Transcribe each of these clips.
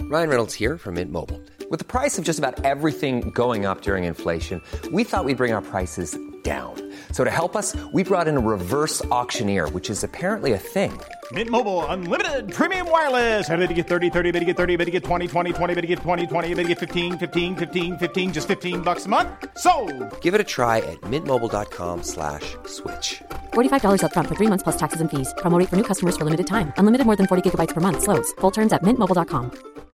Ryan Reynolds here from Mint Mobile. With the price of just about everything going up during inflation, we thought we'd bring our prices down. So to help us, we brought in a reverse auctioneer, which is apparently a thing. Mint Mobile Unlimited Premium Wireless. How to get 30, 30, bit to get 30, bit to get 20, 20, 20, bit to get 20, 20, bit to get 15, 15, 15, 15, just $15 a month? Sold! Give it a try at mintmobile.com/switch. $45 up front for 3 months plus taxes and fees. Promo rate for new customers for limited time. Unlimited more than 40 gigabytes per month. Slows full terms at mintmobile.com.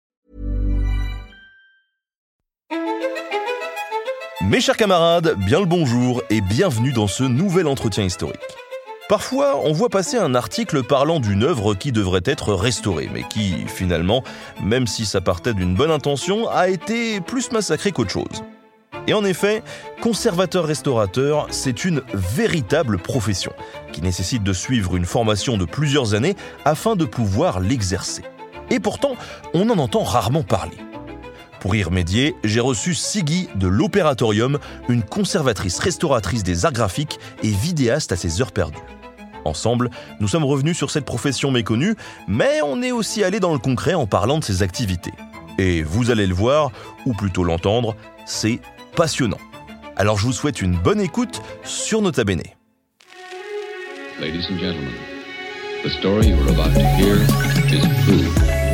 Mes chers camarades, bien le bonjour et bienvenue dans ce nouvel entretien historique. Parfois, on voit passer un article parlant d'une œuvre qui devrait être restaurée, mais qui, finalement, même si ça partait d'une bonne intention, a été plus massacrée qu'autre chose. Et en effet, conservateur-restaurateur, c'est une véritable profession, qui nécessite de suivre une formation de plusieurs années afin de pouvoir l'exercer. Et pourtant, on en entend rarement parler. Pour y remédier, j'ai reçu Siggy de l'Opératorium, une conservatrice restauratrice des arts graphiques et vidéaste à ses heures perdues. Ensemble, nous sommes revenus sur cette profession méconnue, mais on est aussi allé dans le concret en parlant de ses activités. Et vous allez le voir, ou plutôt l'entendre, c'est passionnant. Alors je vous souhaite une bonne écoute sur Nota Bene. Ladies and gentlemen, the story you are about to hear is true.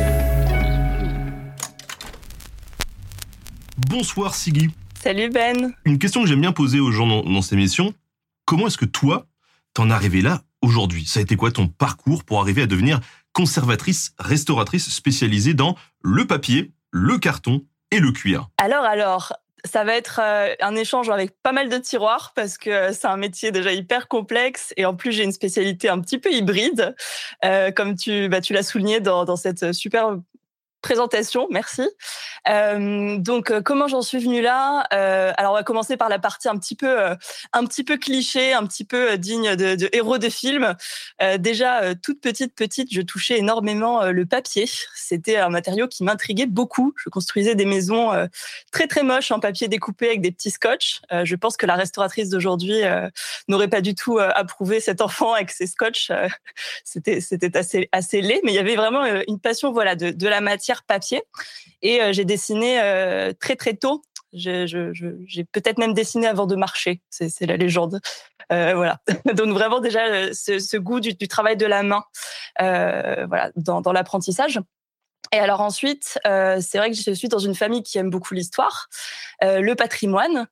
Bonsoir Siggy. Salut Ben. Une question que j'aime bien poser aux gens dans cette émission, comment est-ce que toi, t'en es arrivé là aujourd'hui ? Ça a été quoi ton parcours pour arriver à devenir conservatrice, restauratrice spécialisée dans le papier, le carton et le cuir ? Alors, ça va être un échange avec pas mal de tiroirs parce que c'est un métier déjà hyper complexe et en plus j'ai une spécialité un petit peu hybride, comme tu l'as souligné dans cette super présentation, merci. Donc, comment j'en suis venue là ? Alors, on va commencer par la partie un petit peu cliché, un petit peu digne de héros de film. Déjà, toute petite, je touchais énormément le papier. C'était un matériau qui m'intriguait beaucoup. Je construisais des maisons très très moches en papier découpé avec des petits scotch. Je pense que la restauratrice d'aujourd'hui n'aurait pas du tout approuvé cet enfant avec ses scotch. C'était assez laid, mais il y avait vraiment une passion, voilà, de la matière papier. Et j'ai dessiné très très tôt. J'ai peut-être même dessiné avant de marcher. C'est la légende. Voilà. Donc vraiment déjà ce goût du travail de la main, voilà, dans l'apprentissage. Et alors ensuite, c'est vrai que je suis dans une famille qui aime beaucoup l'histoire, le patrimoine.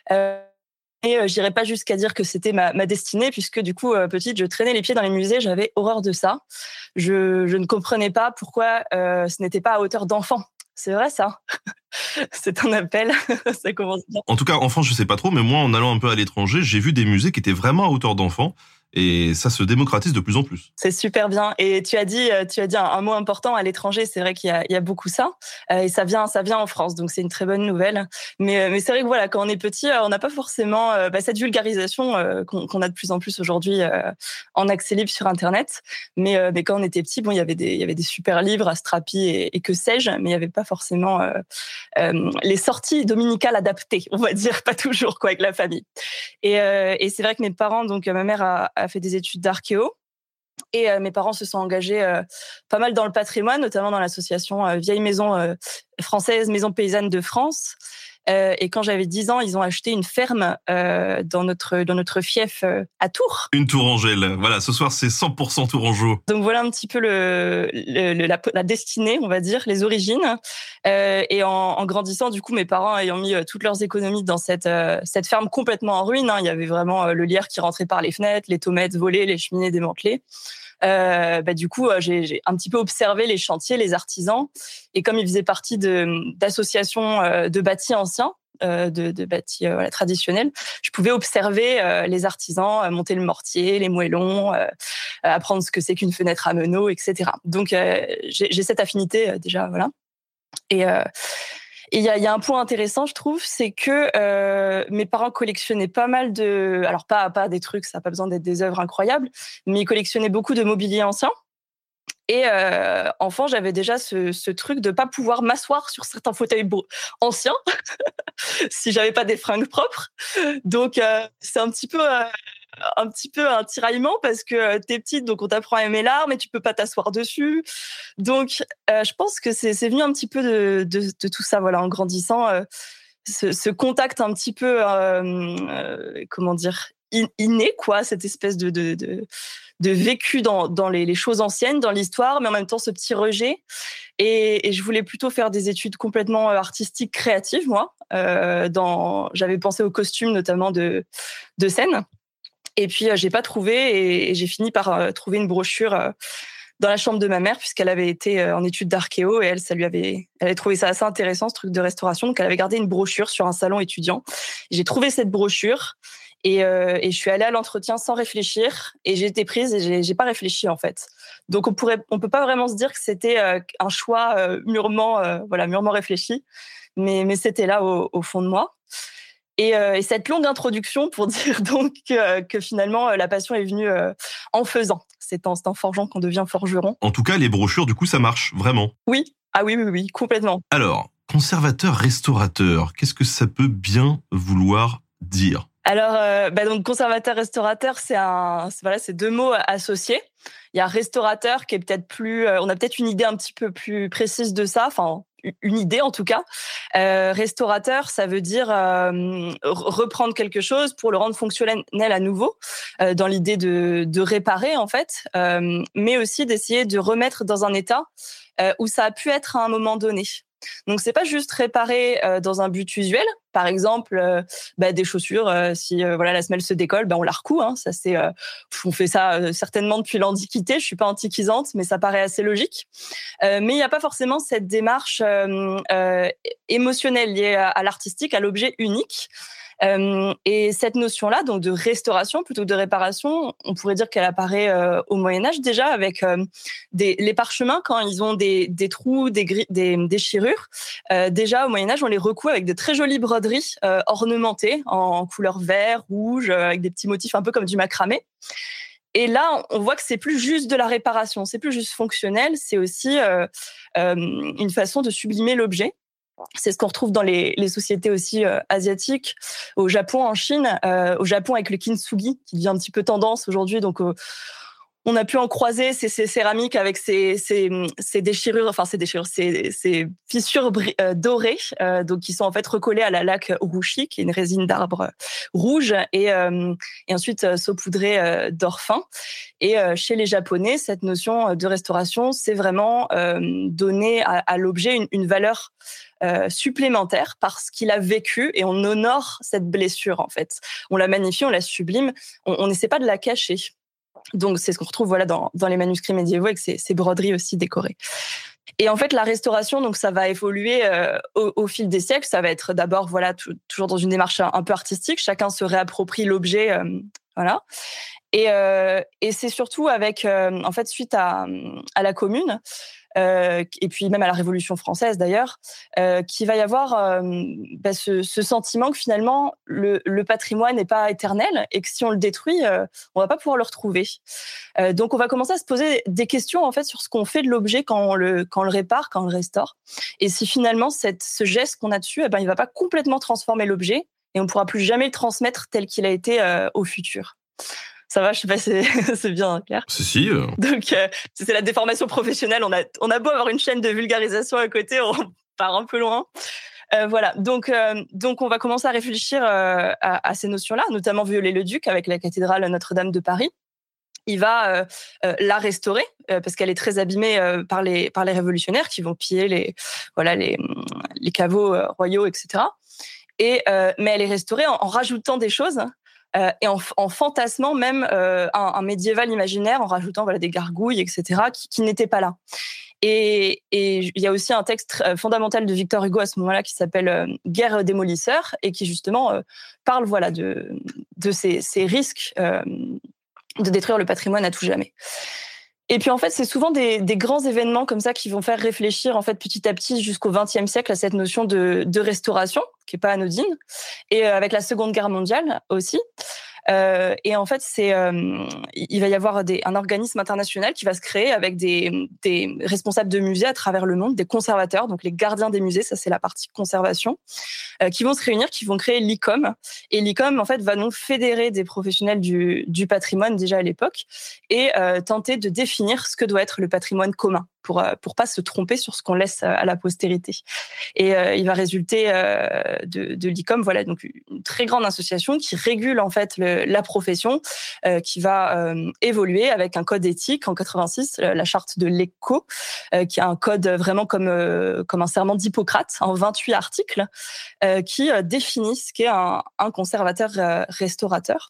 Et j'irai pas jusqu'à dire que c'était ma destinée, puisque du coup, petite, je traînais les pieds dans les musées, j'avais horreur de ça. Je ne comprenais pas pourquoi ce n'était pas à hauteur d'enfant. C'est vrai ça. C'est un appel. Ça commence bien. En tout cas, en France, je sais pas trop, mais moi, en allant un peu à l'étranger, j'ai vu des musées qui étaient vraiment à hauteur d'enfants. Et ça se démocratise de plus en plus. C'est super bien. Et tu as dit un mot important à l'étranger. C'est vrai qu'il y a beaucoup ça. Et ça vient en France. Donc, c'est une très bonne nouvelle. Mais c'est vrai que voilà, quand on est petit, on n'a pas forcément cette vulgarisation qu'on a de plus en plus aujourd'hui en accès libre sur Internet. Mais quand on était petit, bon, il y avait des super livres à Strapi et que sais-je, mais il n'y avait pas forcément les sorties dominicales adaptées, on va dire, pas toujours quoi, avec la famille. Et c'est vrai que mes parents, donc ma mère a fait des études d'archéo. Et mes parents se sont engagés pas mal dans le patrimoine, notamment dans l'association Vieille Maison française, Maison Paysanne de France. Et quand j'avais 10 ans, ils ont acheté une ferme dans notre fief à Tours. Une Tourangelle. Voilà, ce soir, c'est 100% Tourangeau. Donc voilà un petit peu la destinée, on va dire, les origines. Et en grandissant, du coup, mes parents ayant mis toutes leurs économies dans cette ferme complètement en ruine. Il y avait vraiment le lierre qui rentrait par les fenêtres, les tomates volées, les cheminées démantelées. Du coup, j'ai un petit peu observé les chantiers, les artisans, et comme ils faisaient partie d'associations de bâtis anciens, de bâtis traditionnels, je pouvais observer les artisans monter le mortier, les moellons, apprendre ce que c'est qu'une fenêtre à meneaux, etc. Donc, j'ai cette affinité déjà, voilà. Et il y a un point intéressant, je trouve, c'est que mes parents collectionnaient pas mal alors pas des trucs, ça n'a pas besoin d'être des œuvres incroyables, mais ils collectionnaient beaucoup de mobilier ancien. Et enfant, j'avais déjà ce truc de pas pouvoir m'asseoir sur certains fauteuils anciens si j'avais pas des fringues propres. Donc c'est un petit peu un petit peu un tiraillement parce que t'es petite, donc on t'apprend à aimer l'art, mais tu peux pas t'asseoir dessus. Donc, je pense que c'est venu un petit peu de tout ça, voilà, en grandissant, ce contact un petit peu, comment dire, inné, quoi, cette espèce de vécu dans les choses anciennes, dans l'histoire, mais en même temps ce petit rejet. Et je voulais plutôt faire des études complètement artistiques, créatives, moi. J'avais pensé aux costumes, notamment de scène. Et puis, j'ai pas trouvé et j'ai fini par trouver une brochure dans la chambre de ma mère, puisqu'elle avait été en études d'archéo et elle avait trouvé ça assez intéressant, ce truc de restauration. Donc, elle avait gardé une brochure sur un salon étudiant. J'ai trouvé cette brochure et je suis allée à l'entretien sans réfléchir et j'ai été prise et j'ai pas réfléchi, en fait. Donc, on peut pas vraiment se dire que c'était un choix mûrement réfléchi, mais c'était là au fond de moi. Et cette longue introduction pour dire donc que finalement la passion est venue en faisant. C'est en forgeant qu'on devient forgeron. En tout cas, les brochures, du coup, ça marche, vraiment. Oui, oui, complètement. Alors, conservateur-restaurateur, qu'est-ce que ça peut bien vouloir dire ? Alors, donc conservateur-restaurateur, c'est deux mots associés. Il y a restaurateur qui est peut-être plus, on a peut-être une idée un petit peu plus précise de ça, enfin une idée en tout cas. Restaurateur, ça veut dire reprendre quelque chose pour le rendre fonctionnel à nouveau, dans l'idée de réparer en fait, mais aussi d'essayer de remettre dans un état où ça a pu être à un moment donné. Donc c'est pas juste réparer dans un but usuel. Par exemple, des chaussures, si la semelle se décolle, on la recoue. Hein, ça c'est, on fait ça certainement depuis l'Antiquité. Je suis pas antiquisante, mais ça paraît assez logique. Mais il n'y a pas forcément cette démarche émotionnelle liée à l'artistique, à l'objet unique. Et cette notion-là, donc de restauration plutôt que de réparation, on pourrait dire qu'elle apparaît au Moyen-Âge déjà avec les parchemins quand ils ont des trous, des déchirures. Déjà au Moyen-Âge, on les recoue avec de très jolies broderies ornementées en couleur vert, rouge, avec des petits motifs un peu comme du macramé. Et là, on voit que c'est plus juste de la réparation, c'est plus juste fonctionnel, c'est aussi une façon de sublimer l'objet. C'est ce qu'on retrouve dans les sociétés aussi asiatiques, au Japon, en Chine, au Japon avec le kintsugi qui devient un petit peu tendance aujourd'hui. Donc on a pu en croiser ces céramiques avec ces déchirures, ces fissures dorées, donc qui sont en fait recollées à la laque urushi, qui est une résine d'arbre rouge, et ensuite saupoudrée d'or fin. Et chez les Japonais, cette notion de restauration, c'est vraiment donner à l'objet une valeur supplémentaire parce qu'il a vécu, et on honore cette blessure en fait. On la magnifie, on la sublime, on n'essaie pas de la cacher. Donc c'est ce qu'on retrouve dans les manuscrits médiévaux avec ces broderies aussi décorées. Et en fait la restauration, donc ça va évoluer au fil des siècles. Ça va être d'abord toujours dans une démarche un peu artistique. Chacun se réapproprie l'objet, Et c'est surtout avec en fait suite à la Commune. Et puis même à la Révolution française d'ailleurs, qu'il va y avoir ce sentiment que finalement le patrimoine n'est pas éternel et que si on le détruit, on va pas pouvoir le retrouver. Donc on va commencer à se poser des questions en fait sur ce qu'on fait de l'objet quand on le répare, quand on le restaure, et si finalement ce geste qu'on a dessus, il va pas complètement transformer l'objet et on pourra plus jamais le transmettre tel qu'il a été au futur. Ça va, je sais pas si c'est bien clair. Si. Donc, c'est la déformation professionnelle. On a beau avoir une chaîne de vulgarisation à côté, on part un peu loin. Donc on va commencer à réfléchir à ces notions-là, notamment Viollet-le-Duc avec la cathédrale Notre-Dame de Paris. Il va la restaurer parce qu'elle est très abîmée par les révolutionnaires qui vont piller les caveaux royaux, etc. Mais elle est restaurée en rajoutant des choses. Et en fantasmant même un médiéval imaginaire, en rajoutant des gargouilles, etc., qui n'étaient pas là. Et il y a aussi un texte fondamental de Victor Hugo à ce moment-là qui s'appelle Guerre démolisseur et qui justement parle de ces risques de détruire le patrimoine à tout jamais. Et puis en fait, c'est souvent des grands événements comme ça qui vont faire réfléchir en fait petit à petit jusqu'au XXe siècle à cette notion de restauration qui est pas anodine. Et avec la Seconde Guerre mondiale aussi, Et en fait, il va y avoir un organisme international qui va se créer avec des responsables de musées à travers le monde, des conservateurs, donc les gardiens des musées, ça c'est la partie conservation, qui vont se réunir, qui vont créer l'ICOM. Et l'ICOM, en fait, va donc fédérer des professionnels du patrimoine déjà à l'époque et tenter de définir ce que doit être le patrimoine commun pour pas se tromper sur ce qu'on laisse à la postérité. Et il va résulter de l'ICOM, voilà, donc une très grande association qui régule en fait la profession, qui va évoluer avec un code éthique en 86, la charte de l'ECO, qui a un code vraiment comme un serment d'Hippocrate en 28 articles, qui définit ce qu'est un conservateur restaurateur.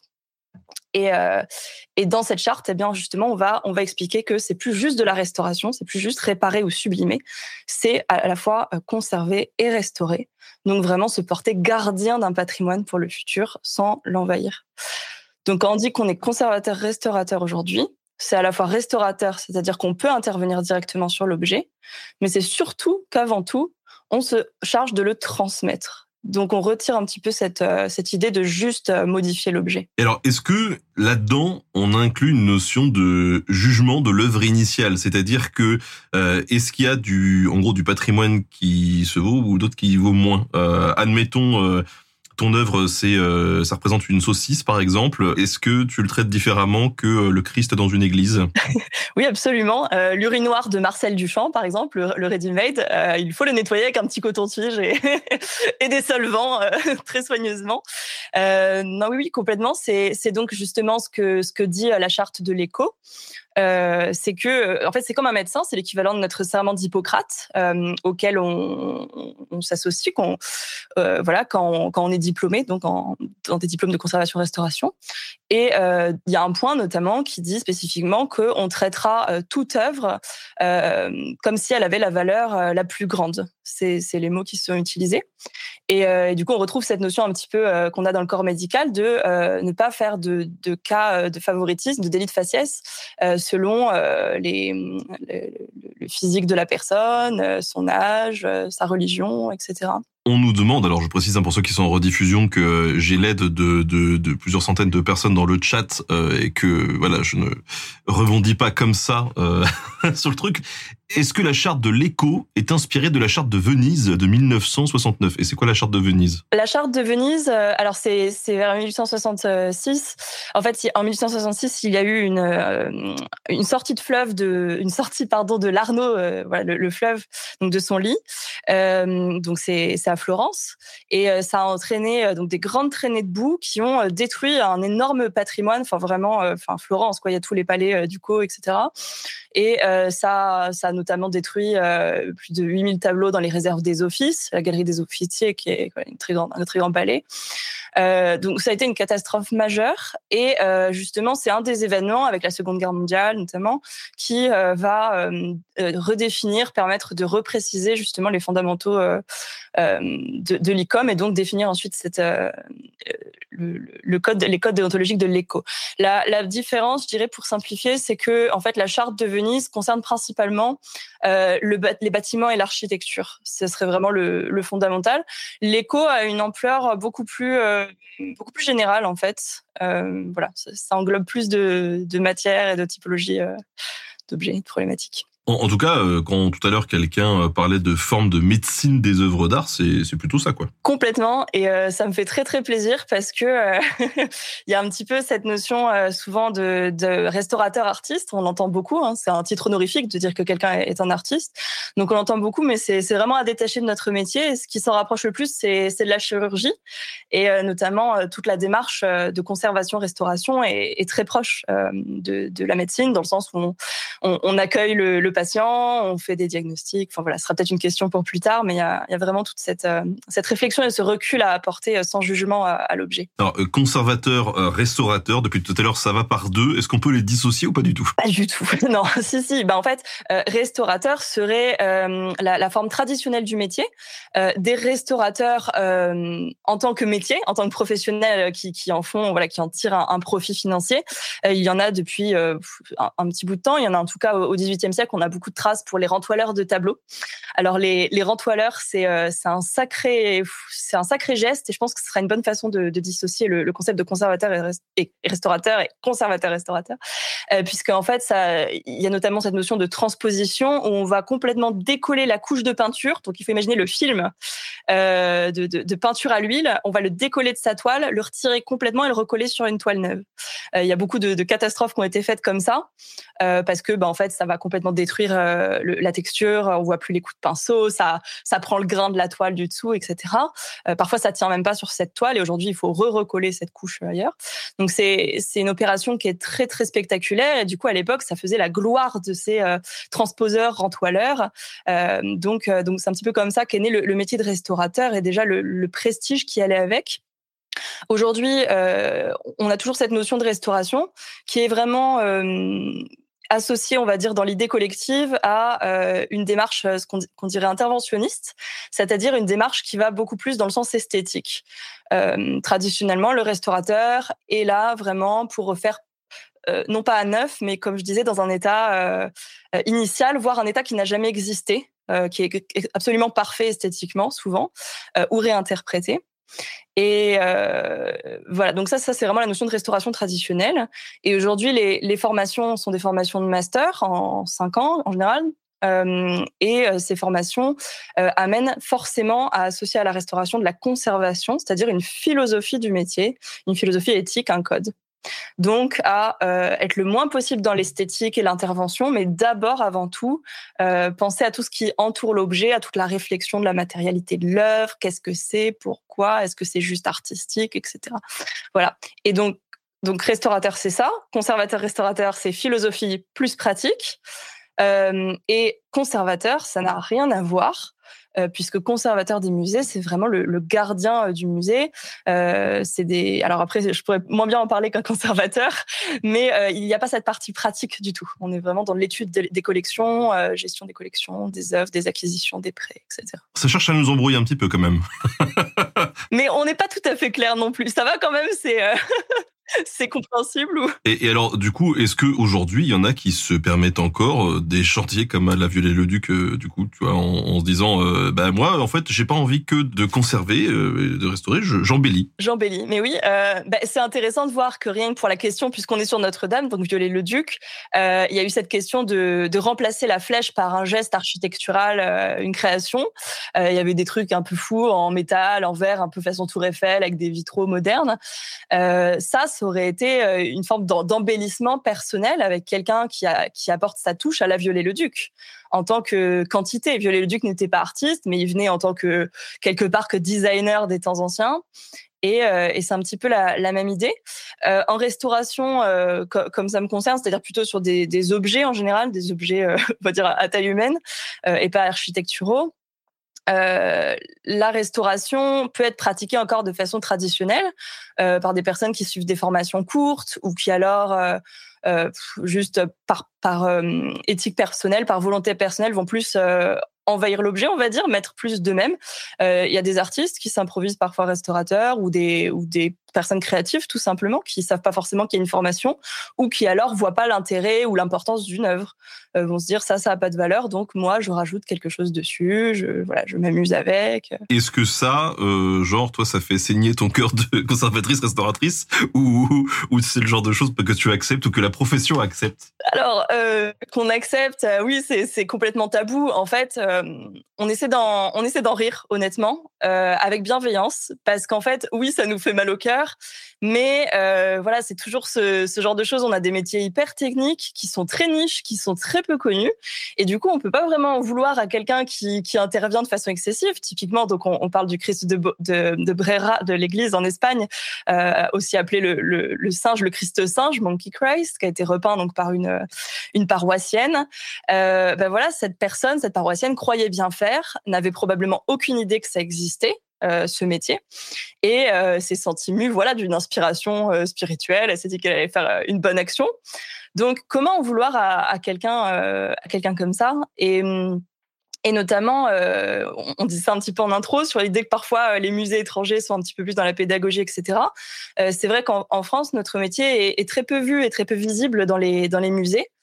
Et dans cette charte, eh bien justement, on va expliquer que c'est plus juste de la restauration, c'est plus juste réparer ou sublimer, c'est à la fois conserver et restaurer. Donc vraiment se porter gardien d'un patrimoine pour le futur sans l'envahir. Donc quand on dit qu'on est conservateur-restaurateur aujourd'hui, c'est à la fois restaurateur, c'est-à-dire qu'on peut intervenir directement sur l'objet, mais c'est surtout qu'avant tout, on se charge de le transmettre. Donc, on retire un petit peu cette idée de juste modifier l'objet. Et alors, est-ce que là-dedans, on inclut une notion de jugement de l'œuvre initiale? C'est-à-dire que, est-ce qu'il y a en gros, du patrimoine qui se vaut ou d'autres qui vaut moins? Admettons, ton œuvre, ça représente une saucisse, par exemple. Est-ce que tu le traites différemment que le Christ dans une église? Oui, absolument. L'urinoir de Marcel Duchamp, par exemple, le ready-made, il faut le nettoyer avec un petit coton-tige et des solvants très soigneusement. Non, oui, complètement. C'est donc justement ce que dit la charte de l'ECO. C'est que, en fait, c'est comme un médecin, c'est l'équivalent de notre serment d'Hippocrate, auquel on s'associe quand on est diplômé, donc dans des diplômes de conservation-restauration. Et il y a un point notamment qui dit spécifiquement qu'on traitera toute œuvre comme si elle avait la valeur la plus grande. C'est les mots qui sont utilisés. Et du coup, on retrouve cette notion un petit peu qu'on a dans le corps médical de ne pas faire de cas de favoritisme, de délit de faciès selon le physique de la personne, son âge, sa religion, etc. On nous demande, alors je précise pour ceux qui sont en rediffusion que j'ai l'aide de plusieurs centaines de personnes dans le chat et que voilà, je ne rebondis pas comme ça sur le truc. Est-ce que la charte de l'ECO est inspirée de la charte de Venise de 1969? Et c'est quoi la charte de Venise? La charte de Venise, alors c'est vers 1866. En fait, en 1866, il y a eu une sortie de l'Arno, voilà, le fleuve, donc de son lit. Donc c'est à Florence, et ça a entraîné donc des grandes traînées de boue qui ont détruit un énorme patrimoine. Enfin vraiment, Florence, quoi. Il y a tous les palais ducaux, etc. Et ça a notamment détruit plus de 8000 tableaux dans les réserves des offices, la galerie des officiers qui est un très grand palais. Donc ça a été une catastrophe majeure, et justement c'est un des événements avec la Seconde Guerre mondiale notamment qui va redéfinir, permettre de repréciser justement les fondamentaux de l'ICOM, et donc définir ensuite les codes déontologiques de l'ECO. La différence, je dirais pour simplifier, c'est que en fait la charte de Venise concerne principalement les bâtiments et l'architecture. Ce serait vraiment le fondamental. L'ECO a une ampleur beaucoup plus générale en fait. Voilà, ça englobe plus de matières et de typologies d'objets, de problématiques. En tout cas, quand tout à l'heure quelqu'un parlait de forme de médecine des œuvres d'art, c'est plutôt ça, quoi. Complètement, et ça me fait très très plaisir parce que il y a un petit peu cette notion souvent de restaurateur artiste. On l'entend beaucoup, hein, c'est un titre honorifique de dire que quelqu'un est un artiste. Donc on l'entend beaucoup, mais c'est vraiment à détacher de notre métier. Et ce qui s'en rapproche le plus, c'est de la chirurgie, et notamment toute la démarche de conservation-restauration est très proche de la médecine, dans le sens où on accueille le patient, on fait des diagnostics. Enfin voilà, ce sera peut-être une question pour plus tard, mais il y a vraiment toute cette réflexion et ce recul à apporter sans jugement à l'objet. Alors, conservateur, restaurateur, depuis tout à l'heure, ça va par deux. Est-ce qu'on peut les dissocier ou pas du tout? Pas du tout. Non, si. En fait, restaurateur serait la forme traditionnelle du métier. Des restaurateurs en tant que métier, en tant que professionnels qui en font, voilà, qui en tirent un profit financier. Il y en a depuis un petit bout de temps. Il y en a en tout cas au XVIIIe siècle. On a beaucoup de traces pour les rentoileurs de tableaux. Alors les rentoileurs, c'est un sacré geste, et je pense que ce sera une bonne façon de dissocier le concept de conservateur et restaurateur et conservateur-restaurateur, puisque en fait il y a notamment cette notion de transposition où on va complètement décoller la couche de peinture. Donc il faut imaginer le film de peinture à l'huile, on va le décoller de sa toile, le retirer complètement et le recoller sur une toile neuve. Il y a beaucoup de catastrophes qui ont été faites comme ça, parce que en fait ça va complètement détruire la texture, on voit plus les coups de pinceau, ça prend le grain de la toile du dessous, etc. Parfois ça tient même pas sur cette toile, et aujourd'hui il faut recoller cette couche ailleurs. Donc c'est une opération qui est très très spectaculaire, et du coup à l'époque ça faisait la gloire de ces transposeurs, rentoileurs. Donc c'est un petit peu comme ça qu'est né le métier de restaurateur, et déjà le prestige qui allait avec. Aujourd'hui, on a toujours cette notion de restauration qui est vraiment associée, on va dire, dans l'idée collective à une démarche, ce qu'on dirait interventionniste, c'est-à-dire une démarche qui va beaucoup plus dans le sens esthétique. Traditionnellement, le restaurateur est là vraiment pour refaire non pas à neuf, mais comme je disais, dans un état initial, voire un état qui n'a jamais existé, qui est absolument parfait esthétiquement, souvent, ou réinterprété. Et voilà, donc ça c'est vraiment la notion de restauration traditionnelle. Et aujourd'hui, les formations sont des formations de master en 5 ans en général. Et ces formations amènent forcément à associer à la restauration de la conservation, c'est-à-dire une philosophie du métier, une philosophie éthique, un code. Donc à être le moins possible dans l'esthétique et l'intervention, mais d'abord, avant tout, penser à tout ce qui entoure l'objet, à toute la réflexion de la matérialité de l'œuvre, qu'est-ce que c'est, pourquoi, est-ce que c'est juste artistique, etc. Voilà. Et donc restaurateur, c'est ça. Conservateur-restaurateur, c'est philosophie plus pratique. Et conservateur, ça n'a rien à voir. Puisque conservateur des musées, c'est vraiment le gardien du musée. Alors après, je pourrais moins bien en parler qu'un conservateur, mais il n'y a pas cette partie pratique du tout. On est vraiment dans l'étude des collections, gestion des collections, des œuvres, des acquisitions, des prêts, etc. Ça cherche à nous embrouiller un petit peu quand même. Mais on n'est pas tout à fait clair non plus. Ça va quand même, c'est compréhensible ou... Et alors, du coup, est-ce que aujourd'hui il y en a qui se permettent encore des chantiers comme à la Viollet-le-Duc, du coup, tu vois, en se disant, moi, en fait, j'ai pas envie que de conserver, de restaurer, j'embellis. J'embellis, mais oui, c'est intéressant de voir que rien que pour la question, puisqu'on est sur Notre-Dame, donc Viollet-le-Duc, il y a eu cette question de remplacer la flèche par un geste architectural, une création. Il y avait des trucs un peu fous en métal, en verre, un peu façon Tour Eiffel, avec des vitraux modernes. Ça aurait été une forme d'embellissement personnel avec quelqu'un qui apporte sa touche à la Viollet-le-Duc. En tant que quantité, Viollet-le-Duc n'était pas artiste, mais il venait en tant que, quelque part, que designer des temps anciens. Et c'est un petit peu la même idée. En restauration, comme ça me concerne, c'est-à-dire plutôt sur des objets en général, des objets, on va dire, à taille humaine, et pas architecturaux. La restauration peut être pratiquée encore de façon traditionnelle par des personnes qui suivent des formations courtes ou qui alors juste par éthique personnelle, par volonté personnelle vont plus envahir l'objet, on va dire, mettre plus d'eux-mêmes. Il y a des artistes qui s'improvisent parfois restaurateurs ou des personnes créatives tout simplement qui savent pas forcément qu'il y a une formation ou qui alors voient pas l'intérêt ou l'importance d'une œuvre, vont se dire ça a pas de valeur, donc moi je rajoute quelque chose dessus, je m'amuse avec. Est-ce que ça, genre toi ça fait saigner ton cœur de conservatrice restauratrice ou c'est le genre de choses que tu acceptes ou que la profession accepte? Alors qu'on accepte, oui c'est complètement tabou. En fait, on essaie d'en rire honnêtement, avec bienveillance, parce qu'en fait oui ça nous fait mal au cœur. Mais voilà, c'est toujours ce genre de choses. On a des métiers hyper techniques qui sont très niches, qui sont très peu connus, et du coup, on peut pas vraiment en vouloir à quelqu'un qui intervient de façon excessive. Typiquement, donc on parle du Christ de Brera, de l'Église en Espagne, aussi appelé le singe, le Christ singe, Monkey Christ, qui a été repeint donc par une paroissienne. Voilà, cette paroissienne croyait bien faire, n'avait probablement aucune idée que ça existait. Ce métier, et s'est sentie mue d'une inspiration spirituelle. Elle s'est dit qu'elle allait faire une bonne action. Donc comment en vouloir à quelqu'un comme ça, et notamment on dit ça un petit peu en intro sur l'idée que parfois les musées étrangers sont un petit peu plus dans la pédagogie, etc. C'est vrai qu'en France notre métier est très peu vu et très peu visible dans les musées.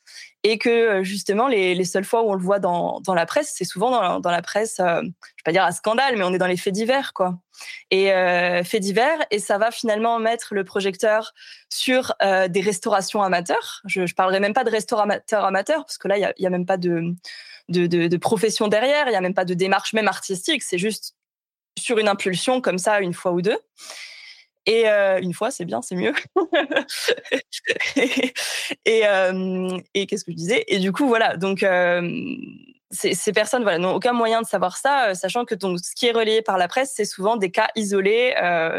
et que justement les seules fois où on le voit dans la presse, c'est souvent dans la presse, je vais pas dire à scandale, mais on est dans les faits divers, quoi. Et faits divers, et ça va finalement mettre le projecteur sur des restaurations amateurs. Je parlerai même pas de restaurateurs amateurs, parce que là il y a même pas de profession derrière, il y a même pas de démarche même artistique, c'est juste sur une impulsion comme ça, une fois ou deux. Et une fois, c'est bien, c'est mieux. Et qu'est-ce que je disais ? Et du coup, voilà. Donc, ces personnes, voilà, n'ont aucun moyen de savoir ça, sachant que donc ce qui est relayé par la presse, c'est souvent des cas isolés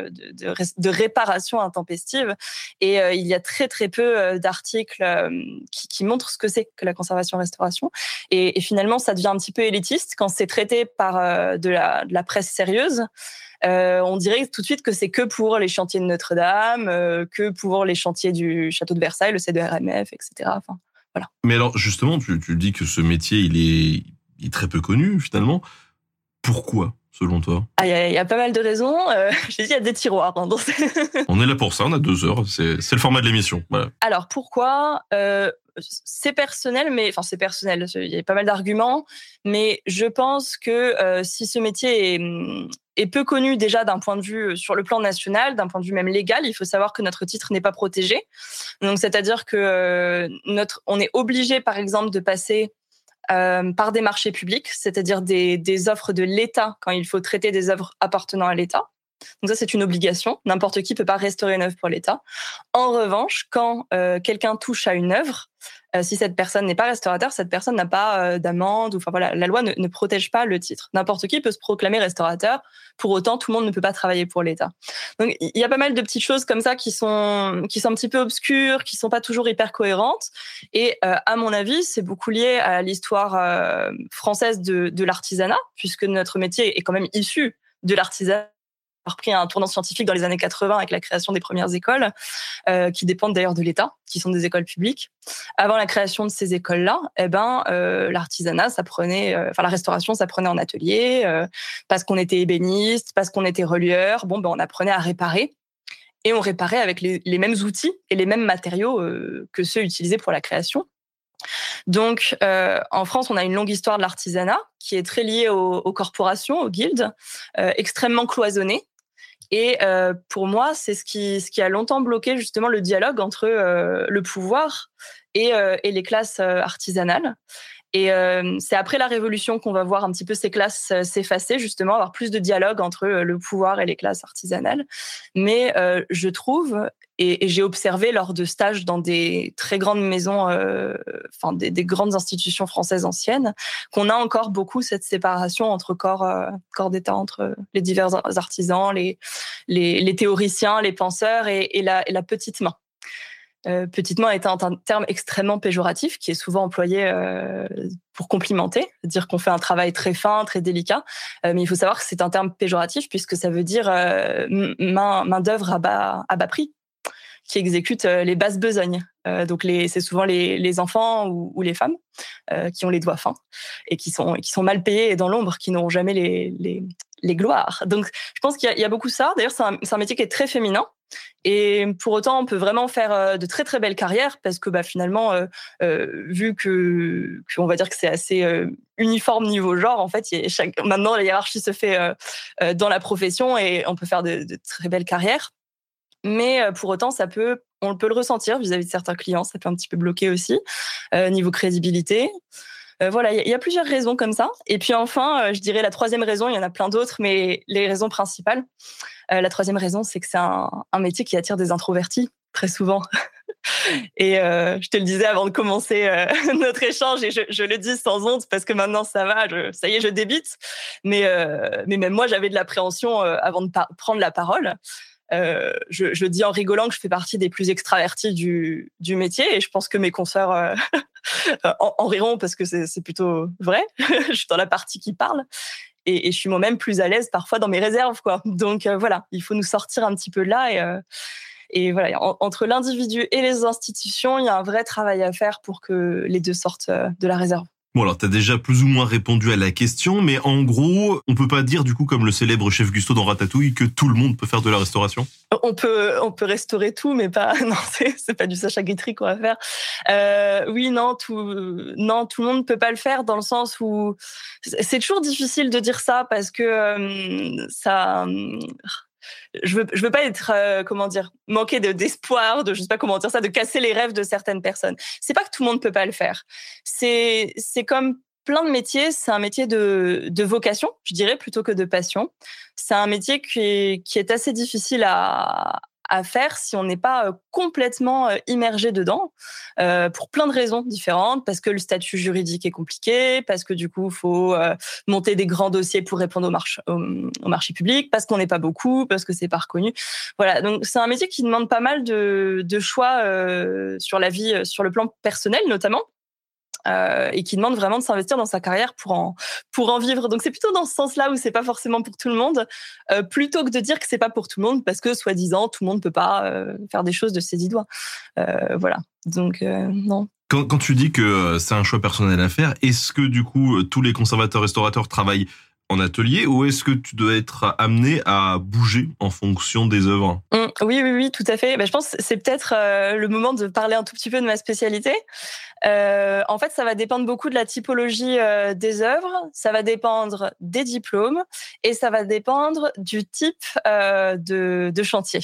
de réparation intempestive. Et il y a très très peu d'articles qui montrent ce que c'est que la conservation-restauration. Et finalement, ça devient un petit peu élitiste quand c'est traité par de la presse sérieuse. On dirait tout de suite que c'est que pour les chantiers de Notre-Dame, que pour les chantiers du château de Versailles, le CDRMF, etc. Enfin, voilà. Mais alors, justement, tu dis que ce métier, il est très peu connu, finalement. Pourquoi, selon toi ? Il y a pas mal de raisons. J'ai dit, il y a des tiroirs. Hein, on est là pour ça, on a 2 heures. C'est le format de l'émission. Voilà. Alors, pourquoi c'est personnel, mais enfin c'est personnel. Il y a pas mal d'arguments, mais je pense que si ce métier est peu connu déjà d'un point de vue sur le plan national, d'un point de vue même légal, il faut savoir que notre titre n'est pas protégé. Donc c'est-à-dire que on est obligé, par exemple, de passer par des marchés publics, c'est-à-dire des offres de l'État quand il faut traiter des œuvres appartenant à l'État. Donc ça, c'est une obligation. N'importe qui peut pas restaurer une œuvre pour l'État. En revanche, quand quelqu'un touche à une œuvre, si cette personne n'est pas restaurateur, cette personne n'a pas d'amende. Enfin voilà, la loi ne protège pas le titre. N'importe qui peut se proclamer restaurateur. Pour autant, tout le monde ne peut pas travailler pour l'État. Donc il y a pas mal de petites choses comme ça qui sont un petit peu obscures, qui sont pas toujours hyper cohérentes. Et à mon avis, c'est beaucoup lié à l'histoire française de l'artisanat, puisque notre métier est quand même issu de l'artisanat. Repris un tournant scientifique dans les années 80 avec la création des premières écoles, qui dépendent d'ailleurs de l'État, qui sont des écoles publiques. Avant la création de ces écoles-là, l'artisanat, la restauration, ça prenait en atelier, parce qu'on était ébéniste, parce qu'on était relieur. On apprenait à réparer. Et on réparait avec les mêmes outils et les mêmes matériaux que ceux utilisés pour la création. Donc, en France, on a une longue histoire de l'artisanat qui est très liée aux corporations, aux guildes, extrêmement cloisonnées. Et pour moi, c'est ce qui a longtemps bloqué justement le dialogue entre le pouvoir et les classes artisanales. Et c'est après la Révolution qu'on va voir un petit peu ces classes s'effacer, justement, avoir plus de dialogue entre le pouvoir et les classes artisanales. Mais je trouve, et j'ai observé lors de stages dans des très grandes maisons, des grandes institutions françaises anciennes, qu'on a encore beaucoup cette séparation entre corps d'État, entre les divers artisans, les théoriciens, les penseurs et la petite main. Petite main étant un terme extrêmement péjoratif qui est souvent employé pour complimenter, dire qu'on fait un travail très fin, très délicat. Mais il faut savoir que c'est un terme péjoratif puisque ça veut dire main d'œuvre à bas prix, qui exécute les basses besognes. Donc c'est souvent les enfants ou les femmes qui ont les doigts fins et qui sont mal payés et dans l'ombre, qui n'auront jamais les gloires. Donc je pense qu'il y a beaucoup ça. D'ailleurs, c'est un métier qui est très féminin. Et pour autant, on peut vraiment faire de très très belles carrières parce que finalement, vu qu'on va dire que c'est assez uniforme niveau genre, en fait, maintenant la hiérarchie se fait dans la profession et on peut faire de très belles carrières. Mais pour autant, on peut le ressentir vis-à-vis de certains clients, ça peut un petit peu bloquer aussi niveau crédibilité. Voilà, il y a plusieurs raisons comme ça. Et puis enfin, je dirais la troisième raison, il y en a plein d'autres, mais les raisons principales. La troisième raison, c'est que c'est un métier qui attire des introvertis, très souvent. Et je te le disais avant de commencer notre échange, et je le dis sans honte parce que maintenant ça va, ça y est, je débute. Mais même moi, j'avais de l'appréhension avant de prendre la parole. Je dis en rigolant que je fais partie des plus extravertis du métier, et je pense que mes consoeurs en riront parce que c'est plutôt vrai. Je suis dans la partie qui parle. Et je suis moi-même plus à l'aise parfois dans mes réserves, quoi. Donc voilà, il faut nous sortir un petit peu de là. Et voilà, entre l'individu et les institutions, il y a un vrai travail à faire pour que les deux sortent de la réserve. Bon, alors, t'as déjà plus ou moins répondu à la question, mais en gros, on peut pas dire, du coup, comme le célèbre chef Gusteau dans Ratatouille, que tout le monde peut faire de la restauration? On peut restaurer tout, mais pas, non, c'est pas du Sacha Guitry qu'on va faire. Oui, non, tout le monde peut pas le faire dans le sens où c'est toujours difficile de dire ça parce que ça. Je veux pas être manquer d'espoir, je sais pas comment dire ça, de casser les rêves de certaines personnes. C'est pas que tout le monde peut pas le faire. C'est comme plein de métiers, c'est un métier de vocation, je dirais, plutôt que de passion. C'est un métier qui est assez difficile à faire si on n'est pas complètement immergé dedans, pour plein de raisons différentes, parce que le statut juridique est compliqué, parce que du coup, il faut monter des grands dossiers pour répondre au marché public, parce qu'on n'est pas beaucoup, parce que c'est pas reconnu. Voilà, donc c'est un métier qui demande pas mal de choix sur la vie, sur le plan personnel notamment. Et qui demande vraiment de s'investir dans sa carrière pour en vivre. Donc c'est plutôt dans ce sens-là où c'est pas forcément pour tout le monde, plutôt que de dire que c'est pas pour tout le monde parce que soi-disant tout le monde peut pas faire des choses de ses 10 doigts. Voilà. Donc non. Quand tu dis que c'est un choix personnel à faire, est-ce que du coup tous les conservateurs-restaurateurs travaillent en atelier ou est-ce que tu dois être amené à bouger en fonction des œuvres? Oui, tout à fait. Je pense que c'est peut-être le moment de parler un tout petit peu de ma spécialité. En fait, ça va dépendre beaucoup de la typologie des œuvres, ça va dépendre des diplômes et ça va dépendre du type de chantier.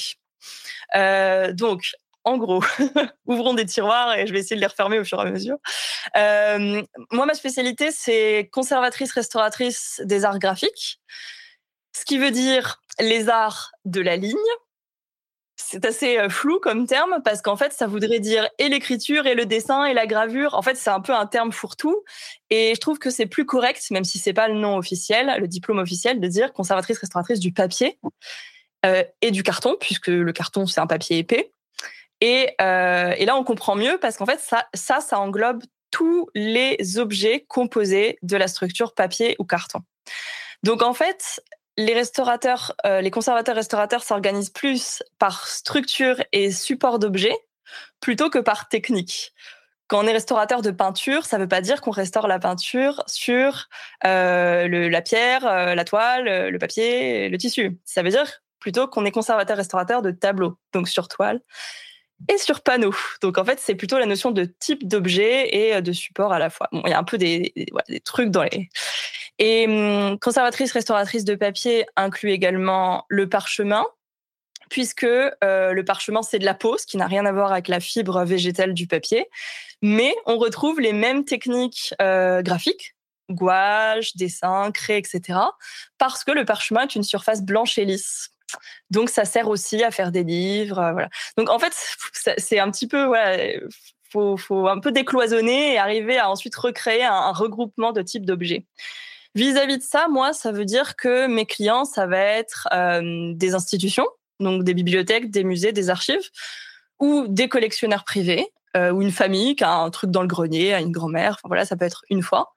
Donc, en gros, ouvrons des tiroirs et je vais essayer de les refermer au fur et à mesure. Moi, ma spécialité, c'est conservatrice-restauratrice des arts graphiques, ce qui veut dire les arts de la ligne. C'est assez flou comme terme parce qu'en fait, ça voudrait dire et l'écriture et le dessin et la gravure. En fait, c'est un peu un terme fourre-tout. Et je trouve que c'est plus correct, même si c'est pas le nom officiel, le diplôme officiel, de dire conservatrice-restauratrice du papier et du carton, puisque le carton, c'est un papier épais. Et là, on comprend mieux parce qu'en fait, ça englobe tous les objets composés de la structure papier ou carton. Donc, en fait, les conservateurs-restaurateurs s'organisent plus par structure et support d'objets plutôt que par technique. Quand on est restaurateur de peinture, ça ne veut pas dire qu'on restaure la peinture sur la pierre, la toile, le papier, le tissu. Ça veut dire plutôt qu'on est conservateur-restaurateur de tableaux, donc sur toile et sur panneau. Donc en fait, c'est plutôt la notion de type d'objet et de support à la fois. Bon, il y a un peu des trucs dans les... Et conservatrice-restauratrice de papier inclut également le parchemin, puisque le parchemin, c'est de la peau, ce qui n'a rien à voir avec la fibre végétale du papier. Mais on retrouve les mêmes techniques graphiques, gouache, dessin, craie, etc., parce que le parchemin est une surface blanche et lisse. Donc, ça sert aussi à faire des livres. Voilà. Donc, en fait, c'est un petit peu... Voilà, faut un peu décloisonner et arriver à ensuite recréer un regroupement de types d'objets. Vis-à-vis de ça, moi, ça veut dire que mes clients, ça va être des institutions, donc des bibliothèques, des musées, des archives, ou des collectionneurs privés, ou une famille qui a un truc dans le grenier, à une grand-mère. Enfin, voilà, ça peut être une fois.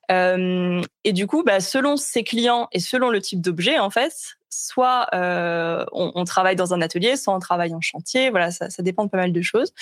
Et du coup, selon ces clients et selon le type d'objet, en fait, soit on travaille dans un atelier, soit on travaille en chantier. Voilà, ça dépend de pas mal de choses.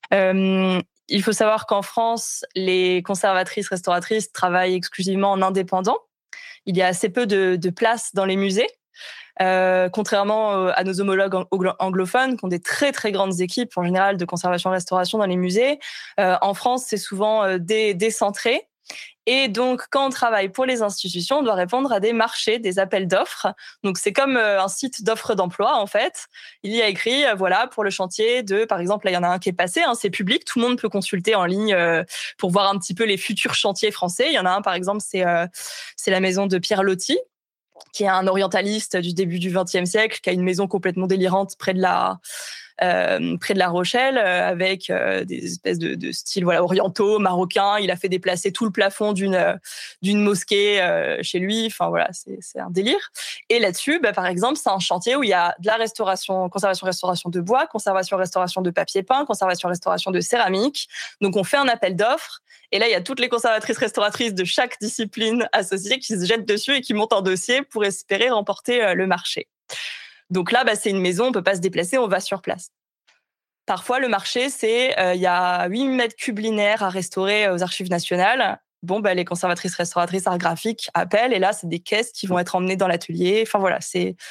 Il faut savoir qu'en France, les conservatrices-restauratrices travaillent exclusivement en indépendant. Il y a assez peu de place dans les musées, contrairement à nos homologues anglophones qui ont des très très grandes équipes en général de conservation-restauration dans les musées. En France, c'est souvent décentré. Et donc, quand on travaille pour les institutions, on doit répondre à des marchés, des appels d'offres. Donc, c'est comme un site d'offres d'emploi, en fait. Il y a écrit, voilà, pour le chantier de, par exemple, là, il y en a un qui est passé, c'est public. Tout le monde peut consulter en ligne pour voir un petit peu les futurs chantiers français. Il y en a un, par exemple, c'est la maison de Pierre Loti, qui est un orientaliste du début du XXe siècle, qui a une maison complètement délirante près de la Rochelle, avec des espèces de styles orientaux, marocains. Il a fait déplacer tout le plafond d'une mosquée chez lui. Enfin voilà, c'est un délire. Et là-dessus, par exemple, c'est un chantier où il y a de la conservation-restauration de bois, conservation-restauration de papier peint, conservation-restauration de céramique. Donc on fait un appel d'offres. Et là, il y a toutes les conservatrices-restauratrices de chaque discipline associée qui se jettent dessus et qui montent un dossier pour espérer remporter le marché. Donc là, c'est une maison, on peut pas se déplacer, on va sur place. Parfois, le marché, c'est il y a 8 mètres cubes linéaires à restaurer aux Archives nationales. les conservatrices, restauratrices, art graphique appellent, et là, c'est des caisses qui vont être emmenées dans l'atelier. Enfin, voilà,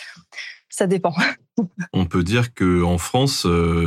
ça dépend. On peut dire que en France,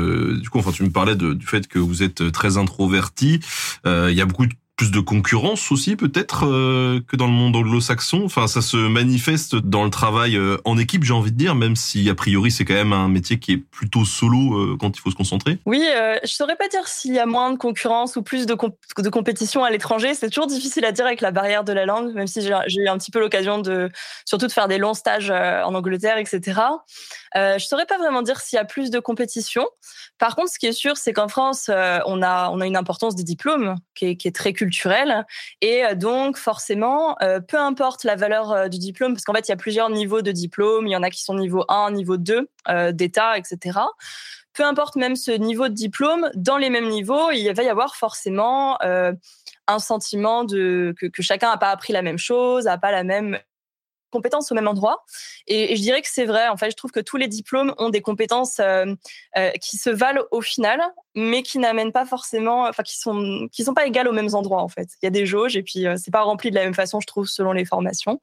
tu me parlais du fait que vous êtes très introverti. Il y a plus de concurrence aussi peut-être que dans le monde anglo-saxon. Enfin, ça se manifeste dans le travail en équipe, j'ai envie de dire, même si a priori c'est quand même un métier qui est plutôt solo quand il faut se concentrer. Oui, je saurais pas dire s'il y a moins de concurrence ou plus de compétition à l'étranger. C'est toujours difficile à dire avec la barrière de la langue, même si j'ai eu un petit peu l'occasion surtout de faire des longs stages en Angleterre, etc. Je saurais pas vraiment dire s'il y a plus de compétition. Par contre, ce qui est sûr, c'est qu'en France, on a une importance des diplômes qui est très culturelle, et donc forcément, peu importe la valeur du diplôme, parce qu'en fait, il y a plusieurs niveaux de diplôme. Il y en a qui sont niveau 1, niveau 2 d'État, etc. Peu importe même ce niveau de diplôme, dans les mêmes niveaux, il va y avoir forcément un sentiment que chacun n'a pas appris la même chose, n'a pas la même compétences au même endroit. Et je dirais que c'est vrai. En fait, je trouve que tous les diplômes ont des compétences qui se valent au final, mais qui n'amènent pas forcément, qui sont pas égales aux mêmes endroits, en fait. Il y a des jauges, et puis c'est pas rempli de la même façon, je trouve, selon les formations.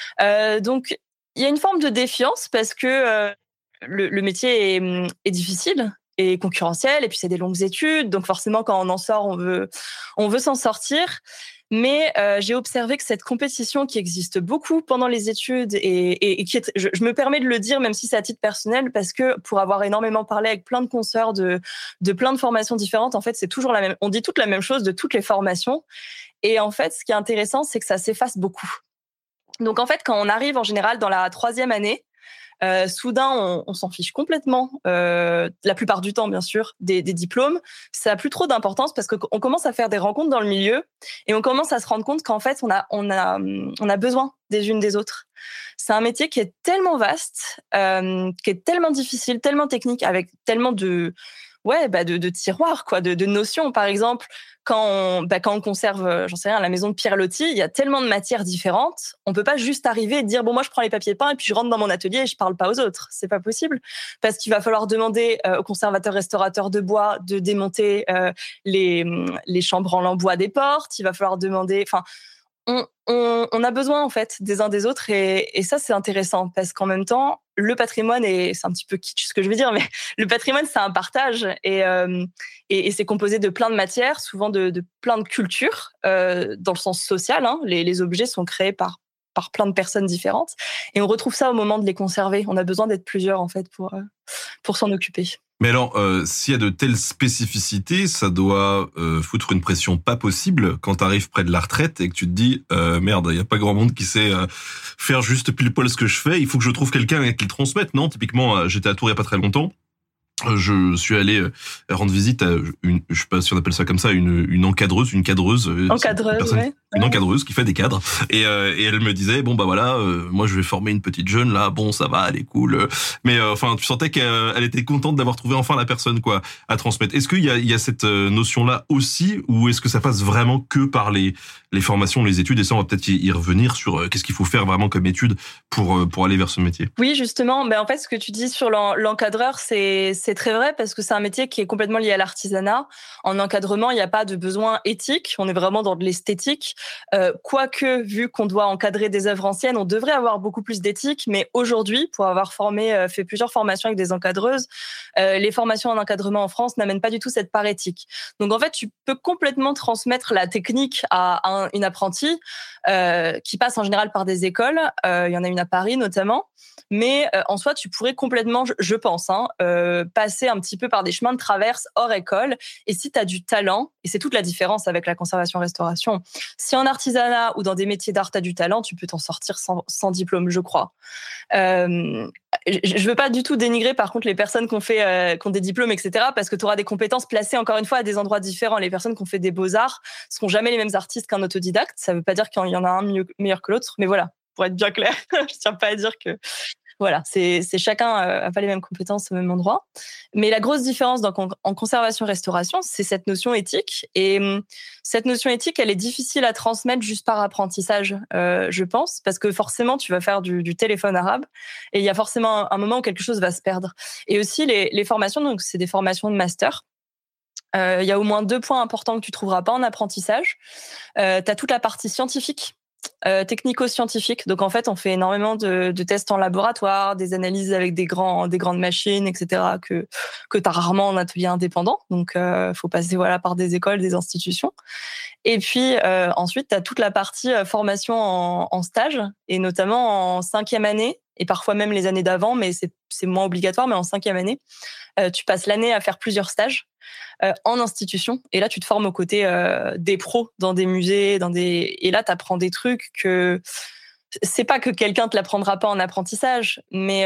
Donc, il y a une forme de défiance parce que le métier est difficile et concurrentiel, et puis c'est des longues études, donc forcément, quand on en sort, on veut s'en sortir. Mais j'ai observé que cette compétition qui existe beaucoup pendant les études et qui est, je me permets de le dire, même si c'est à titre personnel, parce que pour avoir énormément parlé avec plein de consoeurs de plein de formations différentes, en fait, c'est toujours la même. On dit toutes la même chose de toutes les formations. Et en fait, ce qui est intéressant, c'est que ça s'efface beaucoup. Donc en fait, quand on arrive en général dans la 3e année, soudain, on s'en fiche complètement, la plupart du temps, bien sûr, des diplômes. Ça n'a plus trop d'importance parce qu'on commence à faire des rencontres dans le milieu et on commence à se rendre compte qu'en fait, on a besoin des unes des autres. C'est un métier qui est tellement vaste, qui est tellement difficile, tellement technique, avec tellement de tiroirs, quoi, de notions. Par exemple, quand on conserve, j'en sais rien, à la maison de Pierre Loti, il y a tellement de matières différentes. On peut pas juste arriver et dire, bon, moi, je prends les papiers peints et puis je rentre dans mon atelier et je parle pas aux autres. C'est pas possible. Parce qu'il va falloir demander aux conservateurs restaurateurs de bois de démonter les chambranles en bois des portes. Il va falloir demander, on a besoin, en fait, des uns des autres, et ça, c'est intéressant parce qu'en même temps, le patrimoine, et c'est un petit peu kitsch ce que je veux dire, mais le patrimoine, c'est un partage, et c'est composé de plein de matières, souvent de plein de cultures, dans le sens social, hein. Les objets sont créés par plein de personnes différentes, et on retrouve ça au moment de les conserver. On a besoin d'être plusieurs, en fait, pour s'en occuper. Mais alors, s'il y a de telles spécificités, ça doit foutre une pression pas possible quand t'arrives près de la retraite et que tu te dis merde, il y a pas grand monde qui sait faire juste pile poil ce que je fais. Il faut que je trouve quelqu'un qui le transmette. Non, typiquement, j'étais à Tours il y a pas très longtemps. Je suis allé rendre visite à je sais pas si on appelle ça comme ça, une encadreuse, une cadreuse, ouais. Une encadreuse qui fait des cadres, et elle me disait bon bah voilà, moi je vais former une petite jeune là, bon ça va, elle est cool, mais tu sentais qu'elle était contente d'avoir trouvé enfin la personne quoi à transmettre. Est-ce qu'il y a cette notion là aussi, ou est-ce que ça passe vraiment que par les formations, les études, et ça on va peut-être y revenir sur qu'est-ce qu'il faut faire vraiment comme étude pour aller vers ce métier. Oui, justement, en fait ce que tu dis sur l'encadreur, c'est très vrai, parce que c'est un métier qui est complètement lié à l'artisanat. En encadrement, il n'y a pas de besoin éthique, on est vraiment dans de l'esthétique. Quoique, vu qu'on doit encadrer des œuvres anciennes, on devrait avoir beaucoup plus d'éthique, mais aujourd'hui, pour avoir fait plusieurs formations avec des encadreuses, les formations en encadrement en France n'amènent pas du tout cette part éthique. Donc en fait, tu peux complètement transmettre la technique à une apprentie qui passe en général par des écoles. Il y en a une à Paris notamment. Mais en soi, tu pourrais complètement, je pense, passer un petit peu par des chemins de traverse hors école. Et si tu as du talent, et c'est toute la différence avec la conservation-restauration, si en artisanat ou dans des métiers d'art, tu as du talent, tu peux t'en sortir sans diplôme, je crois. Je veux pas du tout dénigrer, par contre, les personnes qui ont des diplômes, etc., parce que tu auras des compétences placées, encore une fois, à des endroits différents. Les personnes qui ont fait des beaux-arts seront jamais les mêmes artistes qu'un autodidacte. Ça veut pas dire qu'il y en a un meilleur que l'autre, mais voilà. Pour être bien clair, je tiens pas à dire que voilà, c'est chacun a pas les mêmes compétences au même endroit. Mais la grosse différence en conservation-restauration, c'est cette notion éthique. Et cette notion éthique, elle est difficile à transmettre juste par apprentissage, je pense, parce que forcément, tu vas faire du téléphone arabe, et il y a forcément un moment où quelque chose va se perdre. Et aussi les formations, donc c'est des formations de master. Il y a au moins 2 points importants que tu trouveras pas en apprentissage. T'as toute la partie scientifique, technico-scientifique. Donc en fait, on fait énormément de tests en laboratoire, des analyses avec des grandes machines, etc. que t'as rarement en atelier indépendant. Donc faut passer par des écoles, des institutions. Et puis ensuite, t'as toute la partie formation en stage, et notamment en 5e année, et parfois même les années d'avant, mais c'est moins obligatoire. Mais en 5e année, tu passes l'année à faire plusieurs stages en institution, et là tu te formes aux côtés des pros dans des musées, et là t'apprends des trucs que c'est pas que quelqu'un te l'apprendra pas en apprentissage, mais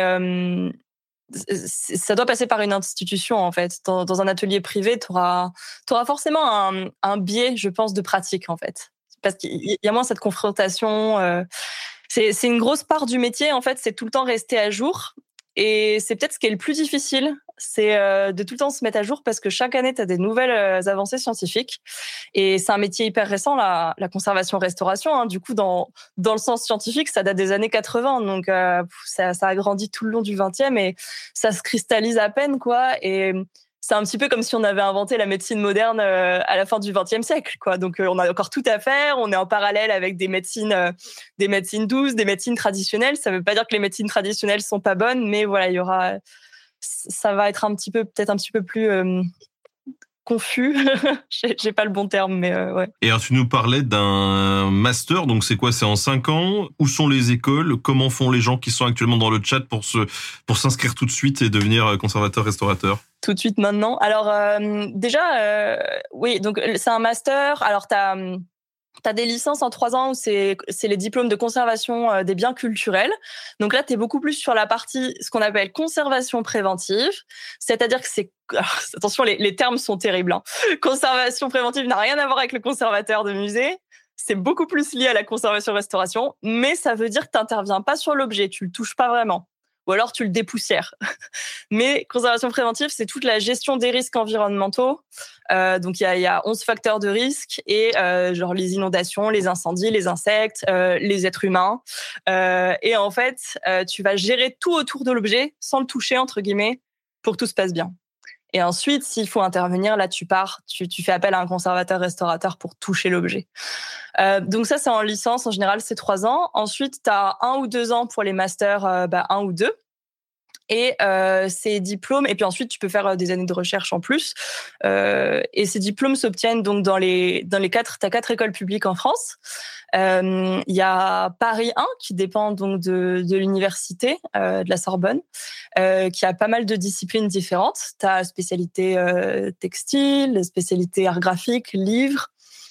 ça doit passer par une institution en fait. Dans un atelier privé, t'auras forcément un biais, je pense, de pratique en fait, parce qu'il y a moins cette confrontation. C'est une grosse part du métier en fait, c'est tout le temps rester à jour. Et c'est peut-être ce qui est le plus difficile, c'est de tout le temps se mettre à jour, parce que chaque année, tu as des nouvelles avancées scientifiques. Et c'est un métier hyper récent, la conservation-restauration. Hein. Du coup, dans le sens scientifique, ça date des années 80. Donc, ça a grandi tout le long du 20e, et ça se cristallise à peine, quoi. Et c'est un petit peu comme si on avait inventé la médecine moderne à la fin du XXe siècle, quoi. Donc, on a encore tout à faire. On est en parallèle avec des médecines douces, des médecines traditionnelles. Ça veut pas dire que les médecines traditionnelles sont pas bonnes, mais voilà, ça va être peut-être un petit peu plus confus. J'ai pas le bon terme, mais ouais. Et alors, tu nous parlais d'un master, donc c'est quoi? C'est en 5 ans? Où sont les écoles? Comment font les gens qui sont actuellement dans le chat pour s'inscrire tout de suite et devenir conservateur-restaurateur? Tout de suite maintenant. Alors déjà, oui, donc c'est un master. Alors t'as des licences en 3 ans où c'est les diplômes de conservation des biens culturels. Donc là, t'es beaucoup plus sur la partie, ce qu'on appelle conservation préventive. C'est-à-dire que attention, les termes sont terribles, hein. Conservation préventive n'a rien à voir avec le conservateur de musée. C'est beaucoup plus lié à la conservation-restauration, mais ça veut dire que t'interviens pas sur l'objet, tu le touches pas vraiment. Ou alors tu le dépoussières. Mais conservation préventive, c'est toute la gestion des risques environnementaux. Donc il y a 11 facteurs de risque, et genre les inondations, les incendies, les insectes, les êtres humains. Et en fait, tu vas gérer tout autour de l'objet sans le toucher, entre guillemets, pour que tout se passe bien. Et ensuite, s'il faut intervenir, là, tu fais appel à un conservateur-restaurateur pour toucher l'objet. Donc ça, c'est en licence. En général, c'est 3 ans. Ensuite, tu as 1 ou 2 ans pour les masters, 1 ou 2. Et ces diplômes, et puis ensuite, tu peux faire des années de recherche en plus. Et ces diplômes s'obtiennent donc t'as 4 écoles publiques en France. Il y a Paris 1 qui dépend donc de l'université de la Sorbonne, qui a pas mal de disciplines différentes. T'as spécialité textile, spécialité art graphique, livre,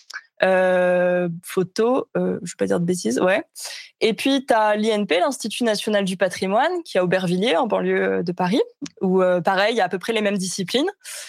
photo, je vais pas dire de bêtises, ouais. Et puis t'as l'INP, l'Institut National du Patrimoine, qui est à Aubervilliers, en banlieue de Paris, où pareil, il y a à peu près les mêmes disciplines.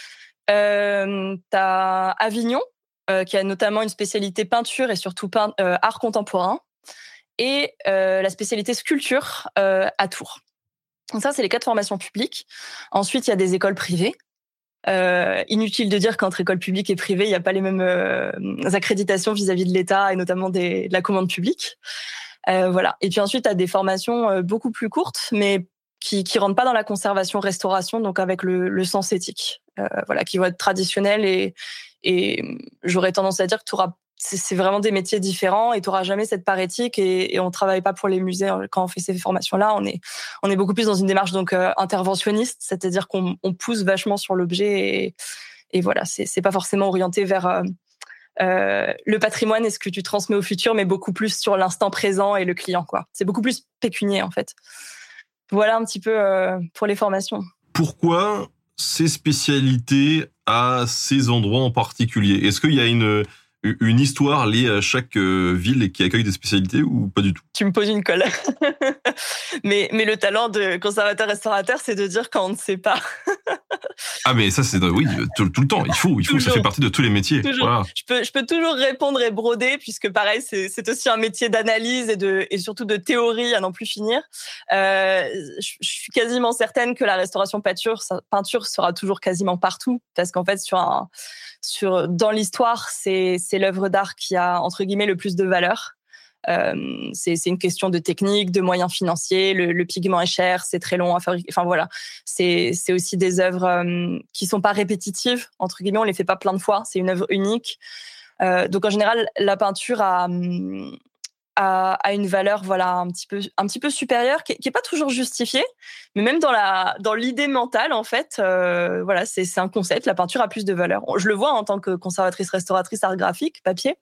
T'as Avignon, qui a notamment une spécialité peinture et surtout art contemporain, et la spécialité sculpture à Tours. Donc ça, c'est les 4 formations publiques. Ensuite, il y a des écoles privées. Inutile de dire qu'entre écoles publiques et privées, il n'y a pas les mêmes accréditations vis-à-vis de l'État, et notamment de la commande publique. Voilà. Et puis ensuite, tu as des formations beaucoup plus courtes, mais qui rentrent pas dans la conservation-restauration, donc avec le sens éthique, voilà, qui vont être traditionnels, et j'aurais tendance à dire que c'est vraiment des métiers différents, et tu n'auras jamais cette part éthique, et on travaille pas pour les musées quand on fait ces formations-là. On est beaucoup plus dans une démarche donc interventionniste, c'est-à-dire qu'on pousse vachement sur l'objet, et voilà, c'est pas forcément orienté vers le patrimoine et ce que tu transmets au futur, mais beaucoup plus sur l'instant présent et le client, quoi. C'est beaucoup plus pécunier en fait. Voilà un petit peu pour les formations. Pourquoi ces spécialités à ces endroits en particulier? Est-ce qu'il y a une histoire liée à chaque ville qui accueille des spécialités, ou pas du tout? Tu me poses une colle. mais le talent de conservateur-restaurateur, c'est de dire quand on ne sait pas. Ah, mais ça, c'est oui, tout le temps. Il faut, ça fait partie de tous les métiers. Voilà. Je peux toujours répondre et broder, puisque pareil, c'est aussi un métier d'analyse et surtout de théorie à n'en plus finir. Je suis quasiment certaine que la restauration peinture sera toujours quasiment partout, parce qu'en fait, dans l'histoire, c'est l'œuvre d'art qui a, entre guillemets, le plus de valeur. C'est une question de technique, de moyens financiers. Le pigment est cher, c'est très long à fabriquer. Enfin voilà, c'est aussi des œuvres qui sont pas répétitives entre guillemets. On les fait pas plein de fois. C'est une œuvre unique. Donc en général, la peinture a une valeur voilà un petit peu supérieure qui est pas toujours justifiée, mais même dans l'idée mentale en fait voilà c'est un concept. La peinture a plus de valeur. Je le vois en tant que conservatrice restauratrice art graphique papier.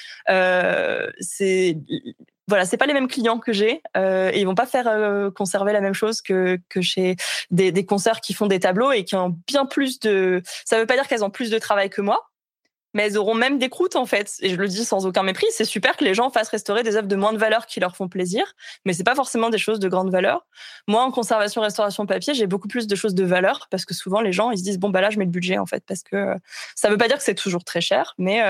C'est pas les mêmes clients que j'ai et ils vont pas faire conserver la même chose que chez des concerts qui font des tableaux et qui ont bien plus de. Ça veut pas dire qu'elles ont plus de travail que moi, mais elles auront même des croûtes en fait. Et je le dis sans aucun mépris, c'est super que les gens fassent restaurer des œuvres de moins de valeur qui leur font plaisir, mais c'est pas forcément des choses de grande valeur. Moi, en conservation, restauration, papier, j'ai beaucoup plus de choses de valeur parce que souvent les gens ils se disent bon bah là je mets le budget en fait parce que ça veut pas dire que c'est toujours très cher, mais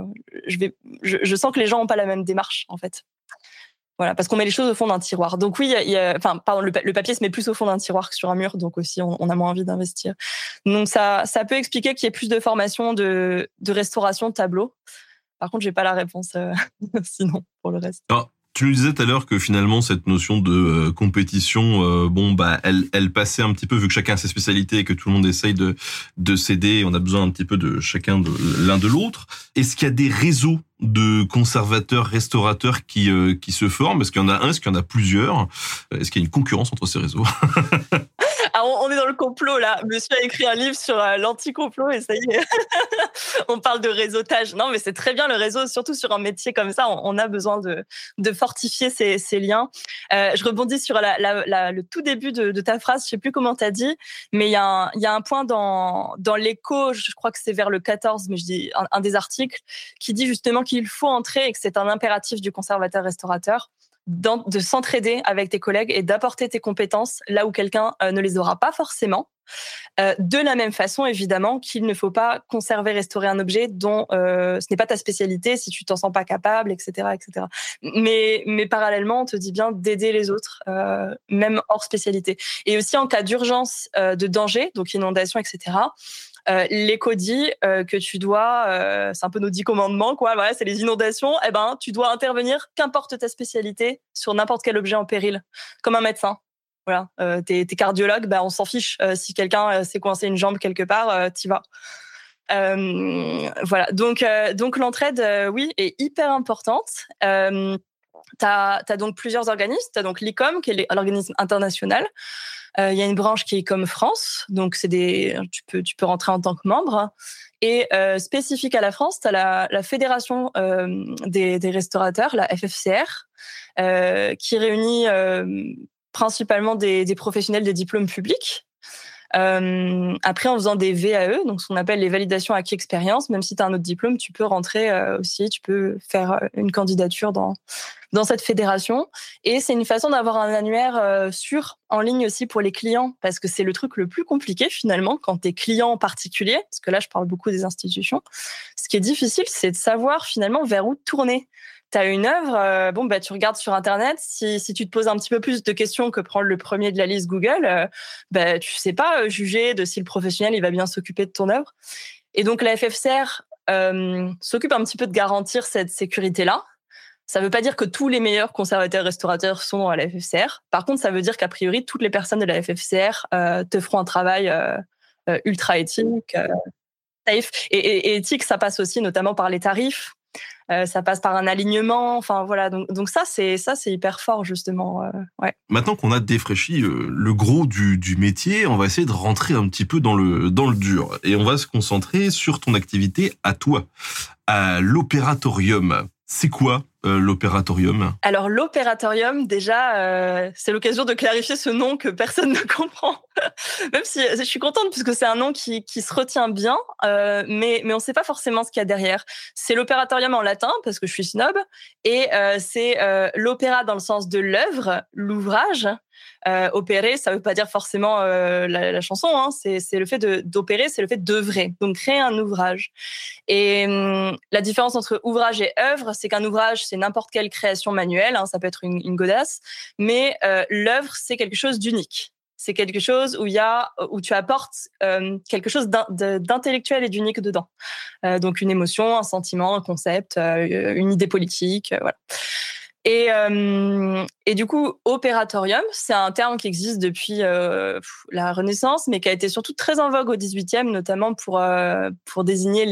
je sens que les gens ont pas la même démarche en fait. Voilà, parce qu'on met les choses au fond d'un tiroir. Donc oui, le papier se met plus au fond d'un tiroir que sur un mur, donc aussi on a moins envie d'investir. Donc ça peut expliquer qu'il y ait plus de formation de restauration de tableaux. Par contre, j'ai pas la réponse sinon pour le reste. Ah, tu nous disais tout à l'heure que finalement cette notion de compétition, elle passait un petit peu vu que chacun a ses spécialités et que tout le monde essaye de s'aider. On a besoin un petit peu de chacun de l'un de l'autre. Est-ce qu'il y a des réseaux de conservateurs, restaurateurs qui se forment? Est-ce qu'il y en a un? Est-ce qu'il y en a plusieurs? Est-ce qu'il y a une concurrence entre ces réseaux? Ah, on est dans le complot là. Monsieur a écrit un livre sur l'anti-complot et ça y est. On parle de réseautage. Non, mais c'est très bien le réseau, surtout sur un métier comme ça. On a besoin de fortifier ces liens. Je rebondis sur le tout début de ta phrase. Je sais plus comment t'as dit, mais il y a un point dans l'écho. Je crois que c'est vers le 14, mais je dis un des articles qui dit justement qu'il faut entrer et que c'est un impératif du conservateur-restaurateur de s'entraider avec tes collègues et d'apporter tes compétences là où quelqu'un ne les aura pas forcément. De la même façon, évidemment, qu'il ne faut pas conserver, restaurer un objet dont ce n'est pas ta spécialité, si tu t'en sens pas capable, etc., etc. Mais parallèlement, on te dit bien d'aider les autres, même hors spécialité. Et aussi en cas d'urgence, de danger, donc inondation, etc., l'éco dit que tu dois, c'est un peu nos 10 commandements, quoi. Voilà, c'est les inondations. Eh ben, tu dois intervenir, qu'importe ta spécialité, sur n'importe quel objet en péril, comme un médecin. Voilà, t'es cardiologue, bah on s'en fiche. Si quelqu'un s'est coincé une jambe quelque part, t'y vas. Voilà, donc l'entraide, oui, est hyper importante. T'as donc plusieurs organismes. T'as donc l'ICOM, qui est l'organisme international. Il y a une branche qui est ICOM France, donc tu peux rentrer en tant que membre. Et spécifique à la France, t'as la fédération des restaurateurs, la FFCR, qui réunit principalement des professionnels des diplômes publics. Après, en faisant des VAE, donc ce qu'on appelle les validations acquis expérience, même si tu as un autre diplôme, tu peux rentrer aussi, tu peux faire une candidature dans cette fédération. Et c'est une façon d'avoir un annuaire sûr en ligne aussi pour les clients, parce que c'est le truc le plus compliqué finalement quand t'es client en particulier, parce que là, je parle beaucoup des institutions. Ce qui est difficile, c'est de savoir finalement vers où tourner. T'as une œuvre, tu regardes sur Internet. Si tu te poses un petit peu plus de questions que prendre le premier de la liste Google, tu sais pas juger de si le professionnel il va bien s'occuper de ton œuvre. Et donc la FFCR s'occupe un petit peu de garantir cette sécurité-là. Ça veut pas dire que tous les meilleurs conservateurs-restaurateurs sont à la FFCR. Par contre, ça veut dire qu'a priori toutes les personnes de la FFCR te feront un travail ultra éthique, safe. Et éthique, ça passe aussi notamment par les tarifs. Ça passe par un alignement, enfin voilà. Donc ça c'est hyper fort justement. Ouais. Maintenant qu'on a défraîchi le gros du métier, on va essayer de rentrer un petit peu dans le dur et on va se concentrer sur ton activité à toi, à l'Opératorium. C'est quoi l'Opératorium? Alors l'Opératorium, déjà, c'est l'occasion de clarifier ce nom que personne ne comprend. Même si je suis contente puisque c'est un nom qui se retient bien, mais on ne sait pas forcément ce qu'il y a derrière. C'est l'Opératorium en latin parce que je suis snob et c'est l'opéra dans le sens de l'œuvre, l'ouvrage. Opérer, ça veut pas dire forcément la chanson, hein. C'est le fait d'opérer, c'est le fait d'œuvrer, donc créer un ouvrage. Et la différence entre ouvrage et œuvre, c'est qu'un ouvrage, c'est n'importe quelle création manuelle, hein, ça peut être une godasse, mais l'œuvre, c'est quelque chose d'unique. C'est quelque chose où tu apportes quelque chose d'intellectuel et d'unique dedans. Donc une émotion, un sentiment, un concept, une idée politique, voilà. Et du coup, opératorium, c'est un terme qui existe depuis la Renaissance, mais qui a été surtout très en vogue au XVIIIe, notamment pour désigner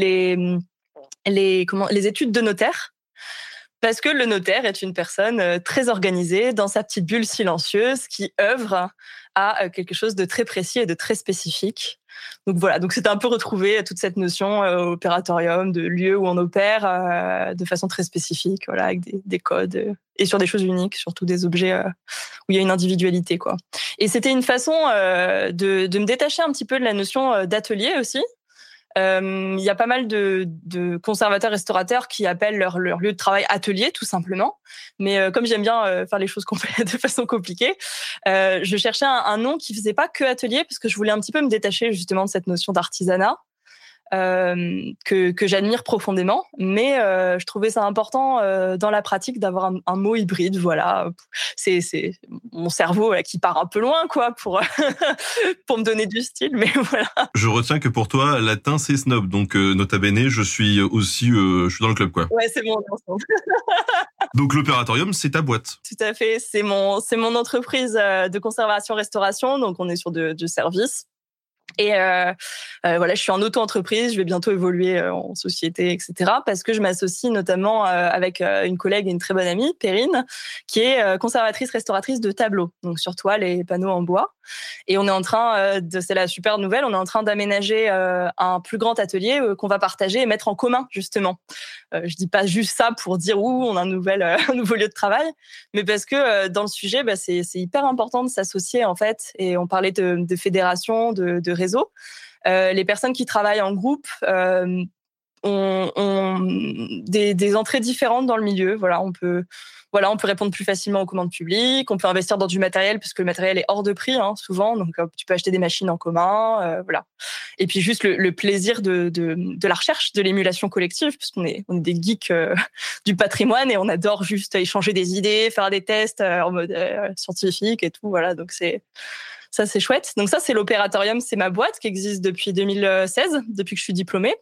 les études de notaire. Parce que le notaire est une personne très organisée dans sa petite bulle silencieuse qui œuvre à quelque chose de très précis et de très spécifique. Donc voilà, donc c'était un peu retrouver toute cette notion opératorium, de lieu où on opère de façon très spécifique, voilà, avec des codes et sur des choses uniques, surtout des objets où il y a une individualité, quoi. Et c'était une façon de me détacher un petit peu de la notion d'atelier aussi. Il y a pas mal de conservateurs restaurateurs qui appellent leur lieu de travail atelier, tout simplement. Mais comme j'aime bien faire les choses de façon compliquée, je cherchais un nom qui faisait pas que atelier, parce que je voulais un petit peu me détacher justement de cette notion d'artisanat que j'admire profondément. Mais je trouvais ça important dans la pratique d'avoir un mot hybride. Voilà, c'est mon cerveau qui part un peu loin, quoi, pour pour me donner du style. Mais voilà. Je retiens que pour toi, latin, c'est snob. Donc, nota bene, je suis aussi, je suis dans le club, quoi. Ouais, c'est bon. Donc, l'opératorium, c'est ta boîte. Tout à fait. C'est mon entreprise de conservation-restauration. Donc, on est sur du service. Et voilà, je suis en auto-entreprise, je vais bientôt évoluer en société, etc. Parce que je m'associe notamment avec une collègue et une très bonne amie, Perrine, qui est conservatrice restauratrice de tableaux, donc sur toile et panneaux en bois. Et on est en train c'est la super nouvelle, on est en train d'aménager un plus grand atelier qu'on va partager et mettre en commun, justement. Je dis pas juste ça pour dire on a un nouveau lieu de travail, mais parce que dans le sujet, c'est hyper important de s'associer, en fait. Et on parlait de fédération, de réseau. Les personnes qui travaillent en groupe ont des entrées différentes dans le milieu. Voilà, on peut répondre plus facilement aux commandes publiques, on peut investir dans du matériel parce que le matériel est hors de prix, souvent. Donc tu peux acheter des machines en commun, voilà. Et puis juste le plaisir de la recherche, de l'émulation collective, parce qu'on est des geeks du patrimoine et on adore juste échanger des idées, faire des tests en mode scientifique et tout. Voilà, donc c'est chouette. Donc ça, c'est l'Opératorium, c'est ma boîte qui existe depuis 2016, depuis que je suis diplômée.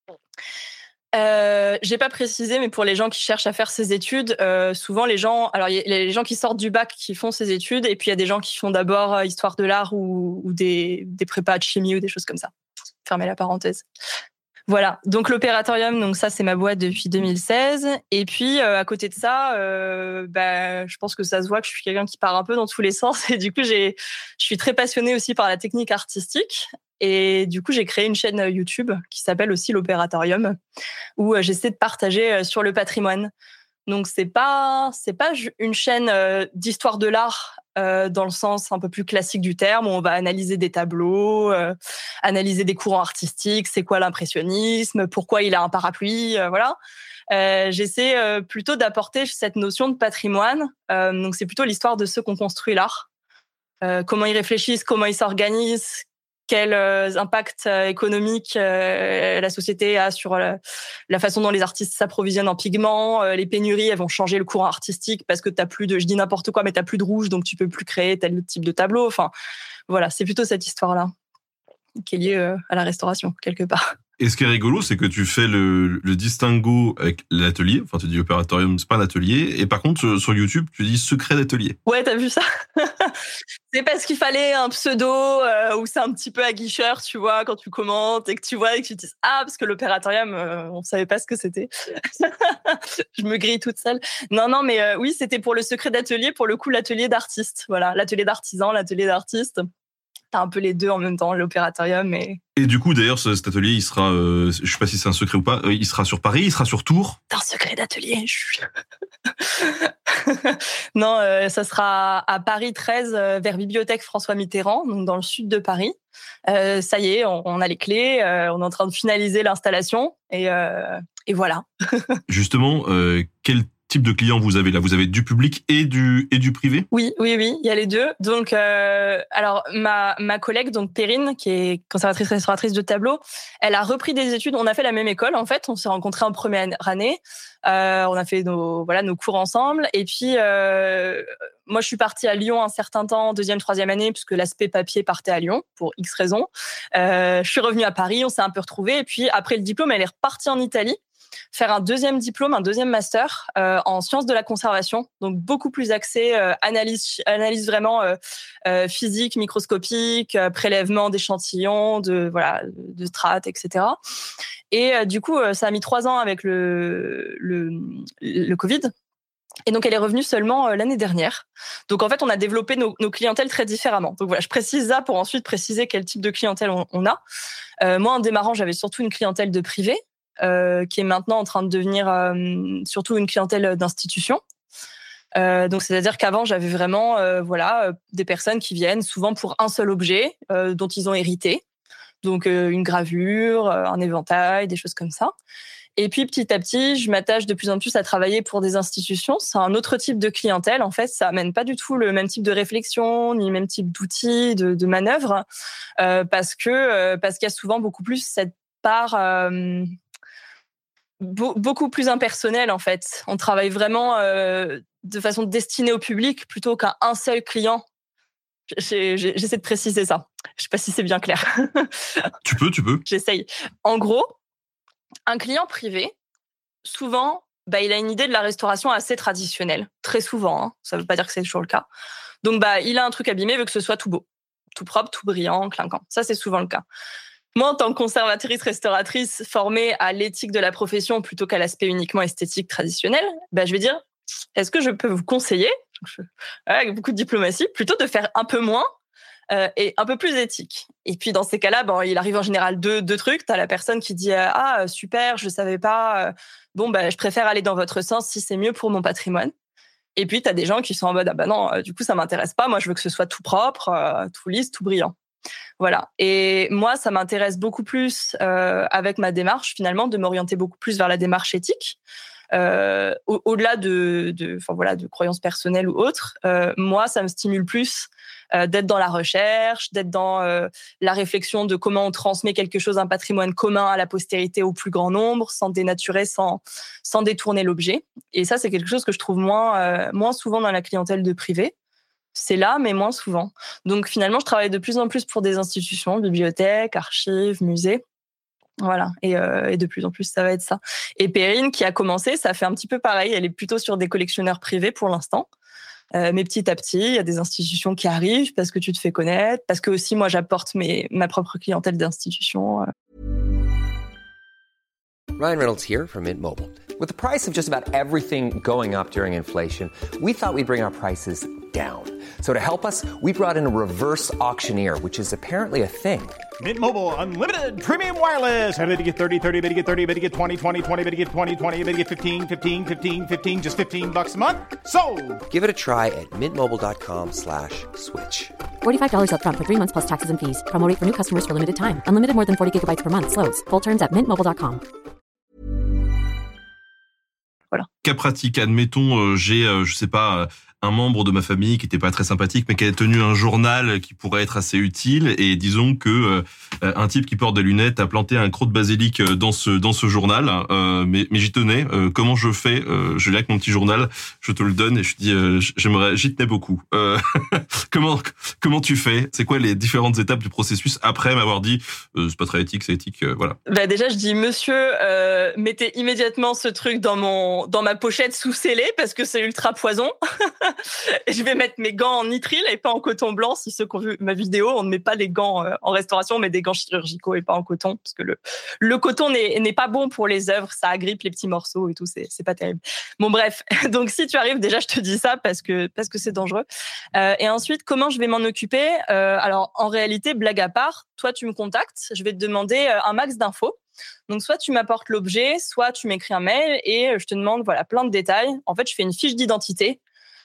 J'ai pas précisé, mais pour les gens qui cherchent à faire ces études, souvent il y a les gens qui sortent du bac qui font ces études, et puis il y a des gens qui font d'abord histoire de l'art ou des prépas de chimie ou des choses comme ça. Fermez la parenthèse. Voilà, donc l'Opératorium, donc ça c'est ma boîte depuis 2016. Et puis à côté de ça, je pense que ça se voit que je suis quelqu'un qui part un peu dans tous les sens. Et du coup, je suis très passionnée aussi par la technique artistique. Et du coup, j'ai créé une chaîne YouTube qui s'appelle aussi l'Opératorium, où j'essaie de partager sur le patrimoine. Donc c'est pas une chaîne d'histoire de l'art dans le sens un peu plus classique du terme, où on va analyser des tableaux, analyser des courants artistiques, c'est quoi l'impressionnisme, pourquoi il a un parapluie, voilà. J'essaie plutôt d'apporter cette notion de patrimoine. Donc c'est plutôt l'histoire de ceux qui ont construit l'art, comment ils réfléchissent, comment ils s'organisent, quels impacts économiques la société a sur la façon dont les artistes s'approvisionnent en pigments. Les pénuries, elles vont changer le courant artistique parce que je dis n'importe quoi, mais t'as plus de rouge, donc tu peux plus créer tel type de tableau. Enfin, voilà, c'est plutôt cette histoire-là qui est liée à la restauration, quelque part. Et ce qui est rigolo, c'est que tu fais le distinguo avec l'atelier. Enfin, tu dis opératorium, c'est pas un atelier. Et par contre, sur YouTube, tu dis secret d'atelier. Ouais, t'as vu ça? C'est parce qu'il fallait un pseudo où c'est un petit peu aguicheur, tu vois, quand tu commentes et que tu vois et que tu te dis parce que l'opératorium, on savait pas ce que c'était. Je me grille toute seule. Non, mais oui, c'était pour le secret d'atelier, pour le coup, l'atelier d'artiste. Voilà, l'atelier d'artisan, l'atelier d'artiste. T'as un peu les deux en même temps, l'opératorium et... Et du coup, d'ailleurs, cet atelier, il sera, je sais pas si c'est un secret ou pas, il sera sur Paris, il sera sur Tours. C'est un secret d'atelier. Non, ça sera à Paris 13, vers Bibliothèque François Mitterrand, donc dans le sud de Paris. Ça y est, on a les clés, on est en train de finaliser l'installation et voilà. Justement, quel type de clients vous avez là? Vous avez du public et du privé? Oui, il y a les deux. Donc, alors ma collègue, donc Perrine, qui est conservatrice restauratrice de tableaux, elle a repris des études. On a fait la même école en fait. On s'est rencontrés en première année. On a fait nos cours ensemble. Et puis moi, je suis partie à Lyon un certain temps, deuxième, troisième année, puisque l'aspect papier partait à Lyon pour X raisons. Je suis revenue à Paris. On s'est un peu retrouvés. Et puis après le diplôme, elle est repartie en Italie. faire un deuxième diplôme, un deuxième master en sciences de la conservation, donc beaucoup plus axé analyse vraiment physique, microscopique, prélèvement d'échantillons, de strates, etc. Et du coup, ça a mis 3 ans avec le Covid. Et donc, elle est revenue seulement l'année dernière. Donc, en fait, on a développé nos clientèles très différemment. Donc, voilà, je précise ça pour ensuite préciser quel type de clientèle on a. Moi, en démarrant, j'avais surtout une clientèle de privé, qui est maintenant en train de devenir surtout une clientèle d'institution. Donc, c'est-à-dire qu'avant, j'avais vraiment des personnes qui viennent souvent pour un seul objet dont ils ont hérité. Donc, une gravure, un éventail, des choses comme ça. Et puis, petit à petit, je m'attache de plus en plus à travailler pour des institutions. C'est un autre type de clientèle. En fait, ça amène pas du tout le même type de réflexion, ni le même type d'outils, de manœuvres, parce qu'il y a souvent beaucoup plus cette part beaucoup plus impersonnelle, en fait. On travaille vraiment de façon destinée au public plutôt qu'à un seul client. J'essaie de préciser ça. Je sais pas si c'est bien clair. Tu peux. J'essaye. En gros, un client privé, souvent, il a une idée de la restauration assez traditionnelle. Très souvent, hein. Ça veut pas dire que c'est toujours le cas. Donc, il a un truc abîmé, il veut que ce soit tout beau, tout propre, tout brillant, clinquant. Ça, c'est souvent le cas. Moi, en tant que conservatrice, restauratrice, formée à l'éthique de la profession plutôt qu'à l'aspect uniquement esthétique traditionnel, je vais dire, est-ce que je peux vous conseiller, avec beaucoup de diplomatie, plutôt de faire un peu moins et un peu plus éthique. Et puis, dans ces cas-là, il arrive en général deux trucs. Tu as la personne qui dit « Ah, super, je savais pas. Je préfère aller dans votre sens si c'est mieux pour mon patrimoine. » Et puis, tu as des gens qui sont en mode « Ah non, du coup, ça m'intéresse pas. Moi, je veux que ce soit tout propre, tout lisse, tout brillant. » Voilà. Et moi, ça m'intéresse beaucoup plus avec ma démarche, finalement, de m'orienter beaucoup plus vers la démarche éthique. Au-delà de croyances personnelles ou autres, moi, ça me stimule plus d'être dans la recherche, d'être dans la réflexion de comment on transmet quelque chose, un patrimoine commun à la postérité au plus grand nombre, sans dénaturer, sans détourner l'objet. Et ça, c'est quelque chose que je trouve moins souvent dans la clientèle de privé. C'est là, mais moins souvent. Donc, finalement, je travaille de plus en plus pour des institutions, bibliothèques, archives, musées. Voilà, et de plus en plus, ça va être ça. Et Perrine, qui a commencé, ça fait un petit peu pareil. Elle est plutôt sur des collectionneurs privés pour l'instant. Mais petit à petit, il y a des institutions qui arrivent parce que tu te fais connaître, parce que aussi, moi, j'apporte ma propre clientèle d'institutions. Ryan Reynolds here from Mint Mobile. With the price of just about everything going up during inflation, we thought we'd bring our prices down. So to help us, we brought in a reverse auctioneer, which is apparently a thing. Mint Mobile Unlimited Premium Wireless. How to get 30, 30, bit to get 30, bit to get 20, 20, 20, bit to get 20, 20, bit to get 15, 15, 15, 15, just $15 a month? Sold! Give it a try at mintmobile.com/switch. $45 up front for 3 months plus taxes and fees. Promo rate for new customers for limited time. Unlimited more than 40 gigabytes per month. Slows full terms at mintmobile.com. Voilà. Cas pratique, admettons, j'ai, je sais pas, un membre de ma famille qui était pas très sympathique, mais qui a tenu un journal qui pourrait être assez utile. Et disons que un type qui porte des lunettes a planté un croc de basilic dans ce journal. Mais j'y tenais. Comment je fais? Je l'ai avec mon petit journal, je te le donne et je dis, j'y tenais beaucoup. Comment tu fais? C'est quoi les différentes étapes du processus après m'avoir dit, c'est pas très éthique, c'est éthique, voilà. Déjà, je dis, monsieur, mettez immédiatement ce truc dans ma pochette sous scellé parce que c'est ultra poison. Et je vais mettre mes gants en nitrile et pas en coton blanc. Si ceux qui ont vu ma vidéo, on ne met pas les gants en restauration, on met des gants chirurgicaux et pas en coton parce que le coton n'est pas bon pour les œuvres, ça agrippe les petits morceaux et tout, c'est pas terrible. Bon bref, donc si tu arrives, déjà je te dis ça parce que c'est dangereux. Et ensuite, comment je vais m'en occuper? Alors en réalité, blague à part, toi tu me contactes, je vais te demander un max d'infos. Donc, soit tu m'apportes l'objet, soit tu m'écris un mail et je te demande plein de détails. En fait, je fais une fiche d'identité.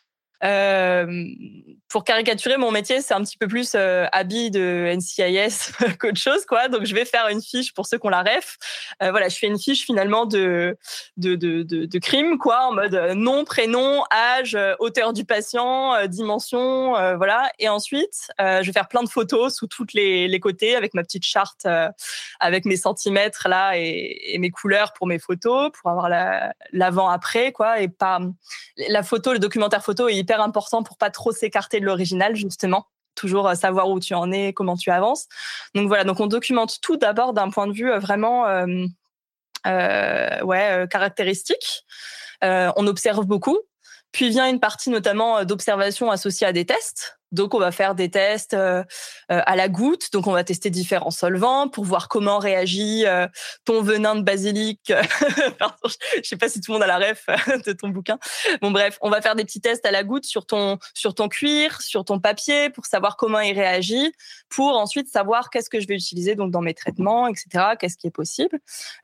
Pour caricaturer mon métier, c'est un petit peu plus habit de NCIS qu'autre chose, quoi. Donc, je vais faire une fiche pour ceux qui ont la ref. Je fais une fiche finalement de crime, quoi, en mode nom, prénom, âge, hauteur du patient, dimension, voilà. Et ensuite, je vais faire plein de photos sous toutes les côtés avec ma petite charte, avec mes centimètres là et mes couleurs pour mes photos, pour avoir l'avant-après, quoi. Et pas la photo, le documentaire photo est hyper important pour pas trop s'écarter de l'original, justement. Toujours savoir où tu en es, comment tu avances. Donc voilà, donc on documente tout d'abord d'un point de vue vraiment caractéristiques. On observe beaucoup. Puis vient une partie notamment d'observation associée à des tests. Donc, on va faire des tests à la goutte. Donc, on va tester différents solvants pour voir comment réagit ton venin de basilic. Pardon, je sais pas si tout le monde a la ref de ton bouquin. Bon, bref, on va faire des petits tests à la goutte sur ton cuir, sur ton papier, pour savoir comment il réagit, pour ensuite savoir qu'est-ce que je vais utiliser donc dans mes traitements, etc. Qu'est-ce qui est possible.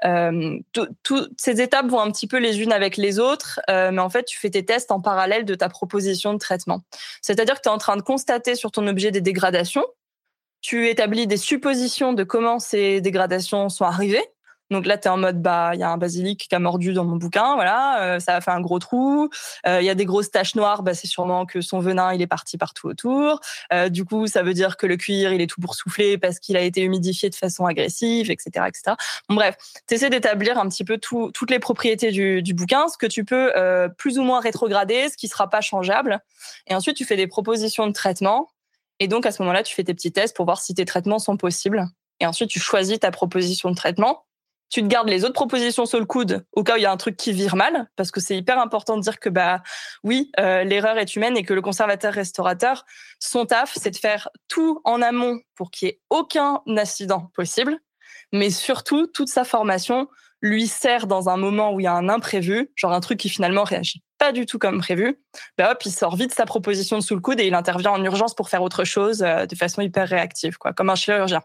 Toutes ces étapes vont un petit peu les unes avec les autres, mais en fait, tu fais tes tests en parallèle de ta proposition de traitement. C'est-à-dire que tu es en train de constater sur ton objet des dégradations. Tu établis des suppositions de comment ces dégradations sont arrivées. Donc là, tu es en mode, il y a un basilic qui a mordu dans mon bouquin, voilà, ça a fait un gros trou. Il y a des grosses taches noires, c'est sûrement que son venin, il est parti partout autour. Du coup, ça veut dire que le cuir, il est tout boursouflé parce qu'il a été humidifié de façon agressive, etc., etc. Bon, bref, tu essaies d'établir un petit peu toutes les propriétés du bouquin, ce que tu peux plus ou moins rétrograder, ce qui sera pas changeable. Et ensuite, tu fais des propositions de traitement. Et donc, à ce moment-là, tu fais tes petits tests pour voir si tes traitements sont possibles. Et ensuite, tu choisis ta proposition de traitement. Tu te gardes les autres propositions sur le coude au cas où il y a un truc qui vire mal, parce que c'est hyper important de dire que l'erreur est humaine et que le conservateur-restaurateur, son taf, c'est de faire tout en amont pour qu'il n'y ait aucun accident possible, mais surtout, toute sa formation lui sert dans un moment où il y a un imprévu, genre un truc qui finalement réagit pas du tout comme prévu, il sort vite sa proposition sous le coude et il intervient en urgence pour faire autre chose de façon hyper réactive, quoi, comme un chirurgien.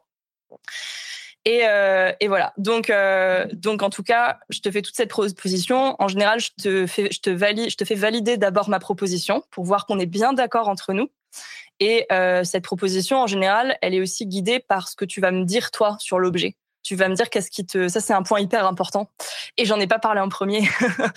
Et voilà. Donc en tout cas, je te fais toute cette proposition. En général, je te fais valider d'abord ma proposition pour voir qu'on est bien d'accord entre nous. Et cette proposition, en général, elle est aussi guidée par ce que tu vas me dire toi sur l'objet. Tu vas me dire ça, c'est un point hyper important. Et j'en ai pas parlé en premier.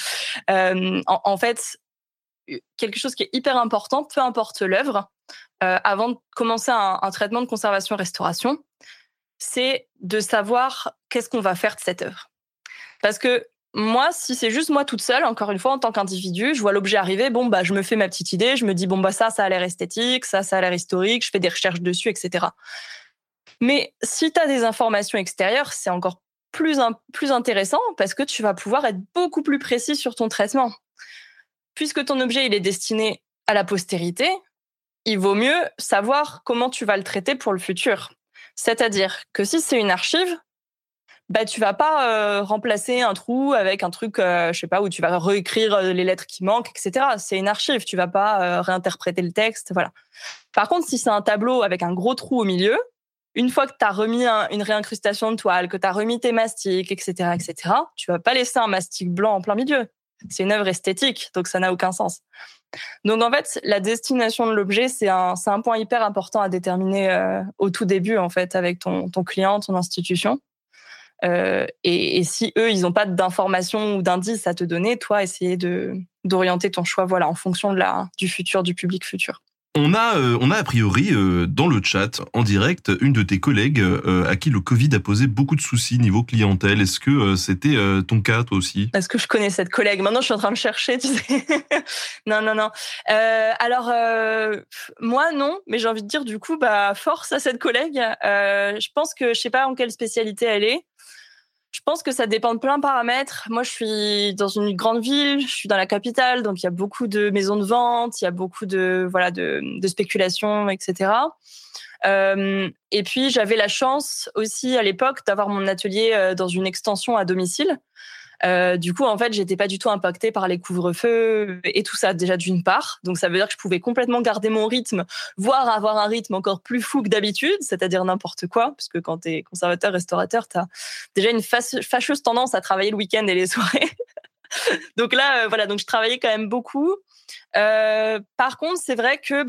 En fait, quelque chose qui est hyper important, peu importe l'œuvre, avant de commencer un traitement de conservation-restauration, c'est de savoir qu'est-ce qu'on va faire de cette œuvre. Parce que moi, si c'est juste moi toute seule, encore une fois, en tant qu'individu, je vois l'objet arriver, je me fais ma petite idée, je me dis, ça a l'air esthétique, ça a l'air historique, je fais des recherches dessus, etc. Mais si tu as des informations extérieures, c'est encore plus intéressant parce que tu vas pouvoir être beaucoup plus précis sur ton traitement. Puisque ton objet, il est destiné à la postérité, il vaut mieux savoir comment tu vas le traiter pour le futur. C'est-à-dire que si c'est une archive, tu vas pas remplacer un trou avec un truc, où tu vas réécrire les lettres qui manquent, etc. C'est une archive, tu vas pas réinterpréter le texte, voilà. Par contre, si c'est un tableau avec un gros trou au milieu, une fois que tu as remis une réincrustation de toile, que tu as remis tes mastiques, etc., tu vas pas laisser un mastic blanc en plein milieu. C'est une œuvre esthétique, donc ça n'a aucun sens. Donc en fait, la destination de l'objet, c'est un point hyper important à déterminer au tout début, en fait, avec ton client, ton institution. Et si eux, ils n'ont pas d'informations ou d'indices à te donner, toi, essayer d'orienter ton choix, en fonction du futur, du public futur. On a a priori dans le chat en direct une de tes collègues à qui le Covid a posé beaucoup de soucis niveau clientèle. Est-ce que c'était ton cas toi aussi ? Est-ce que je connais cette collègue ? Maintenant, je suis en train de chercher, tu sais. Non. Alors moi non, mais j'ai envie de dire du coup, force à cette collègue. Je pense que je sais pas en quelle spécialité elle est. Je pense que ça dépend de plein de paramètres. Moi, je suis dans une grande ville, je suis dans la capitale, donc il y a beaucoup de maisons de vente, il y a beaucoup de spéculation, etc. Et puis, j'avais la chance aussi à l'époque d'avoir mon atelier dans une extension à domicile. Du coup, en fait, j'étais pas du tout impactée par les couvre-feux et tout ça, déjà d'une part. Donc, ça veut dire que je pouvais complètement garder mon rythme, voire avoir un rythme encore plus fou que d'habitude, c'est-à-dire n'importe quoi, parce que quand t'es conservateur-restaurateur, t'as déjà une fâcheuse tendance à travailler le week-end et les soirées. Donc là, donc je travaillais quand même beaucoup. Par contre, c'est vrai que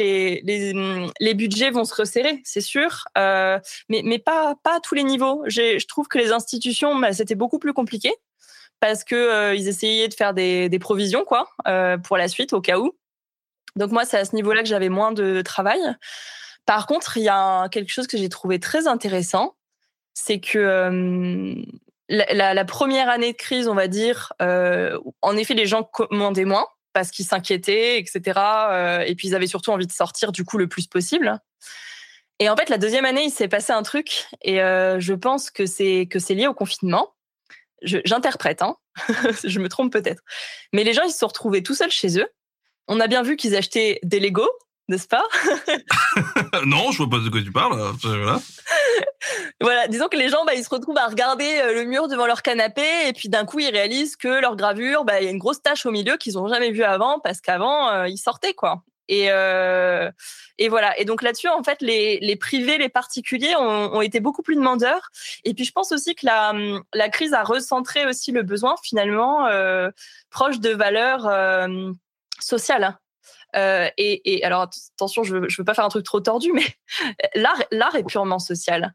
les budgets vont se resserrer, c'est sûr, mais pas à tous les niveaux. Je trouve que les institutions, c'était beaucoup plus compliqué. Parce que ils essayaient de faire des provisions pour la suite au cas où. Donc moi, c'est à ce niveau-là que j'avais moins de travail. Par contre, il y a quelque chose que j'ai trouvé très intéressant, c'est que la première année de crise, on va dire, en effet, les gens commandaient moins parce qu'ils s'inquiétaient, etc. Et puis ils avaient surtout envie de sortir du coup le plus possible. Et en fait, la deuxième année, il s'est passé un truc, et je pense que c'est lié au confinement. j'interprète, hein, je me trompe peut-être. Mais les gens, ils se sont retrouvés tout seuls chez eux. On a bien vu qu'ils achetaient des Lego, n'est-ce pas? Non, je vois pas de quoi tu parles. Voilà. Voilà, disons que les gens, ils se retrouvent à regarder le mur devant leur canapé et puis d'un coup, ils réalisent que leur gravure, il y a une grosse tache au milieu qu'ils n'ont jamais vue avant parce qu'avant, ils sortaient, quoi. Et voilà. Et donc là-dessus, en fait, les privés, les particuliers ont été beaucoup plus demandeurs. Et puis, je pense aussi que la crise a recentré aussi le besoin, finalement, proche de valeurs sociales. Et alors, attention, je veux pas faire un truc trop tordu, mais l'art est purement social.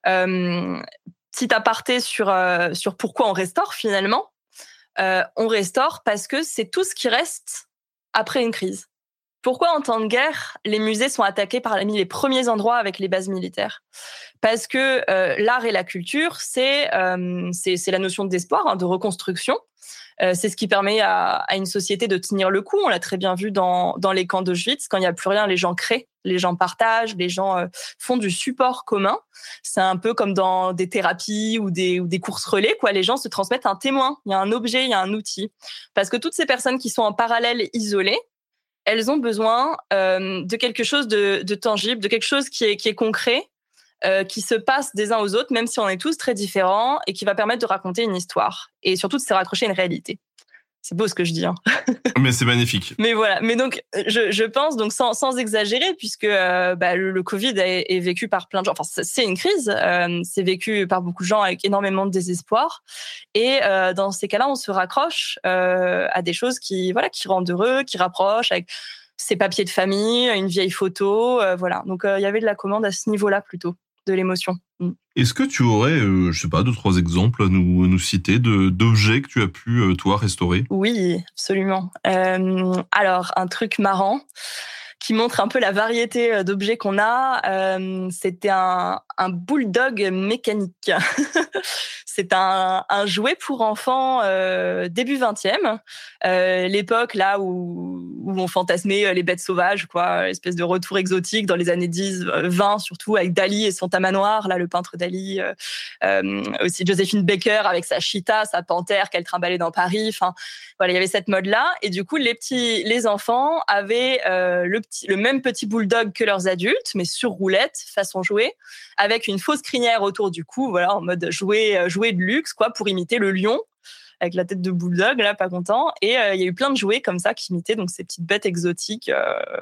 Petit aparté sur pourquoi on restaure, finalement. On restaure parce que c'est tout ce qui reste après une crise. Pourquoi, en temps de guerre, les musées sont attaqués parmi les premiers endroits avec les bases militaires? Parce que l'art et la culture, c'est la notion d'espoir, hein, de reconstruction. C'est ce qui permet à une société de tenir le coup. On l'a très bien vu dans les camps d'Auschwitz. Quand il n'y a plus rien, les gens créent, les gens partagent, les gens font du support commun. C'est un peu comme dans des thérapies ou des courses relais, quoi. Les gens se transmettent un témoin. Il y a un objet, il y a un outil. Parce que toutes ces personnes qui sont en parallèle isolées, elles ont besoin de quelque chose de tangible, de quelque chose qui est concret, qui se passe des uns aux autres, même si on est tous très différents, et qui va permettre de raconter une histoire. Et surtout de se raccrocher à une réalité. C'est beau ce que je dis, hein. Mais c'est magnifique. Mais voilà. Mais donc, je pense, donc sans exagérer, puisque le Covid est vécu par plein de gens. Enfin, c'est une crise. C'est vécu par beaucoup de gens avec énormément de désespoir. Et dans ces cas-là, on se raccroche à des choses qui rendent heureux, qui rapprochent, avec ses papiers de famille, une vieille photo, voilà. Donc, il y avait de la commande à ce niveau-là plutôt, de l'émotion. Est-ce que tu aurais, je sais pas, 2-3 exemples à nous citer d'objets que tu as pu, toi, restaurer? Oui, absolument. Alors, un truc marrant qui montre un peu la variété d'objets qu'on a, c'était un bulldog mécanique. C'est un jouet pour enfants début 20e, l'époque là où on fantasmait les bêtes sauvages, quoi, espèce de retour exotique dans les années 10-20, surtout avec Dali et son tamanoir, là, le peintre Dali, aussi Joséphine Baker avec sa cheetah, sa panthère qu'elle trimballait dans Paris. Enfin, voilà, il y avait cette mode-là. Et du coup, les enfants avaient le même petit bulldog que leurs adultes, mais sur roulette, façon jouet, avec une fausse crinière autour du cou, voilà, en mode jouet de luxe, quoi, pour imiter le lion, avec la tête de bulldog, là, pas content. Et il y a eu plein de jouets comme ça qui imitaient donc ces petites bêtes exotiques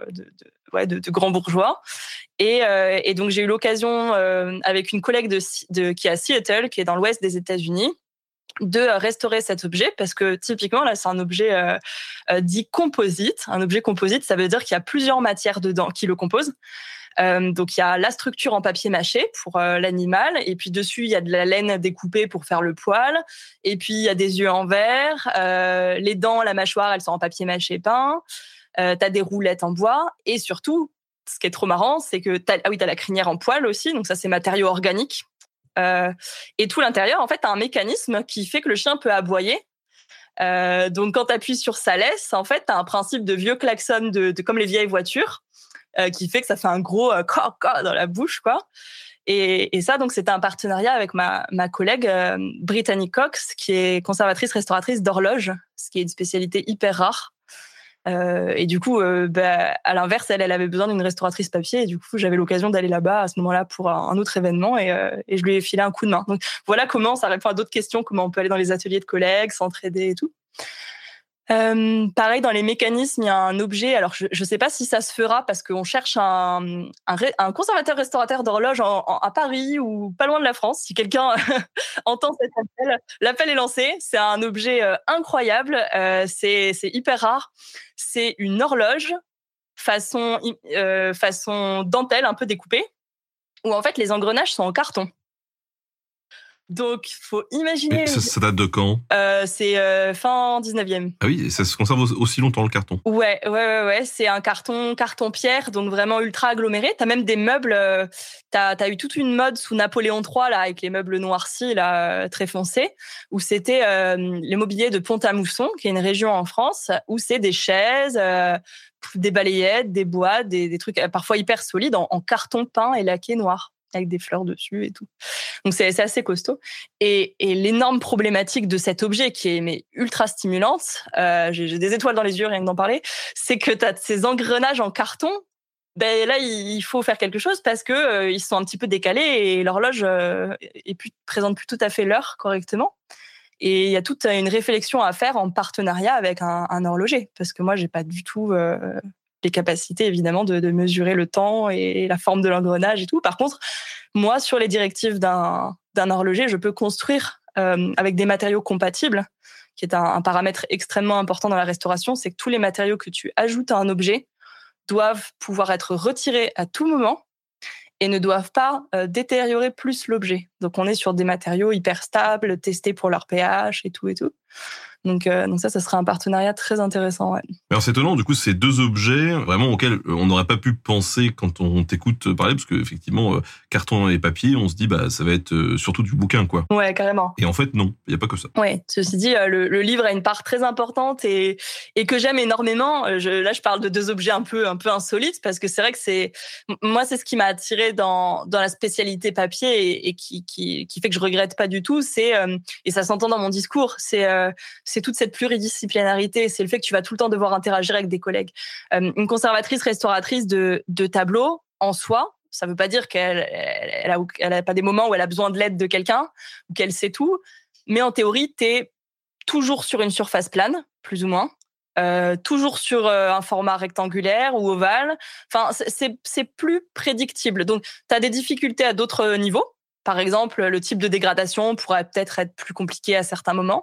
de grands bourgeois. Et donc j'ai eu l'occasion, avec une collègue qui est à Seattle, qui est dans l'ouest des États-Unis, de restaurer cet objet, parce que typiquement là c'est un objet dit composite. Un objet composite, ça veut dire qu'il y a plusieurs matières dedans qui le composent. Donc il y a la structure en papier mâché pour l'animal, et puis dessus il y a de la laine découpée pour faire le poil, et puis il y a des yeux en verre, les dents, la mâchoire, elles sont en papier mâché peint, t'as des roulettes en bois, et surtout ce qui est trop marrant, c'est que t'as la crinière en poil aussi, donc ça c'est matériau organique. Et tout l'intérieur, en fait, t'as un mécanisme qui fait que le chien peut aboyer. Donc quand t'appuies sur sa laisse, en fait, t'as un principe de vieux klaxon de comme les vieilles voitures, qui fait que ça fait un gros corps dans la bouche, quoi. Et ça, donc, c'était un partenariat avec ma collègue Brittany Cox, qui est conservatrice restauratrice d'horloges, ce qui est une spécialité hyper rare. Et du coup, à l'inverse, elle avait besoin d'une restauratrice papier, et du coup, j'avais l'occasion d'aller là-bas à ce moment-là pour un autre événement, et je lui ai filé un coup de main. Donc voilà comment ça répond à d'autres questions, comment on peut aller dans les ateliers de collègues, s'entraider et tout. Pareil, dans les mécanismes, il y a un objet. Alors, je sais pas si ça se fera parce qu'on cherche un conservateur-restaurateur d'horloges à Paris ou pas loin de la France. Si quelqu'un entend cet appel, l'appel est lancé. C'est un objet incroyable. C'est hyper rare. C'est une horloge façon dentelle, un peu découpée, où en fait les engrenages sont en carton. Donc, faut imaginer... Ça date de quand? C'est fin 19e. Ah oui, et ça se conserve aussi longtemps, le carton? Ouais. C'est un carton pierre, donc vraiment ultra aggloméré. T'as même des meubles... T'as eu toute une mode sous Napoléon III, là, avec les meubles noircis, là, très foncés, où c'était les mobiliers de Pont-à-Mousson, qui est une région en France, où c'est des chaises, des balayettes, des bois, des trucs parfois hyper solides, en carton peint et laqué noir. avec des fleurs dessus et tout. Donc c'est assez costaud. Et l'énorme problématique de cet objet qui est ultra stimulante, j'ai des étoiles dans les yeux rien que d'en parler, c'est que tu as ces engrenages en carton. Ben là, il faut faire quelque chose parce que ils sont un petit peu décalés et l'horloge présente plus tout à fait l'heure correctement. Et il y a toute une réflexion à faire en partenariat avec un horloger, parce que moi, j'ai pas du tout les capacités, évidemment, de mesurer le temps et la forme de l'engrenage et tout. Par contre, moi, sur les directives d'un horloger, je peux construire avec des matériaux compatibles, qui est un paramètre extrêmement important dans la restauration, c'est que tous les matériaux que tu ajoutes à un objet doivent pouvoir être retirés à tout moment et ne doivent pas détériorer plus l'objet. Donc, on est sur des matériaux hyper stables, testés pour leur pH et tout et tout. Donc ça serait un partenariat très intéressant. Ouais. Alors c'est étonnant, du coup, ces deux objets vraiment auxquels on n'aurait pas pu penser quand on t'écoute parler, parce que effectivement, carton et papier, on se dit ça va être surtout du bouquin, quoi. Ouais, carrément. Et en fait, non, il y a pas que ça. Ouais, ceci dit, le livre a une part très importante et que j'aime énormément. Là, je parle de deux objets un peu insolites, parce que c'est vrai que c'est ce qui m'a attiré dans la spécialité papier et qui fait que je regrette pas du tout. C'est et ça s'entend dans mon discours. C'est toute cette pluridisciplinarité, c'est le fait que tu vas tout le temps devoir interagir avec des collègues. Une conservatrice restauratrice de tableaux, en soi, ça veut pas dire qu'elle a pas des moments où elle a besoin de l'aide de quelqu'un ou qu'elle sait tout, mais en théorie, t'es toujours sur une surface plane, plus ou moins, toujours sur un format rectangulaire ou ovale. Enfin, c'est plus prédictible. Donc, t'as des difficultés à d'autres niveaux. Par exemple, le type de dégradation pourrait peut-être être plus compliqué à certains moments.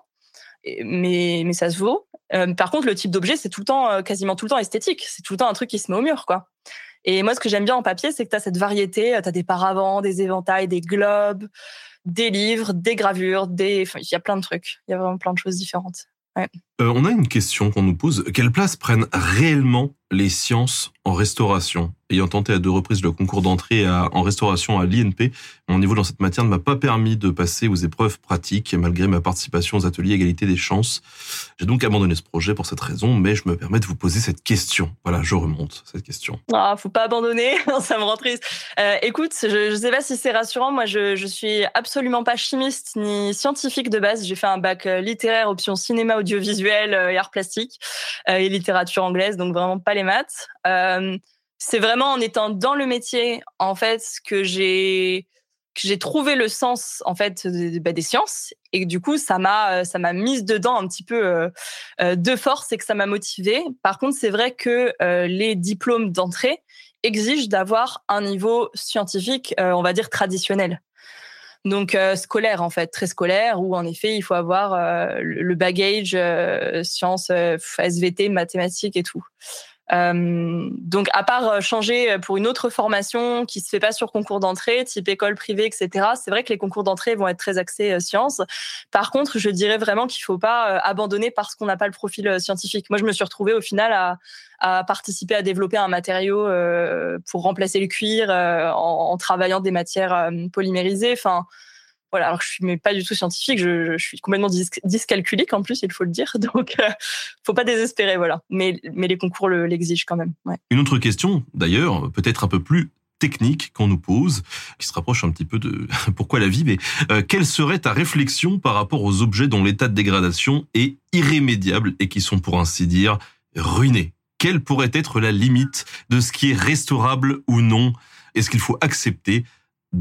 Mais ça se vaut. Par contre, le type d'objet, c'est tout le temps, quasiment tout le temps esthétique. C'est tout le temps un truc qui se met au mur, quoi. Et moi, ce que j'aime bien en papier, c'est que tu as cette variété. Tu as des paravents, des éventails, des globes, des livres, des gravures, il y a plein de trucs. Il y a vraiment plein de choses différentes. Ouais. On a une question qu'on nous pose. Quelle place prennent réellement les sciences en restauration ? Ayant tenté à 2 reprises le concours d'entrée en restauration à l'INP, mon niveau dans cette matière ne m'a pas permis de passer aux épreuves pratiques, malgré ma participation aux ateliers égalité des chances. J'ai donc abandonné ce projet pour cette raison, mais je me permets de vous poser cette question. Voilà, je remonte cette question. Ah, faut pas abandonner, ça me rend triste. Écoute, je sais pas si c'est rassurant. Moi, je suis absolument pas chimiste ni scientifique de base. J'ai fait un bac littéraire, option cinéma, audiovisuel et arts plastiques et littérature anglaise, donc vraiment pas les maths. C'est vraiment en étant dans le métier, en fait, que j'ai trouvé le sens, en fait, des sciences, et que du coup, ça m'a mise dedans un petit peu de force et que ça m'a motivée. Par contre, c'est vrai que les diplômes d'entrée exigent d'avoir un niveau scientifique, on va dire traditionnel. Donc scolaire, en fait, très scolaire, où en effet, il faut avoir le bagage sciences, SVT, mathématiques et tout. Donc à part changer pour une autre formation qui se fait pas sur concours d'entrée, type école privée, etc., c'est vrai que les concours d'entrée vont être très axés sciences. Par contre, je dirais vraiment qu'il faut pas abandonner parce qu'on n'a pas le profil scientifique. Moi, je me suis retrouvée au final à participer à développer un matériau pour remplacer le cuir en travaillant des matières polymérisées. Enfin, voilà, alors que je suis pas du tout scientifique, je suis complètement dyscalculique en plus, il faut le dire, donc faut pas désespérer, voilà. Mais les concours l'exigent quand même. Ouais. Une autre question, d'ailleurs, peut-être un peu plus technique qu'on nous pose, qui se rapproche un petit peu de pourquoi la vie, mais quelle serait ta réflexion par rapport aux objets dont l'état de dégradation est irrémédiable et qui sont, pour ainsi dire, ruinés ? Quelle pourrait être la limite de ce qui est restaurable ou non ? Est-ce qu'il faut accepter d'abandonner ?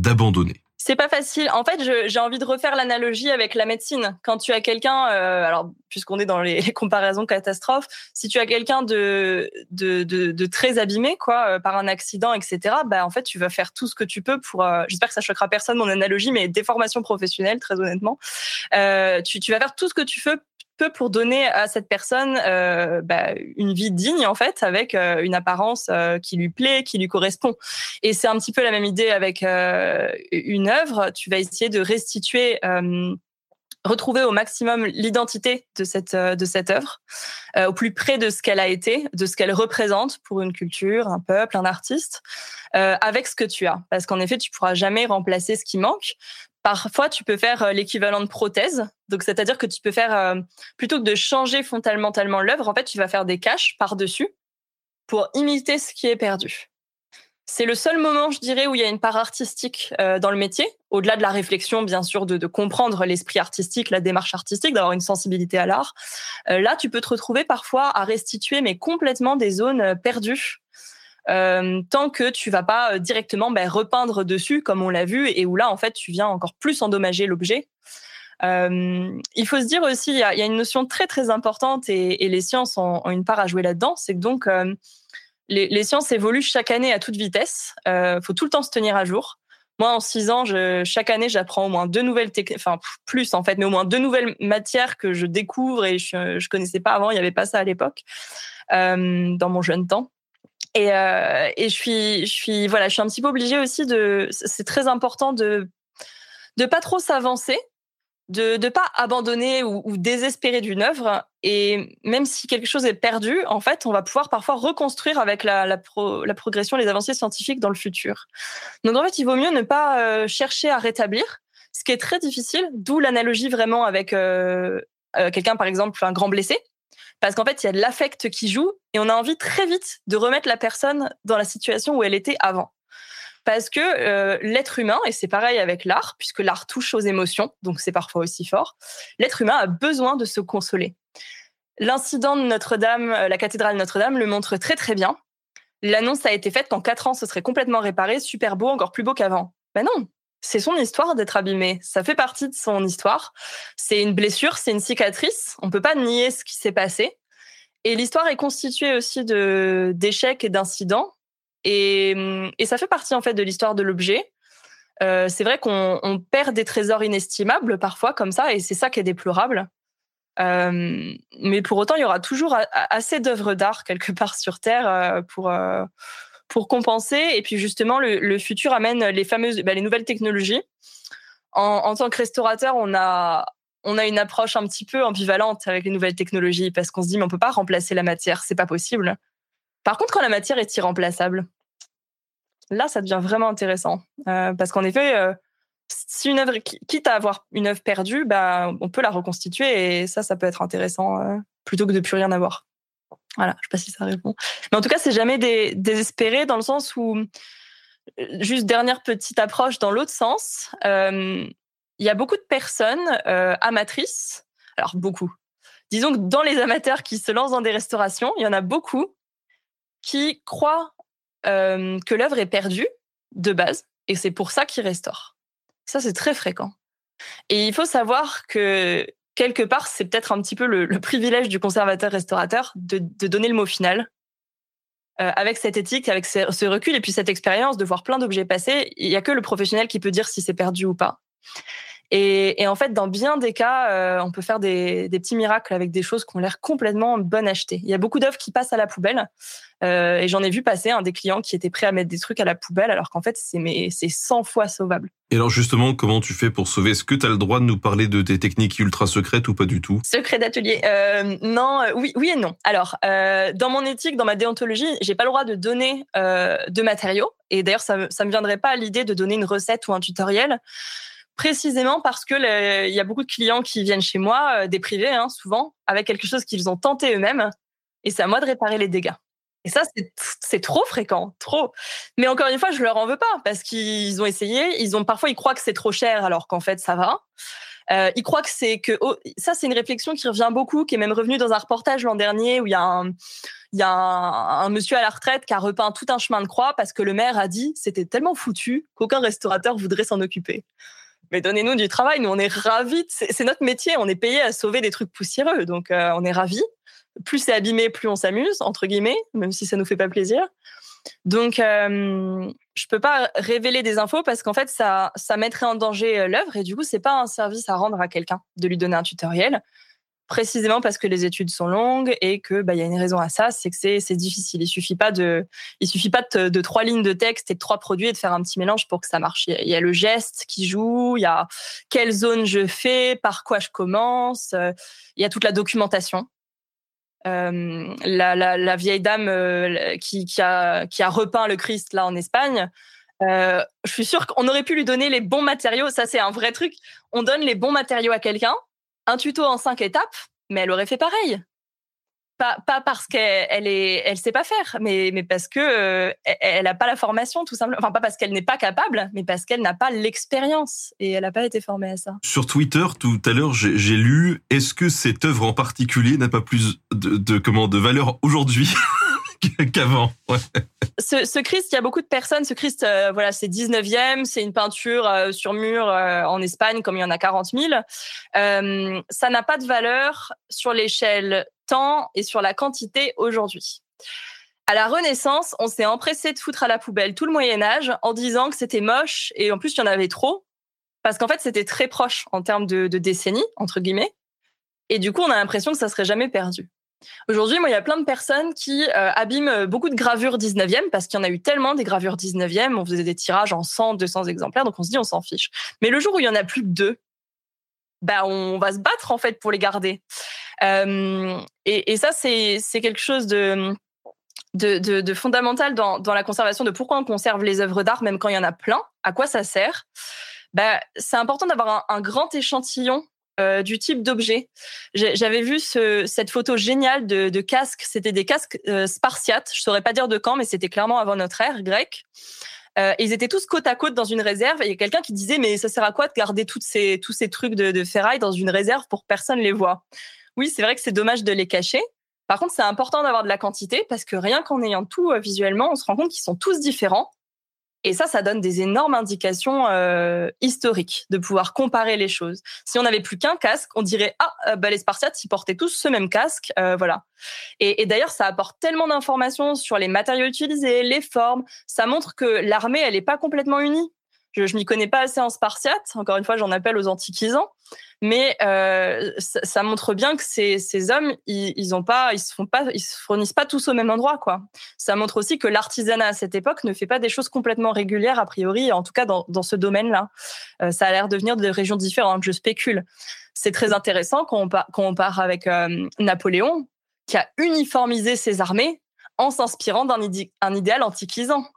C'est pas facile. En fait, j'ai envie de refaire l'analogie avec la médecine. Quand tu as quelqu'un, alors puisqu'on est dans les comparaisons catastrophes, si tu as quelqu'un de très abîmé, quoi, par un accident, etc., bah en fait, tu vas faire tout ce que tu peux pour. J'espère que ça choquera personne mon analogie, mais déformation professionnelle, très honnêtement. Tu vas faire tout ce que tu peux pour donner à cette personne une vie digne, en fait, avec une apparence qui lui plaît, qui lui correspond. Et c'est un petit peu la même idée avec une œuvre. Tu vas essayer de restituer, retrouver au maximum l'identité de cette œuvre, au plus près de ce qu'elle a été, de ce qu'elle représente pour une culture, un peuple, un artiste, avec ce que tu as. Parce qu'en effet, tu pourras jamais remplacer ce qui manque. Parfois, tu peux faire l'équivalent de prothèse. Donc, c'est-à-dire que tu peux faire, plutôt que de changer fondamentalement l'œuvre, en fait, tu vas faire des caches par-dessus pour imiter ce qui est perdu. C'est le seul moment, je dirais, où il y a une part artistique dans le métier, au-delà de la réflexion, bien sûr, de comprendre l'esprit artistique, la démarche artistique, d'avoir une sensibilité à l'art. Là, tu peux te retrouver parfois à restituer, mais complètement des zones perdues, tant que tu vas pas directement repeindre dessus, comme on l'a vu, et où là, en fait, tu viens encore plus endommager l'objet. Il faut se dire aussi, il y a une notion très, très importante, et les sciences ont une part à jouer là-dedans, c'est que donc... Les sciences évoluent chaque année à toute vitesse. Faut tout le temps se tenir à jour. Moi, en 6 ans, chaque année, j'apprends au moins 2 nouvelles techniques, enfin plus en fait, mais au moins 2 nouvelles matières que je découvre et je connaissais pas avant. Il y avait pas ça à l'époque, dans mon jeune temps. Et je suis voilà, je suis un petit peu obligée aussi c'est très important de pas trop s'avancer, de pas abandonner ou désespérer d'une œuvre. Et même si quelque chose est perdu, en fait, on va pouvoir parfois reconstruire avec la progression, les avancées scientifiques dans le futur. Donc en fait, il vaut mieux ne pas chercher à rétablir, ce qui est très difficile, d'où l'analogie vraiment avec quelqu'un, par exemple, un grand blessé. Parce qu'en fait, il y a de l'affect qui joue et on a envie très vite de remettre la personne dans la situation où elle était avant. Parce que l'être humain, et c'est pareil avec l'art, puisque l'art touche aux émotions, donc c'est parfois aussi fort, l'être humain a besoin de se consoler. L'incident de Notre-Dame, la cathédrale Notre-Dame, le montre très très bien. L'annonce a été faite qu'en 4 ans, ce serait complètement réparé, super beau, encore plus beau qu'avant. Ben non, c'est son histoire d'être abîmé. Ça fait partie de son histoire. C'est une blessure, c'est une cicatrice. On peut pas nier ce qui s'est passé. Et l'histoire est constituée aussi d'échecs et d'incidents. Et ça fait partie en fait de l'histoire de l'objet. C'est vrai qu'on perd des trésors inestimables parfois comme ça, et c'est ça qui est déplorable. Mais pour autant, il y aura toujours assez d'œuvres d'art quelque part sur Terre pour compenser. Et puis justement, le futur amène les nouvelles technologies. En tant que restaurateur, on a une approche un petit peu ambivalente avec les nouvelles technologies, parce qu'on se dit mais on peut pas remplacer la matière, c'est pas possible. Par contre, quand la matière est irremplaçable, là, ça devient vraiment intéressant. Parce qu'en effet, si une œuvre, quitte à avoir une œuvre perdue, on peut la reconstituer, et ça peut être intéressant, plutôt que de plus rien avoir. Voilà, je sais pas si ça répond. Mais en tout cas, c'est jamais désespéré, dans le sens où, juste dernière petite approche dans l'autre sens, il y a beaucoup de personnes amatrices, alors beaucoup. Disons que dans les amateurs qui se lancent dans des restaurations, il y en a beaucoup qui croient que l'œuvre est perdue de base, et c'est pour ça qu'ils restaurent. Ça, c'est très fréquent. Et il faut savoir que, quelque part, c'est peut-être un petit peu le privilège du conservateur-restaurateur de donner le mot final. Avec cette éthique, avec ce recul et puis cette expérience de voir plein d'objets passer, il n'y a que le professionnel qui peut dire si c'est perdu ou pas. Et en fait, dans bien des cas, on peut faire des petits miracles avec des choses qui ont l'air complètement bonnes à acheter. Il y a beaucoup d'œuvres qui passent à la poubelle, et j'en ai vu passer des clients qui étaient prêts à mettre des trucs à la poubelle, alors qu'en fait, c'est 100 fois sauvable. Et alors justement, comment tu fais pour sauver ? Est-ce que tu as le droit de nous parler de tes techniques ultra secrètes ou pas du tout ? Secret d'atelier, non, oui et non. Alors, dans mon éthique, dans ma déontologie, j'ai pas le droit de donner de matériaux, et d'ailleurs, ça me viendrait pas à l'idée de donner une recette ou un tutoriel. Précisément parce que il y a beaucoup de clients qui viennent chez moi, des privés, souvent, avec quelque chose qu'ils ont tenté eux-mêmes, et c'est à moi de réparer les dégâts. Et ça, c'est trop fréquent, trop. Mais encore une fois, je leur en veux pas, parce qu'ils ont essayé, parfois ils croient que c'est trop cher, alors qu'en fait ça va. Ils croient que ça, c'est une réflexion qui revient beaucoup, qui est même revenue dans un reportage l'an dernier, où il y a un monsieur à la retraite qui a repeint tout un chemin de croix parce que le maire a dit c'était tellement foutu qu'aucun restaurateur voudrait s'en occuper. Mais donnez-nous du travail, nous on est ravis, c'est notre métier, on est payé à sauver des trucs poussiéreux, donc on est ravis. Plus c'est abîmé, plus on s'amuse, entre guillemets, même si ça nous fait pas plaisir. Donc je peux pas révéler des infos, parce qu'en fait ça mettrait en danger l'œuvre, et du coup c'est pas un service à rendre à quelqu'un de lui donner un tutoriel, précisément parce que les études sont longues et que y a une raison à ça, c'est que c'est difficile. Il suffit pas de 3 lignes de texte et de 3 produits et de faire un petit mélange pour que ça marche. Il y a le geste qui joue, il y a quelle zone je fais, par quoi je commence, il y a toute la documentation. La vieille dame qui a repeint le Christ là en Espagne, je suis sûre qu'on aurait pu lui donner les bons matériaux. Ça, c'est un vrai truc. On donne les bons matériaux à quelqu'un, un tuto en 5 étapes, mais elle aurait fait pareil. Pas parce elle sait pas faire, mais parce que elle a pas la formation, tout simplement. Enfin, pas parce qu'elle n'est pas capable, mais parce qu'elle n'a pas l'expérience et elle n'a pas été formée à ça. Sur Twitter, tout à l'heure, j'ai lu, est-ce que cette œuvre en particulier n'a pas plus de valeur aujourd'hui qu'avant? Ouais. Ce Christ, il y a beaucoup de personnes. Ce Christ, voilà, c'est 19e, c'est une peinture sur mur en Espagne, comme il y en a 40 000. Ça n'a pas de valeur sur l'échelle temps et sur la quantité aujourd'hui. À la Renaissance, on s'est empressé de foutre à la poubelle tout le Moyen-Âge en disant que c'était moche et en plus, il y en avait trop parce qu'en fait, c'était très proche en termes de décennies, entre guillemets. Et du coup, on a l'impression que ça serait jamais perdu. Aujourd'hui, moi, il y a plein de personnes qui abîment beaucoup de gravures 19e parce qu'il y en a eu tellement des gravures 19e. On faisait des tirages en 100, 200 exemplaires, donc on se dit on s'en fiche. Mais le jour où il y en a plus que 2, on va se battre en fait pour les garder. Et ça, c'est quelque chose de fondamental dans la conservation, de pourquoi on conserve les œuvres d'art même quand il y en a plein. À quoi ça sert? C'est important d'avoir un grand échantillon du type d'objet. J'avais vu cette photo géniale de casques. C'était des casques spartiates. Je saurais pas dire de quand, mais c'était clairement avant notre ère grecque. Ils étaient tous côte à côte dans une réserve. Et il y a quelqu'un qui disait, mais ça sert à quoi de garder tous ces trucs de ferraille dans une réserve pour que personne les voit? Oui, c'est vrai que c'est dommage de les cacher. Par contre, c'est important d'avoir de la quantité parce que rien qu'en ayant tout visuellement, on se rend compte qu'ils sont tous différents. Et ça donne des énormes indications historiques, de pouvoir comparer les choses. Si on n'avait plus qu'un casque, on dirait les Spartiates, ils portaient tous ce même casque, voilà. Et d'ailleurs, ça apporte tellement d'informations sur les matériaux utilisés, les formes. Ça montre que l'armée, elle est pas complètement unie. Je m'y connais pas assez en Spartiate. Encore une fois, j'en appelle aux antiquisants. Mais ça montre bien que ces hommes, ils se fournissent pas tous au même endroit, quoi. Ça montre aussi que l'artisanat à cette époque ne fait pas des choses complètement régulières a priori, en tout cas dans ce domaine-là. Ça a l'air de venir de régions différentes. Je spécule. C'est très intéressant quand on part avec Napoléon, qui a uniformisé ses armées en s'inspirant d'un idéal antiquisant,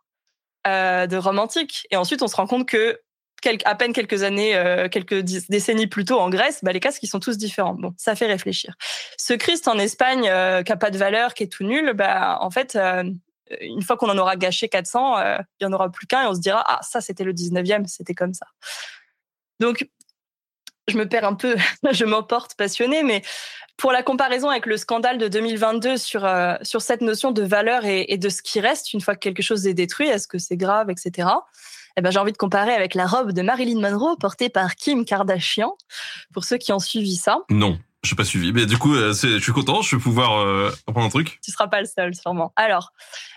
de Rome antique. Et ensuite, on se rend compte que à peine quelques années, quelques décennies plus tôt en Grèce, les casques, ils sont tous différents. Bon, ça fait réfléchir. Ce Christ en Espagne, qui a pas de valeur, qui est tout nul, en fait, une fois qu'on en aura gâché 400, il y en aura plus qu'un et on se dira, ça, c'était le 19e, c'était comme ça. Donc, je me perds un peu, je m'emporte passionnée, mais pour la comparaison avec le scandale de 2022 sur cette notion de valeur et de ce qui reste une fois que quelque chose est détruit, est-ce que c'est grave, etc. J'ai envie de comparer avec la robe de Marilyn Monroe portée par Kim Kardashian, pour ceux qui ont suivi ça. Non, je n'ai pas suivi. Mais du coup, je suis content, je vais pouvoir apprendre un truc. Tu ne seras pas le seul, sûrement. Alors,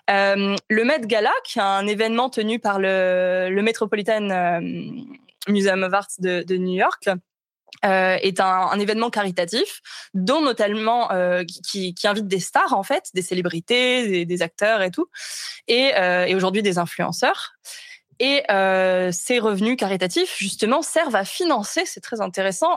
le Met Gala, qui est un événement tenu par le Metropolitan Museum of Art de New York, est un événement caritatif, dont notamment qui invite des stars, en fait, des célébrités, des acteurs et tout, et aujourd'hui des influenceurs. Et ces revenus caritatifs, justement, servent à financer, c'est très intéressant,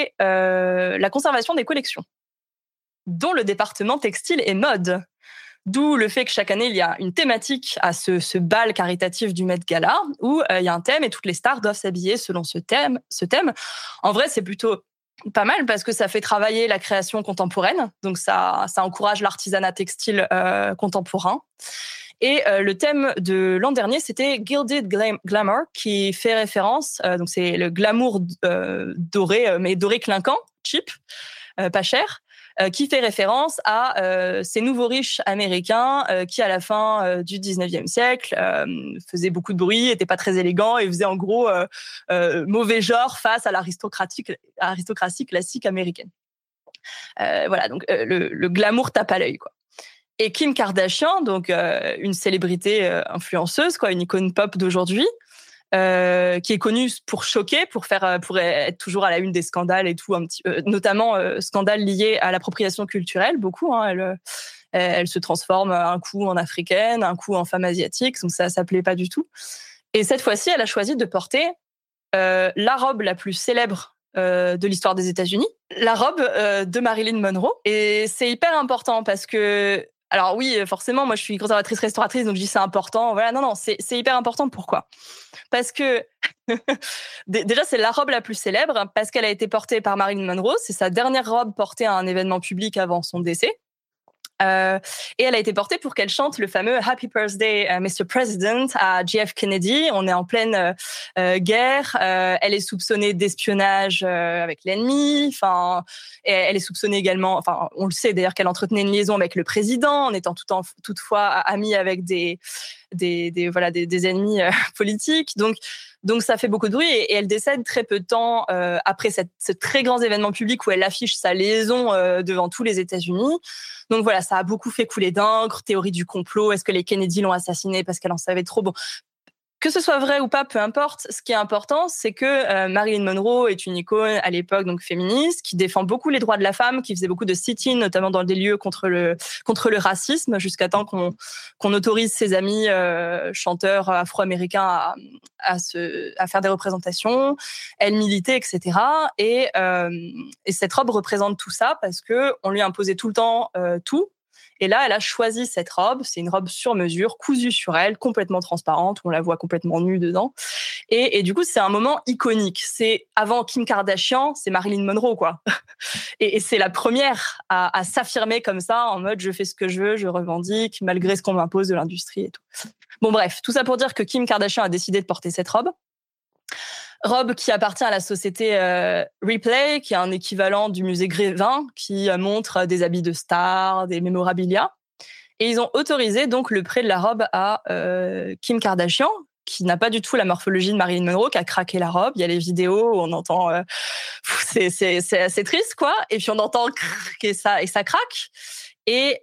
la conservation des collections, dont le département textile et mode. D'où le fait que chaque année, il y a une thématique à ce bal caritatif du Met Gala, où il y a un thème et toutes les stars doivent s'habiller selon ce thème. En vrai, c'est plutôt pas mal parce que ça fait travailler la création contemporaine, donc ça encourage l'artisanat textile contemporain. Et le thème de l'an dernier, c'était Gilded Glamour, qui fait référence, donc c'est le glamour doré, mais doré clinquant, cheap, pas cher, qui fait référence à ces nouveaux riches américains qui, à la fin du 19e siècle, faisaient beaucoup de bruit, étaient pas très élégants et faisaient en gros mauvais genre face à l'aristocratie classique américaine. Voilà, donc le glamour tape à l'œil, quoi. Et Kim Kardashian, donc une célébrité influenceuse, quoi, une icône pop d'aujourd'hui, qui est connue pour choquer, pour être toujours à la une des scandales et tout, notamment scandales liés à l'appropriation culturelle, beaucoup. Hein, elle se transforme un coup en africaine, un coup en femme asiatique, donc ça plaît pas du tout. Et cette fois-ci, elle a choisi de porter la robe la plus célèbre de l'histoire des États-Unis, la robe de Marilyn Monroe. Et c'est hyper important parce que, alors oui, forcément, moi je suis conservatrice restauratrice, donc je dis c'est important. Voilà, non, c'est hyper important. Pourquoi ? Parce que déjà c'est la robe la plus célèbre parce qu'elle a été portée par Marilyn Monroe. C'est sa dernière robe portée à un événement public avant son décès. Et elle a été portée pour qu'elle chante le fameux Happy Birthday, Mr. President à JF Kennedy. On est en pleine guerre. Elle est soupçonnée d'espionnage avec l'ennemi. Enfin, elle est soupçonnée également. Enfin, on le sait d'ailleurs qu'elle entretenait une liaison avec le président, en étant toutefois amie avec des ennemis politiques. Donc ça fait beaucoup de bruit et elle décède très peu de temps après ce très grand événement public où elle affiche sa liaison devant tous les États-Unis. Donc voilà, ça a beaucoup fait couler d'encre, théorie du complot, est-ce que les Kennedy l'ont assassinée parce qu'elle en savait trop? Bon, que ce soit vrai ou pas, peu importe. Ce qui est important, c'est que Marilyn Monroe est une icône à l'époque, donc féministe, qui défend beaucoup les droits de la femme, qui faisait beaucoup de sit-in, notamment dans des lieux contre le racisme, jusqu'à temps qu'on autorise ses amis chanteurs afro-américains à faire des représentations. Elle militait, etc. Et cette robe représente tout ça parce que on lui imposait tout le temps tout. Et là, elle a choisi cette robe. C'est une robe sur mesure, cousue sur elle, complètement transparente. On la voit complètement nue dedans. Et du coup, c'est un moment iconique. C'est avant Kim Kardashian, c'est Marilyn Monroe, quoi. Et c'est la première à s'affirmer comme ça, en mode je fais ce que je veux, je revendique, malgré ce qu'on m'impose de l'industrie et tout. Bon, bref, tout ça pour dire que Kim Kardashian a décidé de porter cette robe. Robe qui appartient à la société Ripley, qui est un équivalent du musée Grévin, qui montre des habits de stars, des mémorabilia. Et ils ont autorisé donc le prêt de la robe à Kim Kardashian, qui n'a pas du tout la morphologie de Marilyn Monroe, qui a craqué la robe. Il y a les vidéos où on entend... c'est assez triste, quoi. Et puis on entend et ça craque. Et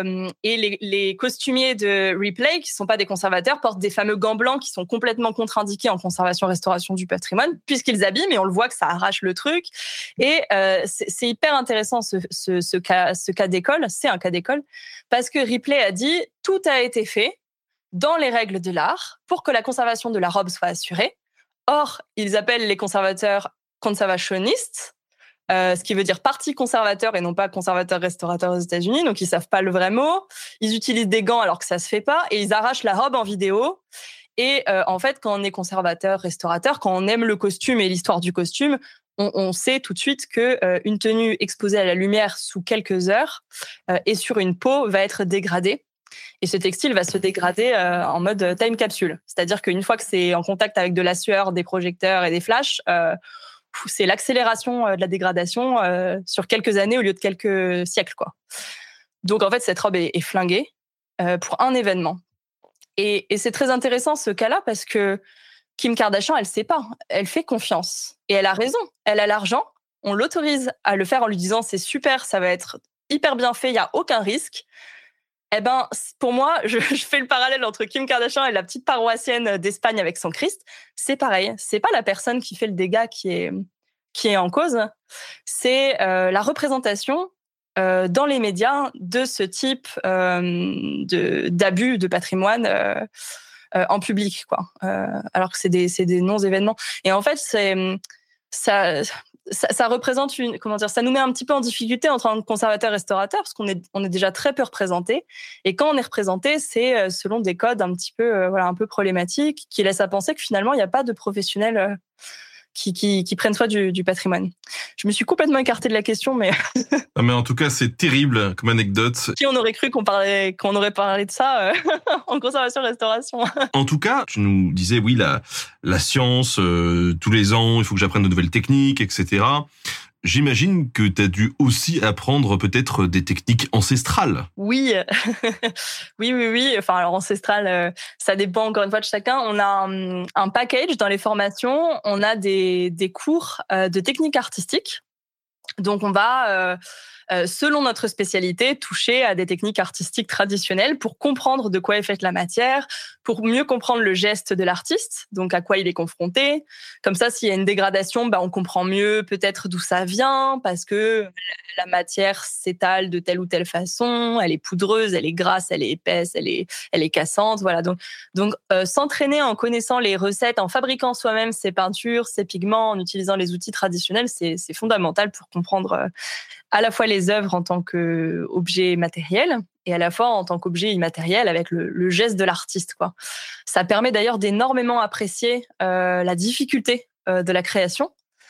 les costumiers de Ripley, qui sont pas des conservateurs, portent des fameux gants blancs qui sont complètement contre-indiqués en conservation-restauration du patrimoine, puisqu'ils abîment, et on le voit que ça arrache le truc. Et c'est hyper intéressant ce cas d'école, c'est un cas d'école, parce que Ripley a dit « Tout a été fait dans les règles de l'art pour que la conservation de la robe soit assurée. » Or, ils appellent les conservateurs conservationnistes, ce qui veut dire parti conservateur et non pas conservateur-restaurateur aux États-Unis. Donc, ils savent pas le vrai mot. Ils utilisent des gants alors que ça se fait pas et ils arrachent la robe en vidéo. Et en fait, quand on est conservateur-restaurateur, quand on aime le costume et l'histoire du costume, on sait tout de suite que une tenue exposée à la lumière sous quelques heures et sur une peau va être dégradée. Et ce textile va se dégrader en mode time capsule. C'est-à-dire qu'une fois que c'est en contact avec de la sueur, des projecteurs et des flashs, c'est l'accélération de la dégradation sur quelques années au lieu de quelques siècles, quoi. Donc, en fait, cette robe est flinguée pour un événement. Et c'est très intéressant, ce cas-là, parce que Kim Kardashian, elle sait pas. Elle fait confiance. Et elle a raison. Elle a l'argent. On l'autorise à le faire en lui disant « C'est super, ça va être hyper bien fait, il n'y a aucun risque. » Eh ben, pour moi, je fais le parallèle entre Kim Kardashian et la petite paroissienne d'Espagne avec son Christ. C'est pareil. C'est pas la personne qui fait le dégât qui est en cause. C'est la représentation dans les médias de ce type d'abus de patrimoine en public, quoi. Alors que c'est des non-événements. Et en fait, ça représente ça nous met un petit peu en difficulté en tant que conservateur-restaurateur parce qu'on est déjà très peu représenté. Et quand on est représenté, c'est selon des codes un petit peu, un peu problématiques qui laissent à penser que finalement, il n'y a pas de professionnels qui prennent soin du patrimoine. Je me suis complètement écartée de la question, mais... Ah, mais en tout cas, c'est terrible comme anecdote. Qui on aurait cru qu'on aurait parlé de ça en conservation-restauration. En tout cas, tu nous disais, oui, la science, tous les ans, il faut que j'apprenne de nouvelles techniques, etc. J'imagine que tu as dû aussi apprendre peut-être des techniques ancestrales. Oui, oui. Enfin, alors ancestrales, ça dépend encore une fois de chacun. On a un package dans les formations. On a des cours de techniques artistiques. Donc, on va, selon notre spécialité, toucher à des techniques artistiques traditionnelles pour comprendre de quoi est faite la matière, pour mieux comprendre le geste de l'artiste, donc à quoi il est confronté. Comme ça, s'il y a une dégradation, on comprend midonc peut-être d'où ça vient, parce que la matière s'étale de telle ou telle façon, elle est poudreuse, elle est grasse, elle est épaisse, elle est cassante, voilà. Donc s'entraîner en connaissant les recettes, en fabriquant soi-même ses peintures, ses pigments, en utilisant les outils traditionnels, c'est fondamental pour comprendre à la fois les œuvres en tant qu'objet matériel et à la fois en tant qu'objet immatériel avec le geste de l'artiste, quoi. Ça permet d'ailleurs d'énormément apprécier la difficulté de la création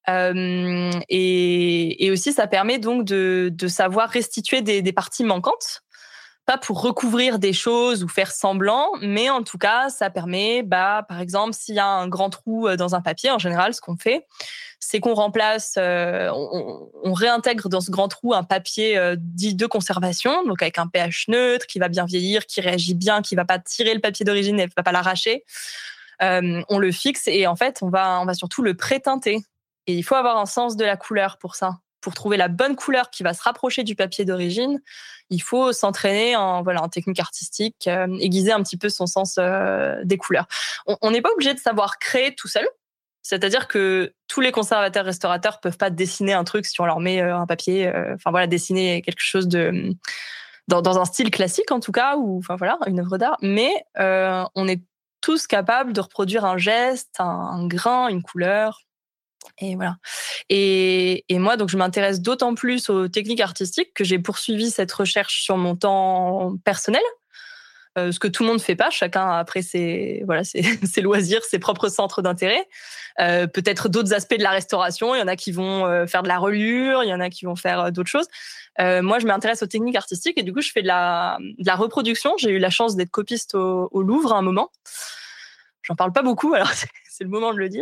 Et aussi, ça permet donc de savoir restituer des parties manquantes. Pas pour recouvrir des choses ou faire semblant, mais en tout cas, ça permet, par exemple, s'il y a un grand trou dans un papier, en général, ce qu'on fait, c'est qu'on remplace, on réintègre dans ce grand trou un papier dit de conservation, donc avec un pH neutre, qui va bien vieillir, qui réagit bien, qui va pas tirer le papier d'origine et va pas l'arracher. On le fixe et en fait, on va surtout le pré-teinter. Et il faut avoir un sens de la couleur pour ça. Pour trouver la bonne couleur qui va se rapprocher du papier d'origine, il faut s'entraîner en technique artistique, aiguiser un petit peu son sens des couleurs. On n'est pas obligé de savoir créer tout seul. C'est-à-dire que tous les conservateurs restaurateurs peuvent pas dessiner un truc si on leur met un papier, dessiner quelque chose dans un style classique en tout cas, ou une œuvre d'art. Mais on est tous capables de reproduire un geste, un grain, une couleur. Et voilà. Et moi, donc, je m'intéresse d'autant plus aux techniques artistiques que j'ai poursuivi cette recherche sur mon temps personnel. Ce que tout le monde fait pas. Chacun a après ses loisirs, ses propres centres d'intérêt. Peut-être d'autres aspects de la restauration. Il y en a qui vont faire de la reliure, il y en a qui vont faire d'autres choses. Moi, je m'intéresse aux techniques artistiques et du coup, je fais de la reproduction. J'ai eu la chance d'être copiste au Louvre à un moment. J'en parle pas beaucoup, alors c'est le moment de le dire.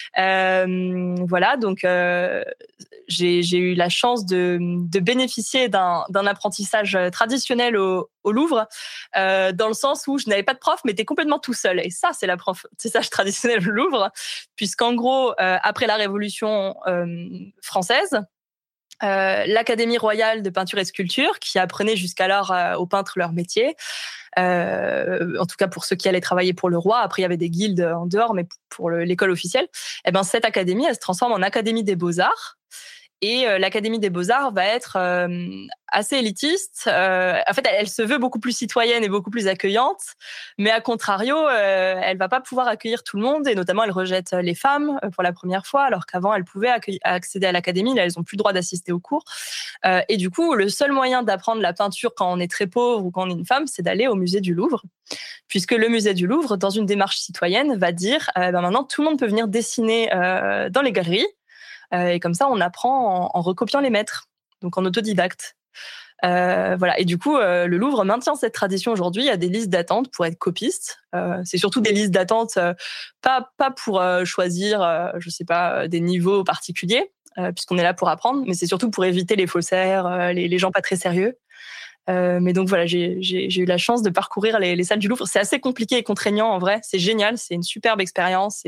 Donc j'ai eu la chance de bénéficier d'un apprentissage traditionnel au Louvre, dans le sens où je n'avais pas de prof, mais t'es complètement tout seul. Et ça, c'est l'apprentissage traditionnel au Louvre, puisqu'en gros, après la Révolution française, l'Académie royale de peinture et sculpture, qui apprenait jusqu'alors aux peintres leur métier, en tout cas pour ceux qui allaient travailler pour le roi. Après, il y avait des guildes en dehors, mais pour l'école officielle, cette académie, elle se transforme en Académie des Beaux-Arts. Et l'Académie des Beaux-Arts va être assez élitiste. En fait, elle se veut beaucoup plus citoyenne et beaucoup plus accueillante, mais à contrario, elle va pas pouvoir accueillir tout le monde, et notamment, elle rejette les femmes pour la première fois, alors qu'avant, elles pouvaient accéder à l'Académie. Là, elles ont plus le droit d'assister aux cours. Et du coup, le seul moyen d'apprendre la peinture quand on est très pauvre ou quand on est une femme, c'est d'aller au musée du Louvre, puisque le musée du Louvre, dans une démarche citoyenne, va dire maintenant, tout le monde peut venir dessiner dans les galeries. Et comme ça, on apprend en recopiant les maîtres, donc en autodidacte. Et du coup, le Louvre maintient cette tradition aujourd'hui. Il y a des listes d'attente pour être copiste. C'est surtout des listes d'attente, pas pour choisir, des niveaux particuliers, puisqu'on est là pour apprendre, mais c'est surtout pour éviter les faussaires, les gens pas très sérieux. Mais donc voilà, j'ai eu la chance de parcourir les salles du Louvre. C'est assez compliqué et contraignant en vrai. C'est génial, c'est une superbe expérience.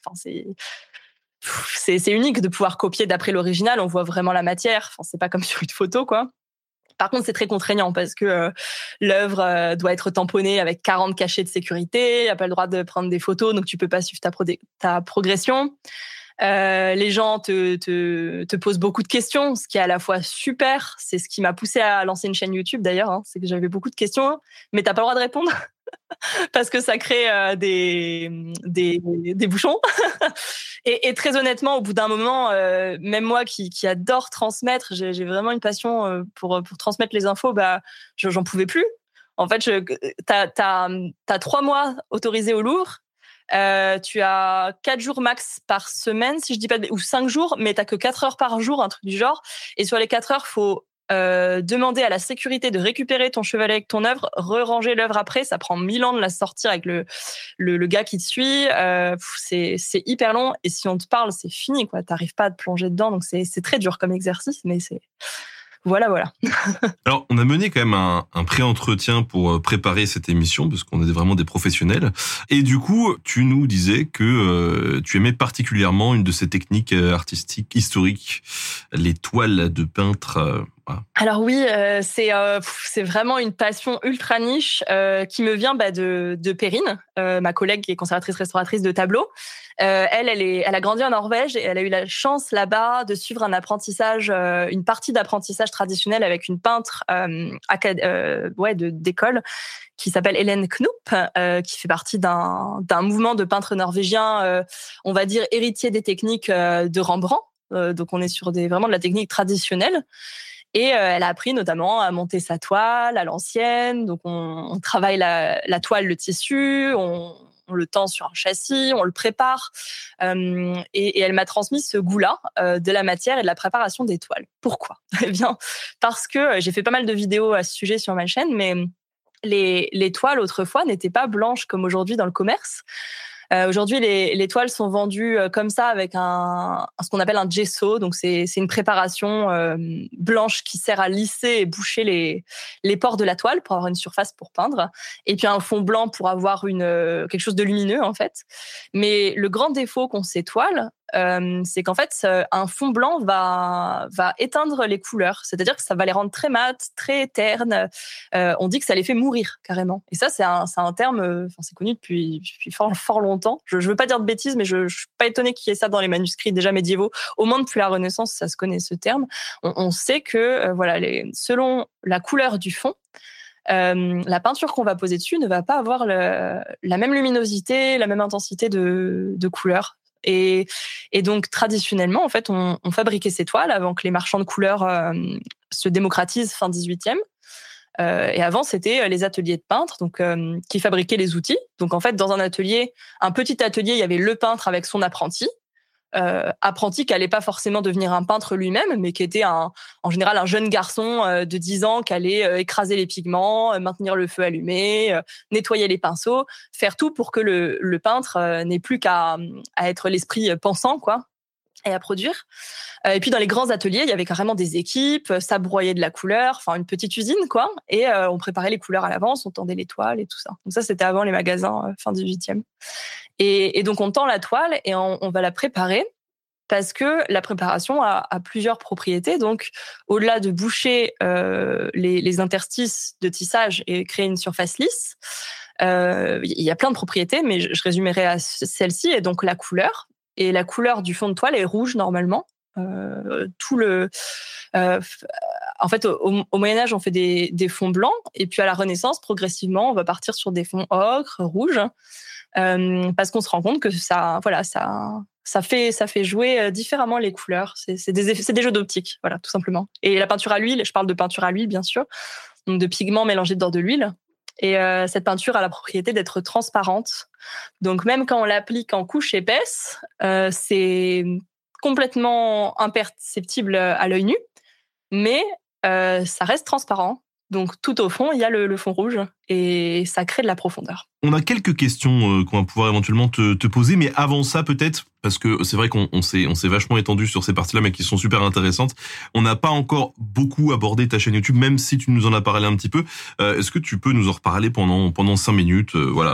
C'est unique de pouvoir copier d'après l'original. On voit vraiment la matière. C'est pas comme sur une photo, quoi. Par contre, c'est très contraignant parce que l'œuvre doit être tamponnée avec 40 cachets de sécurité. Il n'y a pas le droit de prendre des photos, donc tu peux pas suivre ta progression. Les gens te posent beaucoup de questions, ce qui est à la fois super. C'est ce qui m'a poussé à lancer une chaîne YouTube d'ailleurs. C'est que j'avais beaucoup de questions, mais t'as pas le droit de répondre parce que ça crée des bouchons. Et très honnêtement, au bout d'un moment, même moi qui adore transmettre, j'ai vraiment une passion pour transmettre les infos. J'en pouvais plus. En fait, t'as 3 mois autorisés au Louvre. Tu as 4 jours max par semaine, si je dis pas ou 5 jours, mais t'as que 4 heures par jour, un truc du genre. Et sur les 4 heures, faut demander à la sécurité de récupérer ton chevalet avec ton œuvre, re-ranger l'œuvre après. Ça prend 1000 ans de la sortir avec le gars qui te suit. C'est hyper long. Et si on te parle, c'est fini, quoi. T'arrives pas à te plonger dedans. Donc c'est très dur comme exercice, mais c'est... Voilà. Alors, on a mené quand même un pré-entretien pour préparer cette émission, parce qu'on est vraiment des professionnels. Et du coup, tu nous disais que tu aimais particulièrement une de ces techniques artistiques historiques, les toiles de peintre. Voilà. Alors oui, c'est vraiment une passion ultra niche qui me vient de Perrine, ma collègue qui est conservatrice restauratrice de tableaux. Elle a grandi en Norvège et elle a eu la chance là-bas de suivre un apprentissage, une partie d'apprentissage traditionnel avec une peintre d'école qui s'appelle Hélène Knoop, qui fait partie d'un mouvement de peintres norvégiens, on va dire héritier des techniques de Rembrandt. Donc on est sur vraiment de la technique traditionnelle. Et elle a appris notamment à monter sa toile à l'ancienne. Donc on travaille la toile, le tissu, on le tend sur un châssis, on le prépare. Et elle m'a transmis ce goût-là de la matière et de la préparation des toiles. Pourquoi ? Eh bien, parce que j'ai fait pas mal de vidéos à ce sujet sur ma chaîne, mais les toiles autrefois n'étaient pas blanches comme aujourd'hui dans le commerce. Aujourd'hui, les toiles sont vendues comme ça avec ce qu'on appelle un gesso. Donc, c'est une préparation blanche qui sert à lisser et boucher les pores de la toile pour avoir une surface pour peindre. Et puis, un fond blanc pour avoir quelque chose de lumineux, en fait. Mais le grand défaut qu'ont ces toiles, c'est qu'en fait, un fond blanc va éteindre les couleurs. C'est-à-dire que ça va les rendre très mates, très ternes. On dit que ça les fait mourir, carrément. Et ça, c'est un terme, c'est connu depuis fort longtemps. Je veux pas dire de bêtises, mais je suis pas étonnée qu'il y ait ça dans les manuscrits déjà médiévaux. Au moins depuis la Renaissance, ça se connaît ce terme. On sait que selon la couleur du fond, la peinture qu'on va poser dessus ne va pas avoir la même luminosité, la même intensité de couleur. Et donc traditionnellement, en fait, on fabriquait ces toiles avant que les marchands de couleurs se démocratisent fin 18e. Et avant, c'était les ateliers de peintres, donc qui fabriquaient les outils. Donc en fait, dans un petit atelier, il y avait le peintre avec son apprenti. Apprenti qui allait pas forcément devenir un peintre lui-même, mais qui était en général un jeune garçon de 10 ans qui allait écraser les pigments, maintenir le feu allumé, nettoyer les pinceaux, faire tout pour que le peintre n'ait plus qu'à être l'esprit pensant, quoi, et à produire. Et puis dans les grands ateliers, il y avait carrément des équipes, ça broyait de la couleur, enfin une petite usine, quoi, et on préparait les couleurs à l'avance, on tendait les toiles et tout ça. Donc ça, c'était avant les magasins fin 18e. Et donc on tend la toile et on va la préparer parce que la préparation a plusieurs propriétés. Donc au-delà de boucher les interstices de tissage et créer une surface lisse, il y a plein de propriétés, mais je résumerai à celle-ci. Et donc la couleur. Et la couleur du fond de toile est rouge normalement. En fait, au Moyen-Âge, on fait des fonds blancs, et puis à la Renaissance, progressivement, on va partir sur des fonds ocre, rouges, parce qu'on se rend compte que ça fait jouer différemment les couleurs. C'est des jeux d'optique, voilà, tout simplement. Et la peinture à l'huile, je parle de peinture à l'huile, bien sûr, donc de pigments mélangés dans de l'huile. Et cette peinture a la propriété d'être transparente. Donc même quand on l'applique en couche épaisse, c'est complètement imperceptible à l'œil nu, mais ça reste transparent. Donc tout au fond, il y a le fond rouge et ça crée de la profondeur. On a quelques questions qu'on va pouvoir éventuellement te poser, mais avant ça peut-être, parce que c'est vrai qu'on s'est vachement étendu sur ces parties-là, mais qui sont super intéressantes. On n'a pas encore beaucoup abordé ta chaîne YouTube, même si tu nous en as parlé un petit peu. Est-ce que tu peux nous en reparler pendant 5 minutes,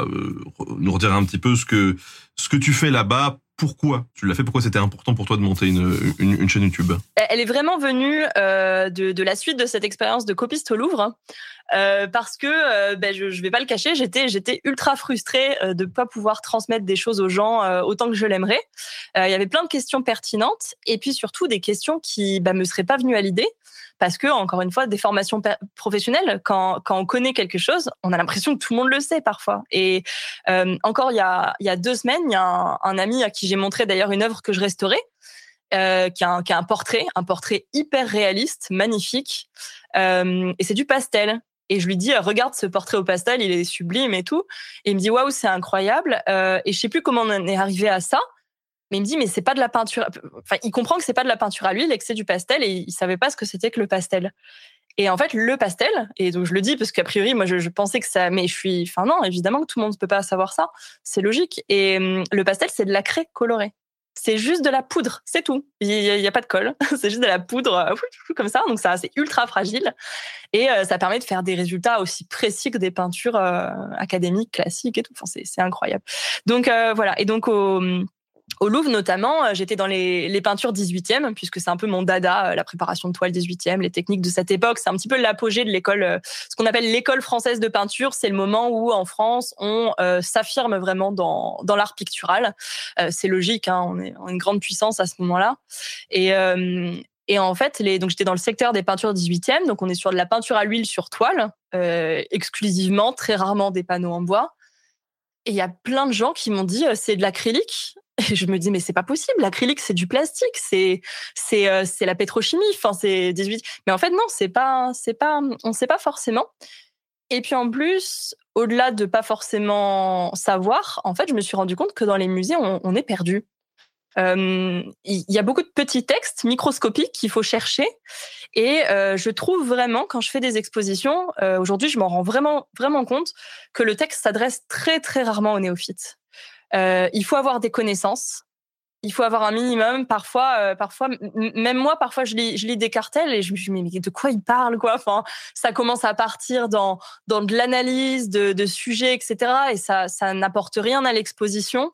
nous redire un petit peu ce que tu fais là-bas? Pourquoi tu l'as fait? Pourquoi c'était important pour toi de monter une chaîne YouTube? Elle est vraiment venue de la suite de cette expérience de copiste au Louvre, parce que je vais pas le cacher, j'étais ultra frustrée de pas pouvoir transmettre des choses aux gens autant que je l'aimerais. Il y avait plein de questions pertinentes et puis surtout des questions qui me seraient pas venues à l'idée. Parce que, encore une fois, des formations professionnelles, quand on connaît quelque chose, on a l'impression que tout le monde le sait parfois. Et encore il y a 2 semaines, il y a un ami à qui j'ai montré d'ailleurs une œuvre que je restaurais, qui a un portrait hyper réaliste, magnifique, et c'est du pastel. Et je lui dis, regarde ce portrait au pastel, il est sublime et tout. Et il me dit, waouh, c'est incroyable. Et je sais plus comment on en est arrivé à ça. Mais il me dit, mais c'est pas de la peinture. Enfin, il comprend que c'est pas de la peinture à l'huile et que c'est du pastel, et il savait pas ce que c'était que le pastel. Et en fait, le pastel, et donc je le dis parce qu'a priori, moi, je pensais que ça, mais non, évidemment que tout le monde ne peut pas savoir ça. C'est logique. Et le pastel, c'est de la craie colorée. C'est juste de la poudre, c'est tout. Il y a pas de colle. C'est juste de la poudre, comme ça. Donc ça, c'est ultra fragile. Et ça permet de faire des résultats aussi précis que des peintures académiques, classiques et tout. Enfin, c'est incroyable. Donc voilà. Et donc au Louvre, notamment, j'étais dans les peintures 18e, puisque c'est un peu mon dada, la préparation de toiles 18e, les techniques de cette époque. C'est un petit peu l'apogée de l'école, ce qu'on appelle l'école française de peinture. C'est le moment où, en France, on s'affirme vraiment dans l'art pictural. C'est logique, hein, on est une grande puissance à ce moment-là. Et en fait, donc j'étais dans le secteur des peintures 18e, donc on est sur de la peinture à l'huile sur toile, exclusivement, très rarement des panneaux en bois. Et il y a plein de gens qui m'ont dit c'est de l'acrylique. Et je me dis mais c'est pas possible, l'acrylique c'est du plastique, c'est la pétrochimie, enfin c'est 18. Mais en fait non, c'est pas on sait pas forcément. Et puis en plus, au-delà de pas forcément savoir, en fait, je me suis rendu compte que dans les musées, on est perdu. Il y a beaucoup de petits textes microscopiques qu'il faut chercher. Et je trouve vraiment, quand je fais des expositions, aujourd'hui, je m'en rends vraiment, vraiment compte que le texte s'adresse très, très rarement aux néophytes. Il faut avoir des connaissances. Il faut avoir un minimum. Parfois, même moi, parfois, je lis des cartels et je me dis, mais de quoi ils parlent, quoi? Enfin, ça commence à partir dans de l'analyse de sujets, etc. Et ça n'apporte rien à l'exposition.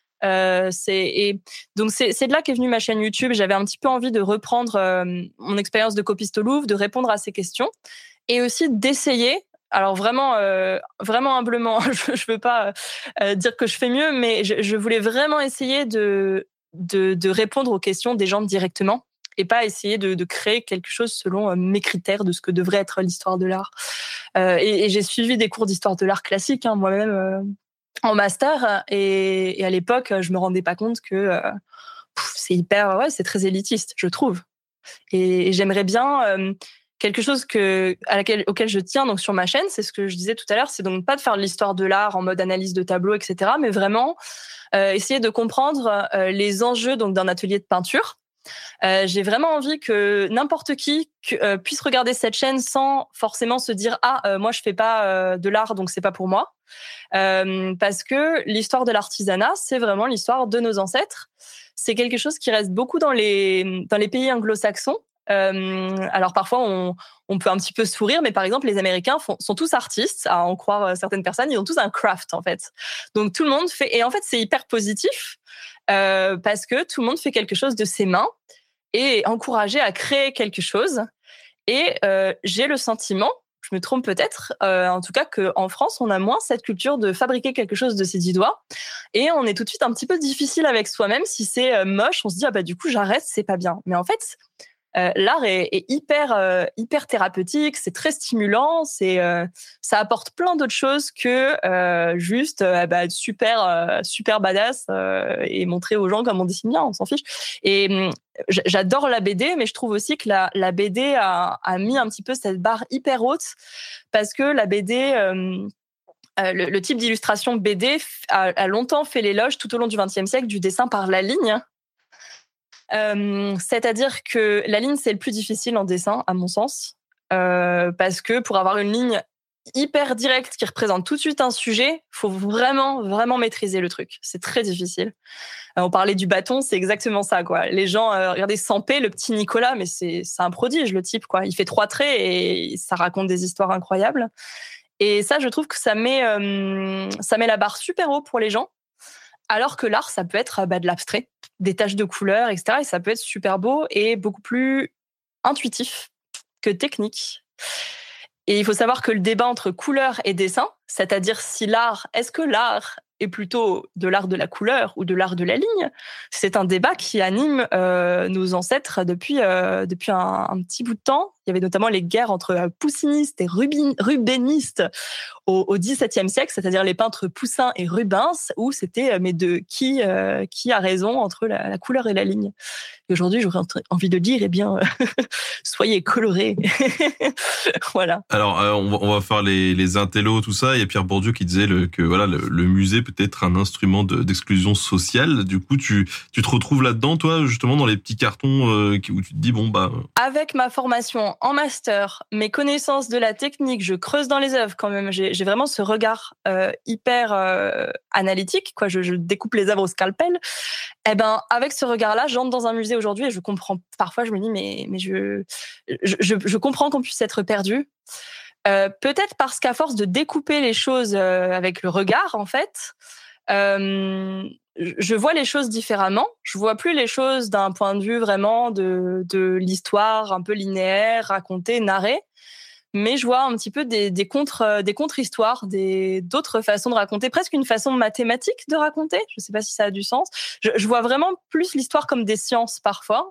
Donc c'est de là qu'est venue ma chaîne YouTube. J'avais un petit peu envie de reprendre mon expérience de copiste au Louvre, de répondre à ces questions et aussi d'essayer. Alors vraiment, vraiment humblement, je veux pas dire que je fais mieux, mais je voulais vraiment essayer de répondre aux questions des gens directement et pas essayer de créer quelque chose selon mes critères de ce que devrait être l'histoire de l'art. Et j'ai suivi des cours d'histoire de l'art classique, hein, moi-même. En master, et à l'époque, je me rendais pas compte que c'est c'est très élitiste, je trouve. Et j'aimerais bien quelque chose auquel je tiens donc sur ma chaîne, c'est ce que je disais tout à l'heure, c'est donc pas de faire de l'histoire de l'art en mode analyse de tableau, etc., mais vraiment essayer de comprendre les enjeux donc d'un atelier de peinture. J'ai vraiment envie que n'importe qui puisse regarder cette chaîne sans forcément se dire moi je fais pas de l'art donc c'est pas pour moi, parce que l'histoire de l'artisanat c'est vraiment l'histoire de nos ancêtres. C'est quelque chose qui reste beaucoup dans les pays anglo-saxons. Alors parfois on peut un petit peu sourire, mais par exemple les Américains sont tous artistes, à en croire certaines personnes, ils ont tous un craft en fait. Donc tout le monde fait, et en fait c'est hyper positif parce que tout le monde fait quelque chose de ses mains et est encouragé à créer quelque chose. Et j'ai le sentiment, je me trompe peut-être, en tout cas qu'en France on a moins cette culture de fabriquer quelque chose de ses 10 doigts, et on est tout de suite un petit peu difficile avec soi-même. Si c'est moche, on se dit du coup j'arrête, c'est pas bien. Mais en fait l'art est hyper thérapeutique, c'est très stimulant, ça apporte plein d'autres choses que juste être super badass et montrer aux gens comme on dessine bien, on s'en fiche. Et j'adore la BD, mais je trouve aussi que la BD a mis un petit peu cette barre hyper haute, parce que la BD le type d'illustration BD a longtemps fait l'éloge tout au long du XXe siècle du dessin par la ligne. C'est-à-dire que la ligne, c'est le plus difficile en dessin, à mon sens, parce que pour avoir une ligne hyper directe qui représente tout de suite un sujet, faut vraiment, vraiment maîtriser le truc. C'est très difficile. On parlait du bâton, c'est exactement ça, quoi. Les gens, regardez Sampé, le petit Nicolas, mais c'est un prodige, le type, quoi. Il fait 3 traits et ça raconte des histoires incroyables. Et ça, je trouve que ça met la barre super haut pour les gens. Alors que l'art, ça peut être de l'abstrait, des taches de couleurs, etc. Et ça peut être super beau et beaucoup plus intuitif que technique. Et il faut savoir que le débat entre couleur et dessin, c'est-à-dire est-ce que l'art est plutôt de l'art de la couleur ou de l'art de la ligne, c'est un débat qui anime nos ancêtres depuis un petit bout de temps. Il y avait notamment les guerres entre poussinistes et rubénistes au XVIIe siècle, c'est-à-dire les peintres Poussin et Rubens, où c'était qui a raison entre la couleur et la ligne. Et aujourd'hui, j'aurais envie de dire, soyez colorés. Voilà. Alors, on va faire les intellos, tout ça. Il y a Pierre Bourdieu qui disait que le musée peut être un instrument d'exclusion sociale. Du coup, tu te retrouves là-dedans, toi, justement, dans les petits cartons où tu te dis, Avec ma formation en master, mes connaissances de la technique, je creuse dans les œuvres quand même. J'ai vraiment ce regard hyper analytique, quoi. Je découpe les œuvres au scalpel. Avec ce regard-là, j'entre dans un musée aujourd'hui et je comprends. Parfois, je me dis, mais je comprends qu'on puisse être perdu. Peut-être parce qu'à force de découper les choses avec le regard, en fait, je vois les choses différemment. Je vois plus les choses d'un point de vue vraiment de l'histoire un peu linéaire, racontée, narrée. Mais je vois un petit peu des contre-histoires, d'autres façons de raconter, presque une façon mathématique de raconter. Je ne sais pas si ça a du sens. Je vois vraiment plus l'histoire comme des sciences parfois.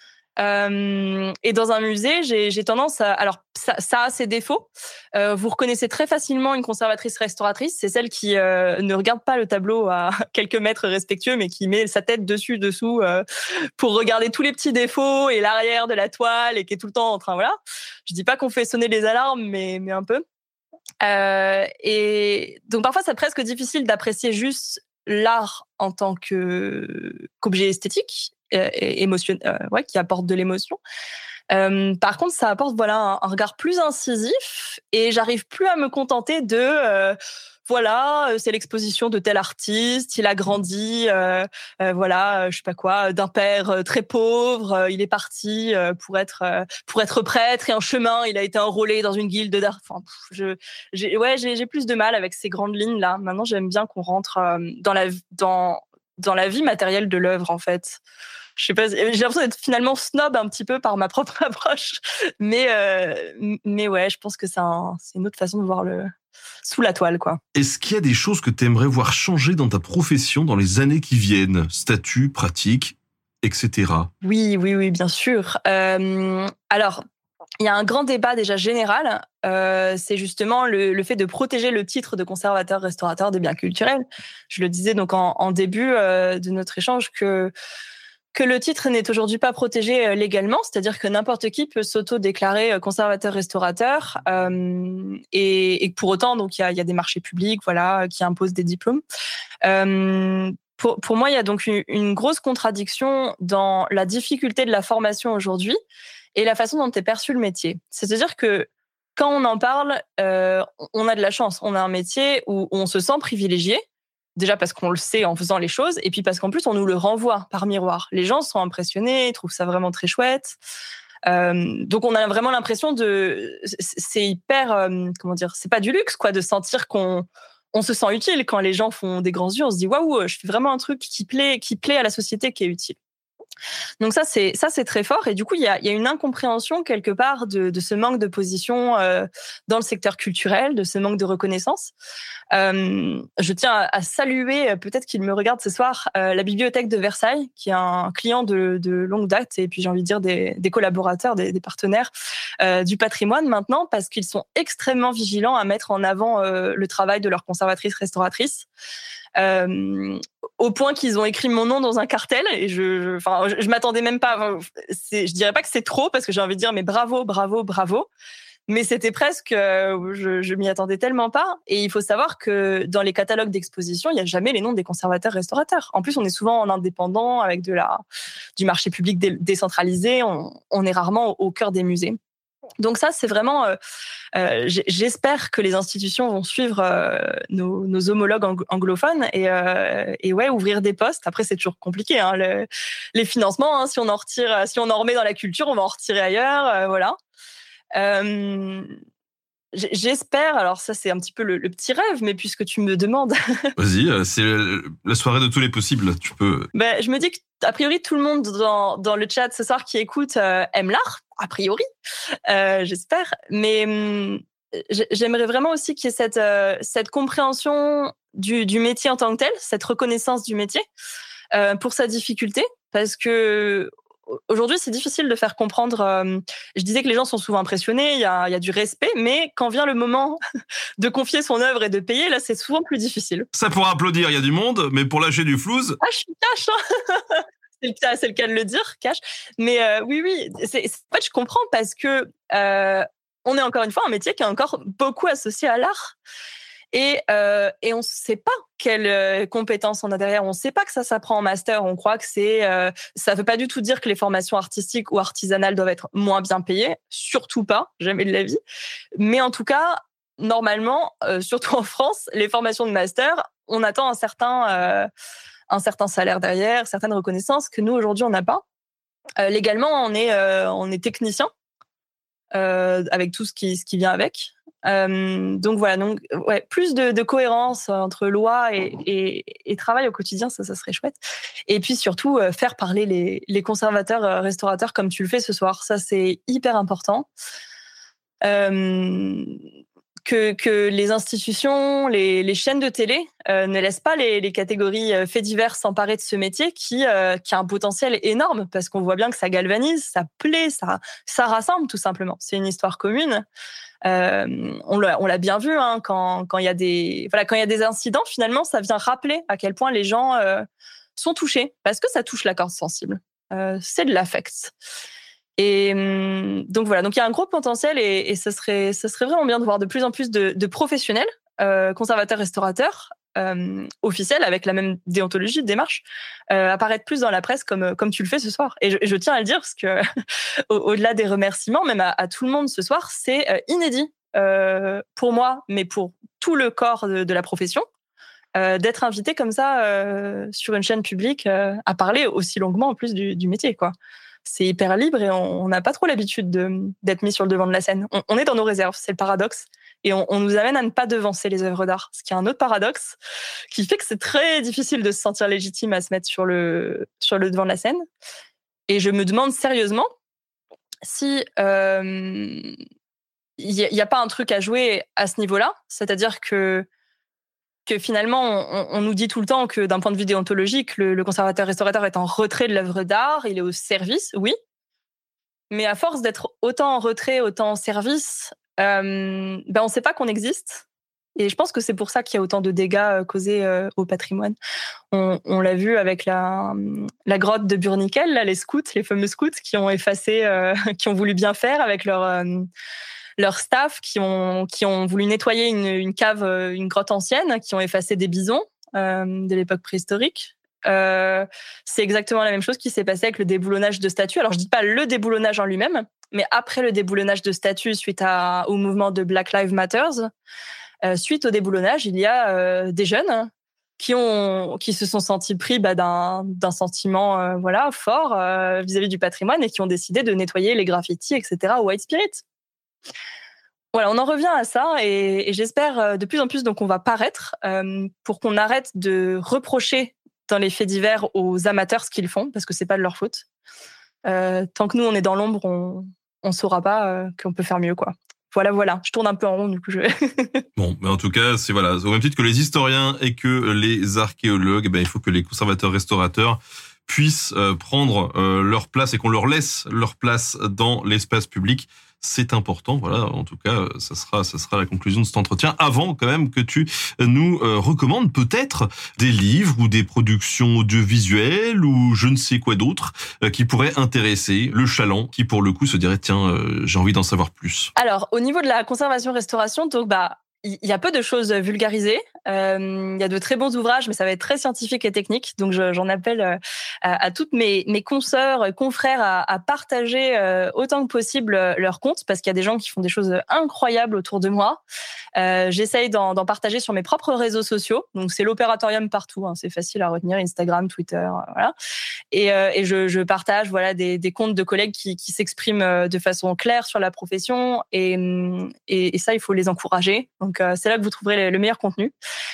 Et dans un musée, j'ai tendance à... Alors, ça a ses défauts. Vous reconnaissez très facilement une conservatrice restauratrice. C'est celle qui ne regarde pas le tableau à quelques mètres respectueux, mais qui met sa tête dessous pour regarder tous les petits défauts et l'arrière de la toile, et qui est tout le temps en train... Voilà. Je dis pas qu'on fait sonner les alarmes, mais un peu. Et donc parfois c'est presque difficile d'apprécier juste l'art en tant qu'objet esthétique et émotionnel, qui apporte de l'émotion. Par contre, ça apporte un regard plus incisif et j'arrive plus à me contenter de c'est l'exposition de tel artiste, il a grandi, je sais pas quoi, d'un père très pauvre, il est parti pour être prêtre et en chemin, il a été enrôlé dans une guilde d'art. Enfin, j'ai plus de mal avec ces grandes lignes là. Maintenant, j'aime bien qu'on rentre dans la vie matérielle de l'œuvre en fait. Je sais pas, j'ai l'impression d'être finalement snob un petit peu par ma propre approche, mais ouais, je pense que c'est une autre façon de voir le sous la toile, quoi. Est-ce qu'il y a des choses que tu aimerais voir changer dans ta profession dans les années qui viennent, statut, pratique, etc. Oui, bien sûr. Alors, il y a un grand débat déjà général, c'est justement le fait de protéger le titre de conservateur-restaurateur des biens culturels. Je le disais donc en début de notre échange que le titre n'est aujourd'hui pas protégé légalement, c'est-à-dire que n'importe qui peut s'auto-déclarer conservateur-restaurateur et pour autant, donc il y a des marchés publics, qui imposent des diplômes. Pour moi, il y a donc une grosse contradiction dans la difficulté de la formation aujourd'hui et la façon dont est perçu le métier. C'est-à-dire que quand on en parle, on a de la chance. On a un métier où on se sent privilégié. Déjà parce qu'on le sait en faisant les choses, et puis parce qu'en plus, on nous le renvoie par miroir. Les gens sont impressionnés, ils trouvent ça vraiment très chouette. Donc, on a vraiment l'impression c'est hyper, c'est pas du luxe, quoi, de sentir qu'on se sent utile. Quand les gens font des grands yeux, on se dit, waouh, je fais vraiment un truc qui plaît à la société, qui est utile. Donc ça c'est très fort et du coup il y a une incompréhension quelque part de ce manque de position dans le secteur culturel, de ce manque de reconnaissance. Je tiens à saluer, peut-être qu'il me regarde ce soir, la bibliothèque de Versailles, qui est un client de longue date et puis j'ai envie de dire des collaborateurs, des partenaires du patrimoine maintenant, parce qu'ils sont extrêmement vigilants à mettre en avant le travail de leurs conservatrices restauratrices. Au point qu'ils ont écrit mon nom dans un cartel et je m'attendais même pas. Je dirais pas que c'est trop parce que j'ai envie de dire mais bravo. Mais c'était presque, je m'y attendais tellement pas. Et il faut savoir que dans les catalogues d'exposition, il y a jamais les noms des conservateurs-restaurateurs. En plus, on est souvent en indépendant avec du marché public décentralisé. On est rarement au cœur des musées. Donc ça, c'est vraiment. J'espère que les institutions vont suivre nos homologues anglophones et ouvrir des postes. Après, c'est toujours compliqué, hein, les financements. Hein, si on en remet dans la culture, on va en retirer ailleurs. Voilà. J'espère. Alors ça, c'est un petit peu le petit rêve, mais puisque tu me demandes. Vas-y, c'est la soirée de tous les possibles. Tu peux. Je me dis que a priori tout le monde dans le chat ce soir qui écoute aime l'art. A priori, j'espère. Mais j'aimerais vraiment aussi qu'il y ait cette compréhension du métier en tant que tel, cette reconnaissance du métier pour sa difficulté, parce que aujourd'hui c'est difficile de faire comprendre. Je disais que les gens sont souvent impressionnés, il y a du respect, mais quand vient le moment de confier son œuvre et de payer, là c'est souvent plus difficile. Ça pour applaudir, il y a du monde, mais pour lâcher du flouze. Ah, je suis cash. Hein. C'est le cas de le dire, cash. Mais oui, en fait, je comprends parce que on est encore une fois un métier qui est encore beaucoup associé à l'art. Et on ne sait pas quelles compétences on a derrière. On ne sait pas que ça s'apprend en master. On croit que ça ne veut pas du tout dire que les formations artistiques ou artisanales doivent être moins bien payées. Surtout pas, jamais de la vie. Mais en tout cas, normalement, surtout en France, les formations de master, on attend un certain salaire derrière, certaines reconnaissances que nous, aujourd'hui, on n'a pas. Légalement, on est technicien, avec tout ce qui vient avec. Donc voilà, plus de cohérence entre loi et travail au quotidien, ça serait chouette. Et puis surtout, faire parler les conservateurs, restaurateurs comme tu le fais ce soir. Ça, c'est hyper important. Que les institutions, les chaînes de télé ne laissent pas les catégories faits divers s'emparer de ce métier qui a un potentiel énorme parce qu'on voit bien que ça galvanise, ça plaît, ça rassemble tout simplement. C'est une histoire commune. On l'a bien vu hein, quand il y a des incidents, finalement, ça vient rappeler à quel point les gens sont touchés parce que ça touche la corde sensible. C'est de l'affect. Et donc voilà, donc il y a un gros potentiel et ça serait vraiment bien de voir de plus en plus de professionnels, conservateurs, restaurateurs, officiels avec la même déontologie, démarche, apparaître plus dans la presse comme tu le fais ce soir. Et je tiens à le dire parce que au-delà des remerciements, même à tout le monde ce soir, c'est inédit pour moi, mais pour tout le corps de la profession. D'être invité comme ça sur une chaîne publique à parler aussi longuement en plus du métier, quoi. C'est hyper libre et on n'a pas trop l'habitude d'être mis sur le devant de la scène. On est dans nos réserves, c'est le paradoxe. Et on nous amène à ne pas devancer les œuvres d'art, ce qui est un autre paradoxe qui fait que c'est très difficile de se sentir légitime à se mettre sur le devant de la scène. Et je me demande sérieusement si il y a pas un truc à jouer à ce niveau-là, c'est-à-dire que finalement, on nous dit tout le temps que d'un point de vue déontologique, le conservateur-restaurateur est en retrait de l'œuvre d'art, il est au service, oui. Mais à force d'être autant en retrait, autant en service, on ne sait pas qu'on existe. Et je pense que c'est pour ça qu'il y a autant de dégâts causés au patrimoine. On l'a vu avec la grotte de Burnickel, là, les scouts, les fameux scouts qui ont effacé, qui ont voulu bien faire avec leur staff, qui ont voulu nettoyer une cave, une grotte ancienne, qui ont effacé des bisons de l'époque préhistorique. C'est exactement la même chose qui s'est passé avec le déboulonnage de statues. Alors, je dis pas le déboulonnage en lui-même, mais après le déboulonnage de statues suite au mouvement de Black Lives Matter, suite au déboulonnage, il y a des jeunes qui se sont sentis pris d'un sentiment fort vis-à-vis du patrimoine et qui ont décidé de nettoyer les graffitis, etc. au White Spirit. Voilà, on en revient à ça et j'espère de plus en plus donc on va paraître pour qu'on arrête de reprocher dans les faits divers aux amateurs ce qu'ils font parce que c'est pas de leur faute. Tant que nous on est dans l'ombre, on saura pas qu'on peut faire mieux, quoi. Voilà. Je tourne un peu en rond, du coup. Bon, mais en tout cas, c'est voilà, au même titre que les historiens et que les archéologues, il faut que les conservateurs-restaurateurs puissent prendre leur place et qu'on leur laisse leur place dans l'espace public. C'est important, voilà. En tout cas, ça sera la conclusion de cet entretien. Avant, quand même, que tu nous recommandes peut-être des livres ou des productions audiovisuelles ou je ne sais quoi d'autre qui pourraient intéresser le chaland, qui pour le coup se dirait tiens, j'ai envie d'en savoir plus. Alors, au niveau de la conservation-restauration, donc il y a peu de choses vulgarisées. Il y a de très bons ouvrages, mais ça va être très scientifique et technique. Donc, j'en appelle à toutes mes consoeurs, confrères à partager autant que possible leurs comptes, parce qu'il y a des gens qui font des choses incroyables autour de moi. J'essaye d'en partager sur mes propres réseaux sociaux. Donc, c'est l'opératorium partout. Hein. C'est facile à retenir, Instagram, Twitter, voilà. Et je partage des comptes de collègues qui s'expriment de façon claire sur la profession. Et ça, il faut les encourager. Donc, c'est là que vous trouverez le meilleur contenu.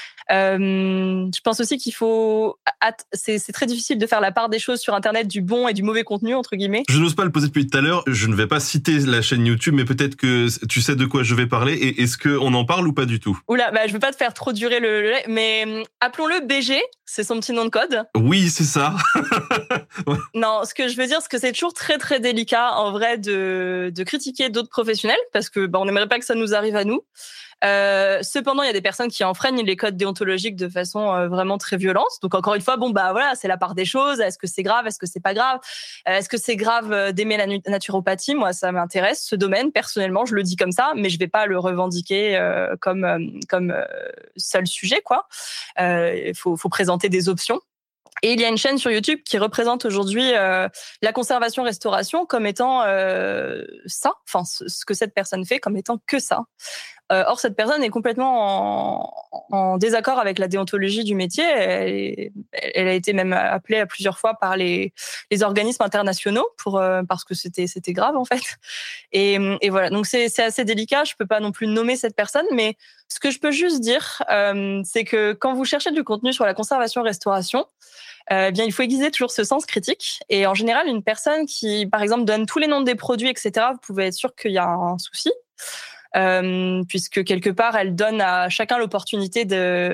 Je pense aussi qu'il faut... C'est très difficile de faire la part des choses sur Internet du bon et du mauvais contenu, entre guillemets. Je n'ose pas le poser depuis tout à l'heure. Je ne vais pas citer la chaîne YouTube, mais peut-être que tu sais de quoi je vais parler. Et est-ce qu'on en parle ou pas du tout? Oula, je veux pas te faire trop durer mais appelons-le BG. C'est son petit nom de code. Oui, c'est ça. Non, ce que je veux dire, c'est que c'est toujours très, très délicat, en vrai, de critiquer d'autres professionnels, parce que on n'aimerait pas que ça nous arrive à nous. Cependant, il y a des personnes qui enfreignent les codes déontologiques de façon vraiment très violente. Donc, encore une fois, c'est la part des choses. Est-ce que c'est grave? Est-ce que c'est pas grave? Est-ce que c'est grave d'aimer la naturopathie? Moi, ça m'intéresse, ce domaine. Personnellement, je le dis comme ça, mais je vais pas le revendiquer comme seul sujet, quoi. Il faut présenter des options. Et il y a une chaîne sur YouTube qui représente aujourd'hui la conservation-restauration comme étant ça, enfin ce que cette personne fait comme étant que ça. Or, cette personne est complètement en désaccord avec la déontologie du métier. Elle a été même appelée à plusieurs fois par les organismes internationaux parce que c'était grave, en fait. Et voilà, donc c'est assez délicat. Je peux pas non plus nommer cette personne, mais ce que je peux juste dire, c'est que quand vous cherchez du contenu sur la conservation-restauration, il faut aiguiser toujours ce sens critique. Et en général, une personne qui, par exemple, donne tous les noms des produits, etc., vous pouvez être sûr qu'il y a un souci. Puisque quelque part, elle donne à chacun l'opportunité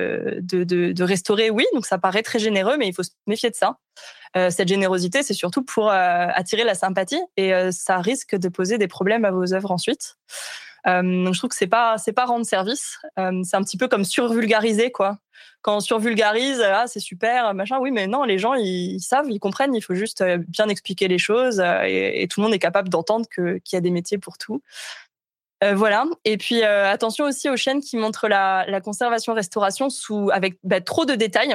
de restaurer, oui, donc ça paraît très généreux, mais il faut se méfier de ça. Cette générosité, c'est surtout pour attirer la sympathie et ça risque de poser des problèmes à vos œuvres ensuite. Donc je trouve que c'est pas rendre service. C'est un petit peu comme survulgariser, quoi. Quand on survulgarise, c'est super, machin. Oui, mais non, les gens ils savent, ils comprennent. Il faut juste bien expliquer les choses et tout le monde est capable d'entendre qu'il y a des métiers pour tout. Voilà. Et puis attention aussi aux chaînes qui montrent la conservation-restauration avec trop de détails.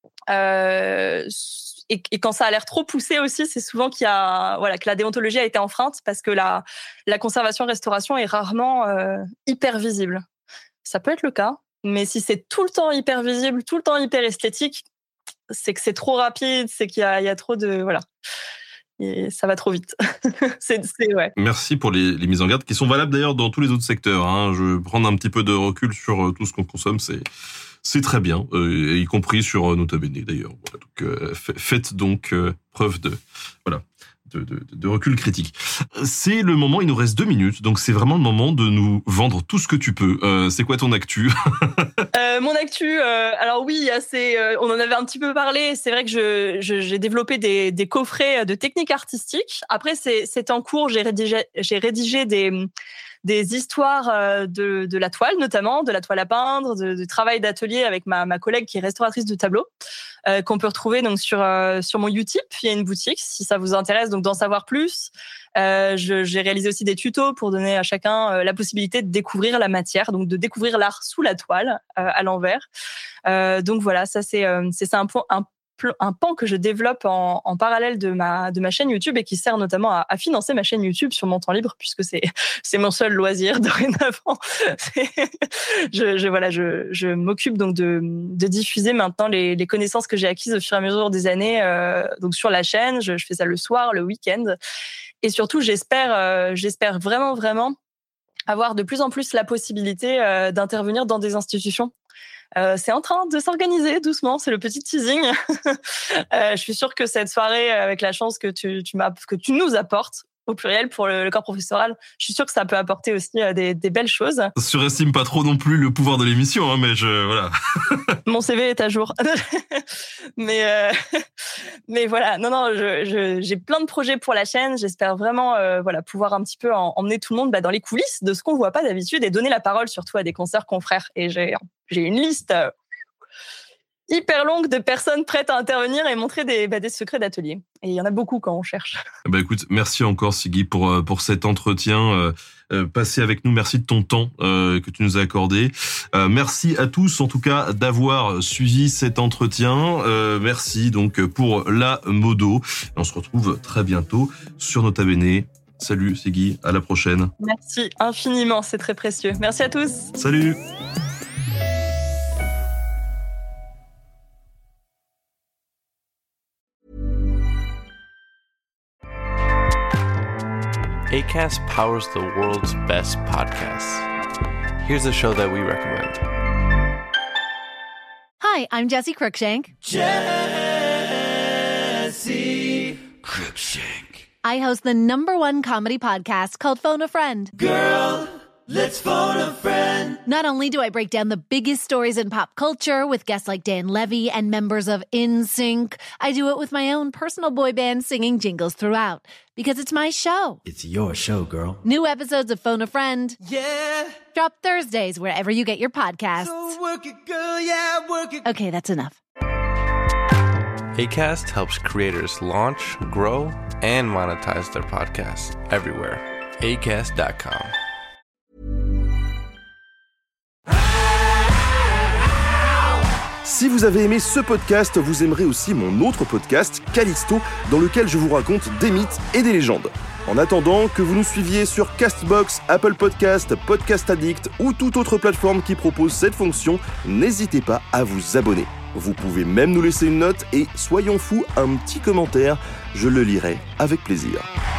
Et quand ça a l'air trop poussé aussi, c'est souvent que la déontologie a été enfreinte parce que la conservation-restauration est rarement hyper visible. Ça peut être le cas, mais si c'est tout le temps hyper visible, tout le temps hyper esthétique, c'est que c'est trop rapide, c'est qu'il y a trop de et ça va trop vite. Ouais. Merci pour les mises en garde qui sont valables d'ailleurs dans tous les autres secteurs. Je vais prendre un petit peu de recul sur tout ce qu'on consomme, c'est très bien, y compris sur Nota Bene d'ailleurs. Donc faites donc preuve de recul critique. C'est le moment, il nous reste 2 minutes, donc c'est vraiment le moment de nous vendre tout ce que tu peux. C'est quoi ton actu? Mon actu, alors oui, on en avait un petit peu parlé. C'est vrai que j'ai développé des coffrets de techniques artistiques. Après, c'est en cours. J'ai rédigé des histoires de la toile, notamment de la toile à peindre, de travail d'atelier avec ma collègue qui est restauratrice de tableaux, qu'on peut retrouver donc sur mon Utip. Il y a une boutique si ça vous intéresse donc d'en savoir plus. J'ai réalisé aussi des tutos pour donner à chacun la possibilité de découvrir la matière, donc de découvrir l'art sous la toile à l'envers. Donc voilà, ça c'est un pan que je développe en parallèle de ma chaîne YouTube et qui sert notamment à financer ma chaîne YouTube sur mon temps libre puisque c'est mon seul loisir dorénavant. Je m'occupe donc de diffuser maintenant les connaissances que j'ai acquises au fur et à mesure des années donc sur la chaîne. Je fais ça le soir, le week-end et surtout j'espère vraiment avoir de plus en plus la possibilité d'intervenir dans des institutions. C'est en train de s'organiser doucement, c'est le petit teasing. Je suis sûre que cette soirée, avec la chance que tu nous apportes, au pluriel pour le corps professoral, je suis sûre que ça peut apporter aussi des belles choses. Je surestime pas trop non plus le pouvoir de l'émission, mais voilà. Mon CV est à jour. mais voilà, non, j'ai plein de projets pour la chaîne. J'espère vraiment pouvoir un petit peu emmener tout le monde dans les coulisses de ce qu'on voit pas d'habitude et donner la parole surtout à des consoeurs confrères. Et j'ai une liste hyper longue de personnes prêtes à intervenir et montrer des secrets d'atelier. Et il y en a beaucoup quand on cherche. Écoute, merci encore Siggy pour cet entretien passé avec nous. Merci de ton temps que tu nous as accordé. Merci à tous en tout cas d'avoir suivi cet entretien. Merci donc pour la modo. On se retrouve très bientôt sur Nota Bene. Salut Siggy, à la prochaine. Merci infiniment, c'est très précieux. Merci à tous. Salut. Acast powers the world's best podcasts. Here's a show that we recommend. Hi, I'm Jessie Cruikshank. Jessie Cruikshank. I host the #1 comedy podcast called Phone a Friend. Girl, let's phone a friend. Not only do I break down the biggest stories in pop culture with guests like Dan Levy and members of NSYNC, I do it with my own personal boy band singing jingles throughout. Because it's my show. It's your show, girl. New episodes of Phone a Friend. Yeah. Drop Thursdays wherever you get your podcasts. So work it, girl, yeah, work it. Okay, that's enough. Acast helps creators launch, grow, and monetize their podcasts everywhere. Acast.com. Si vous avez aimé ce podcast, vous aimerez aussi mon autre podcast, Callisto, dans lequel je vous raconte des mythes et des légendes. En attendant que vous nous suiviez sur Castbox, Apple Podcast, Podcast Addict ou toute autre plateforme qui propose cette fonction, n'hésitez pas à vous abonner. Vous pouvez même nous laisser une note et, soyons fous, un petit commentaire, je le lirai avec plaisir.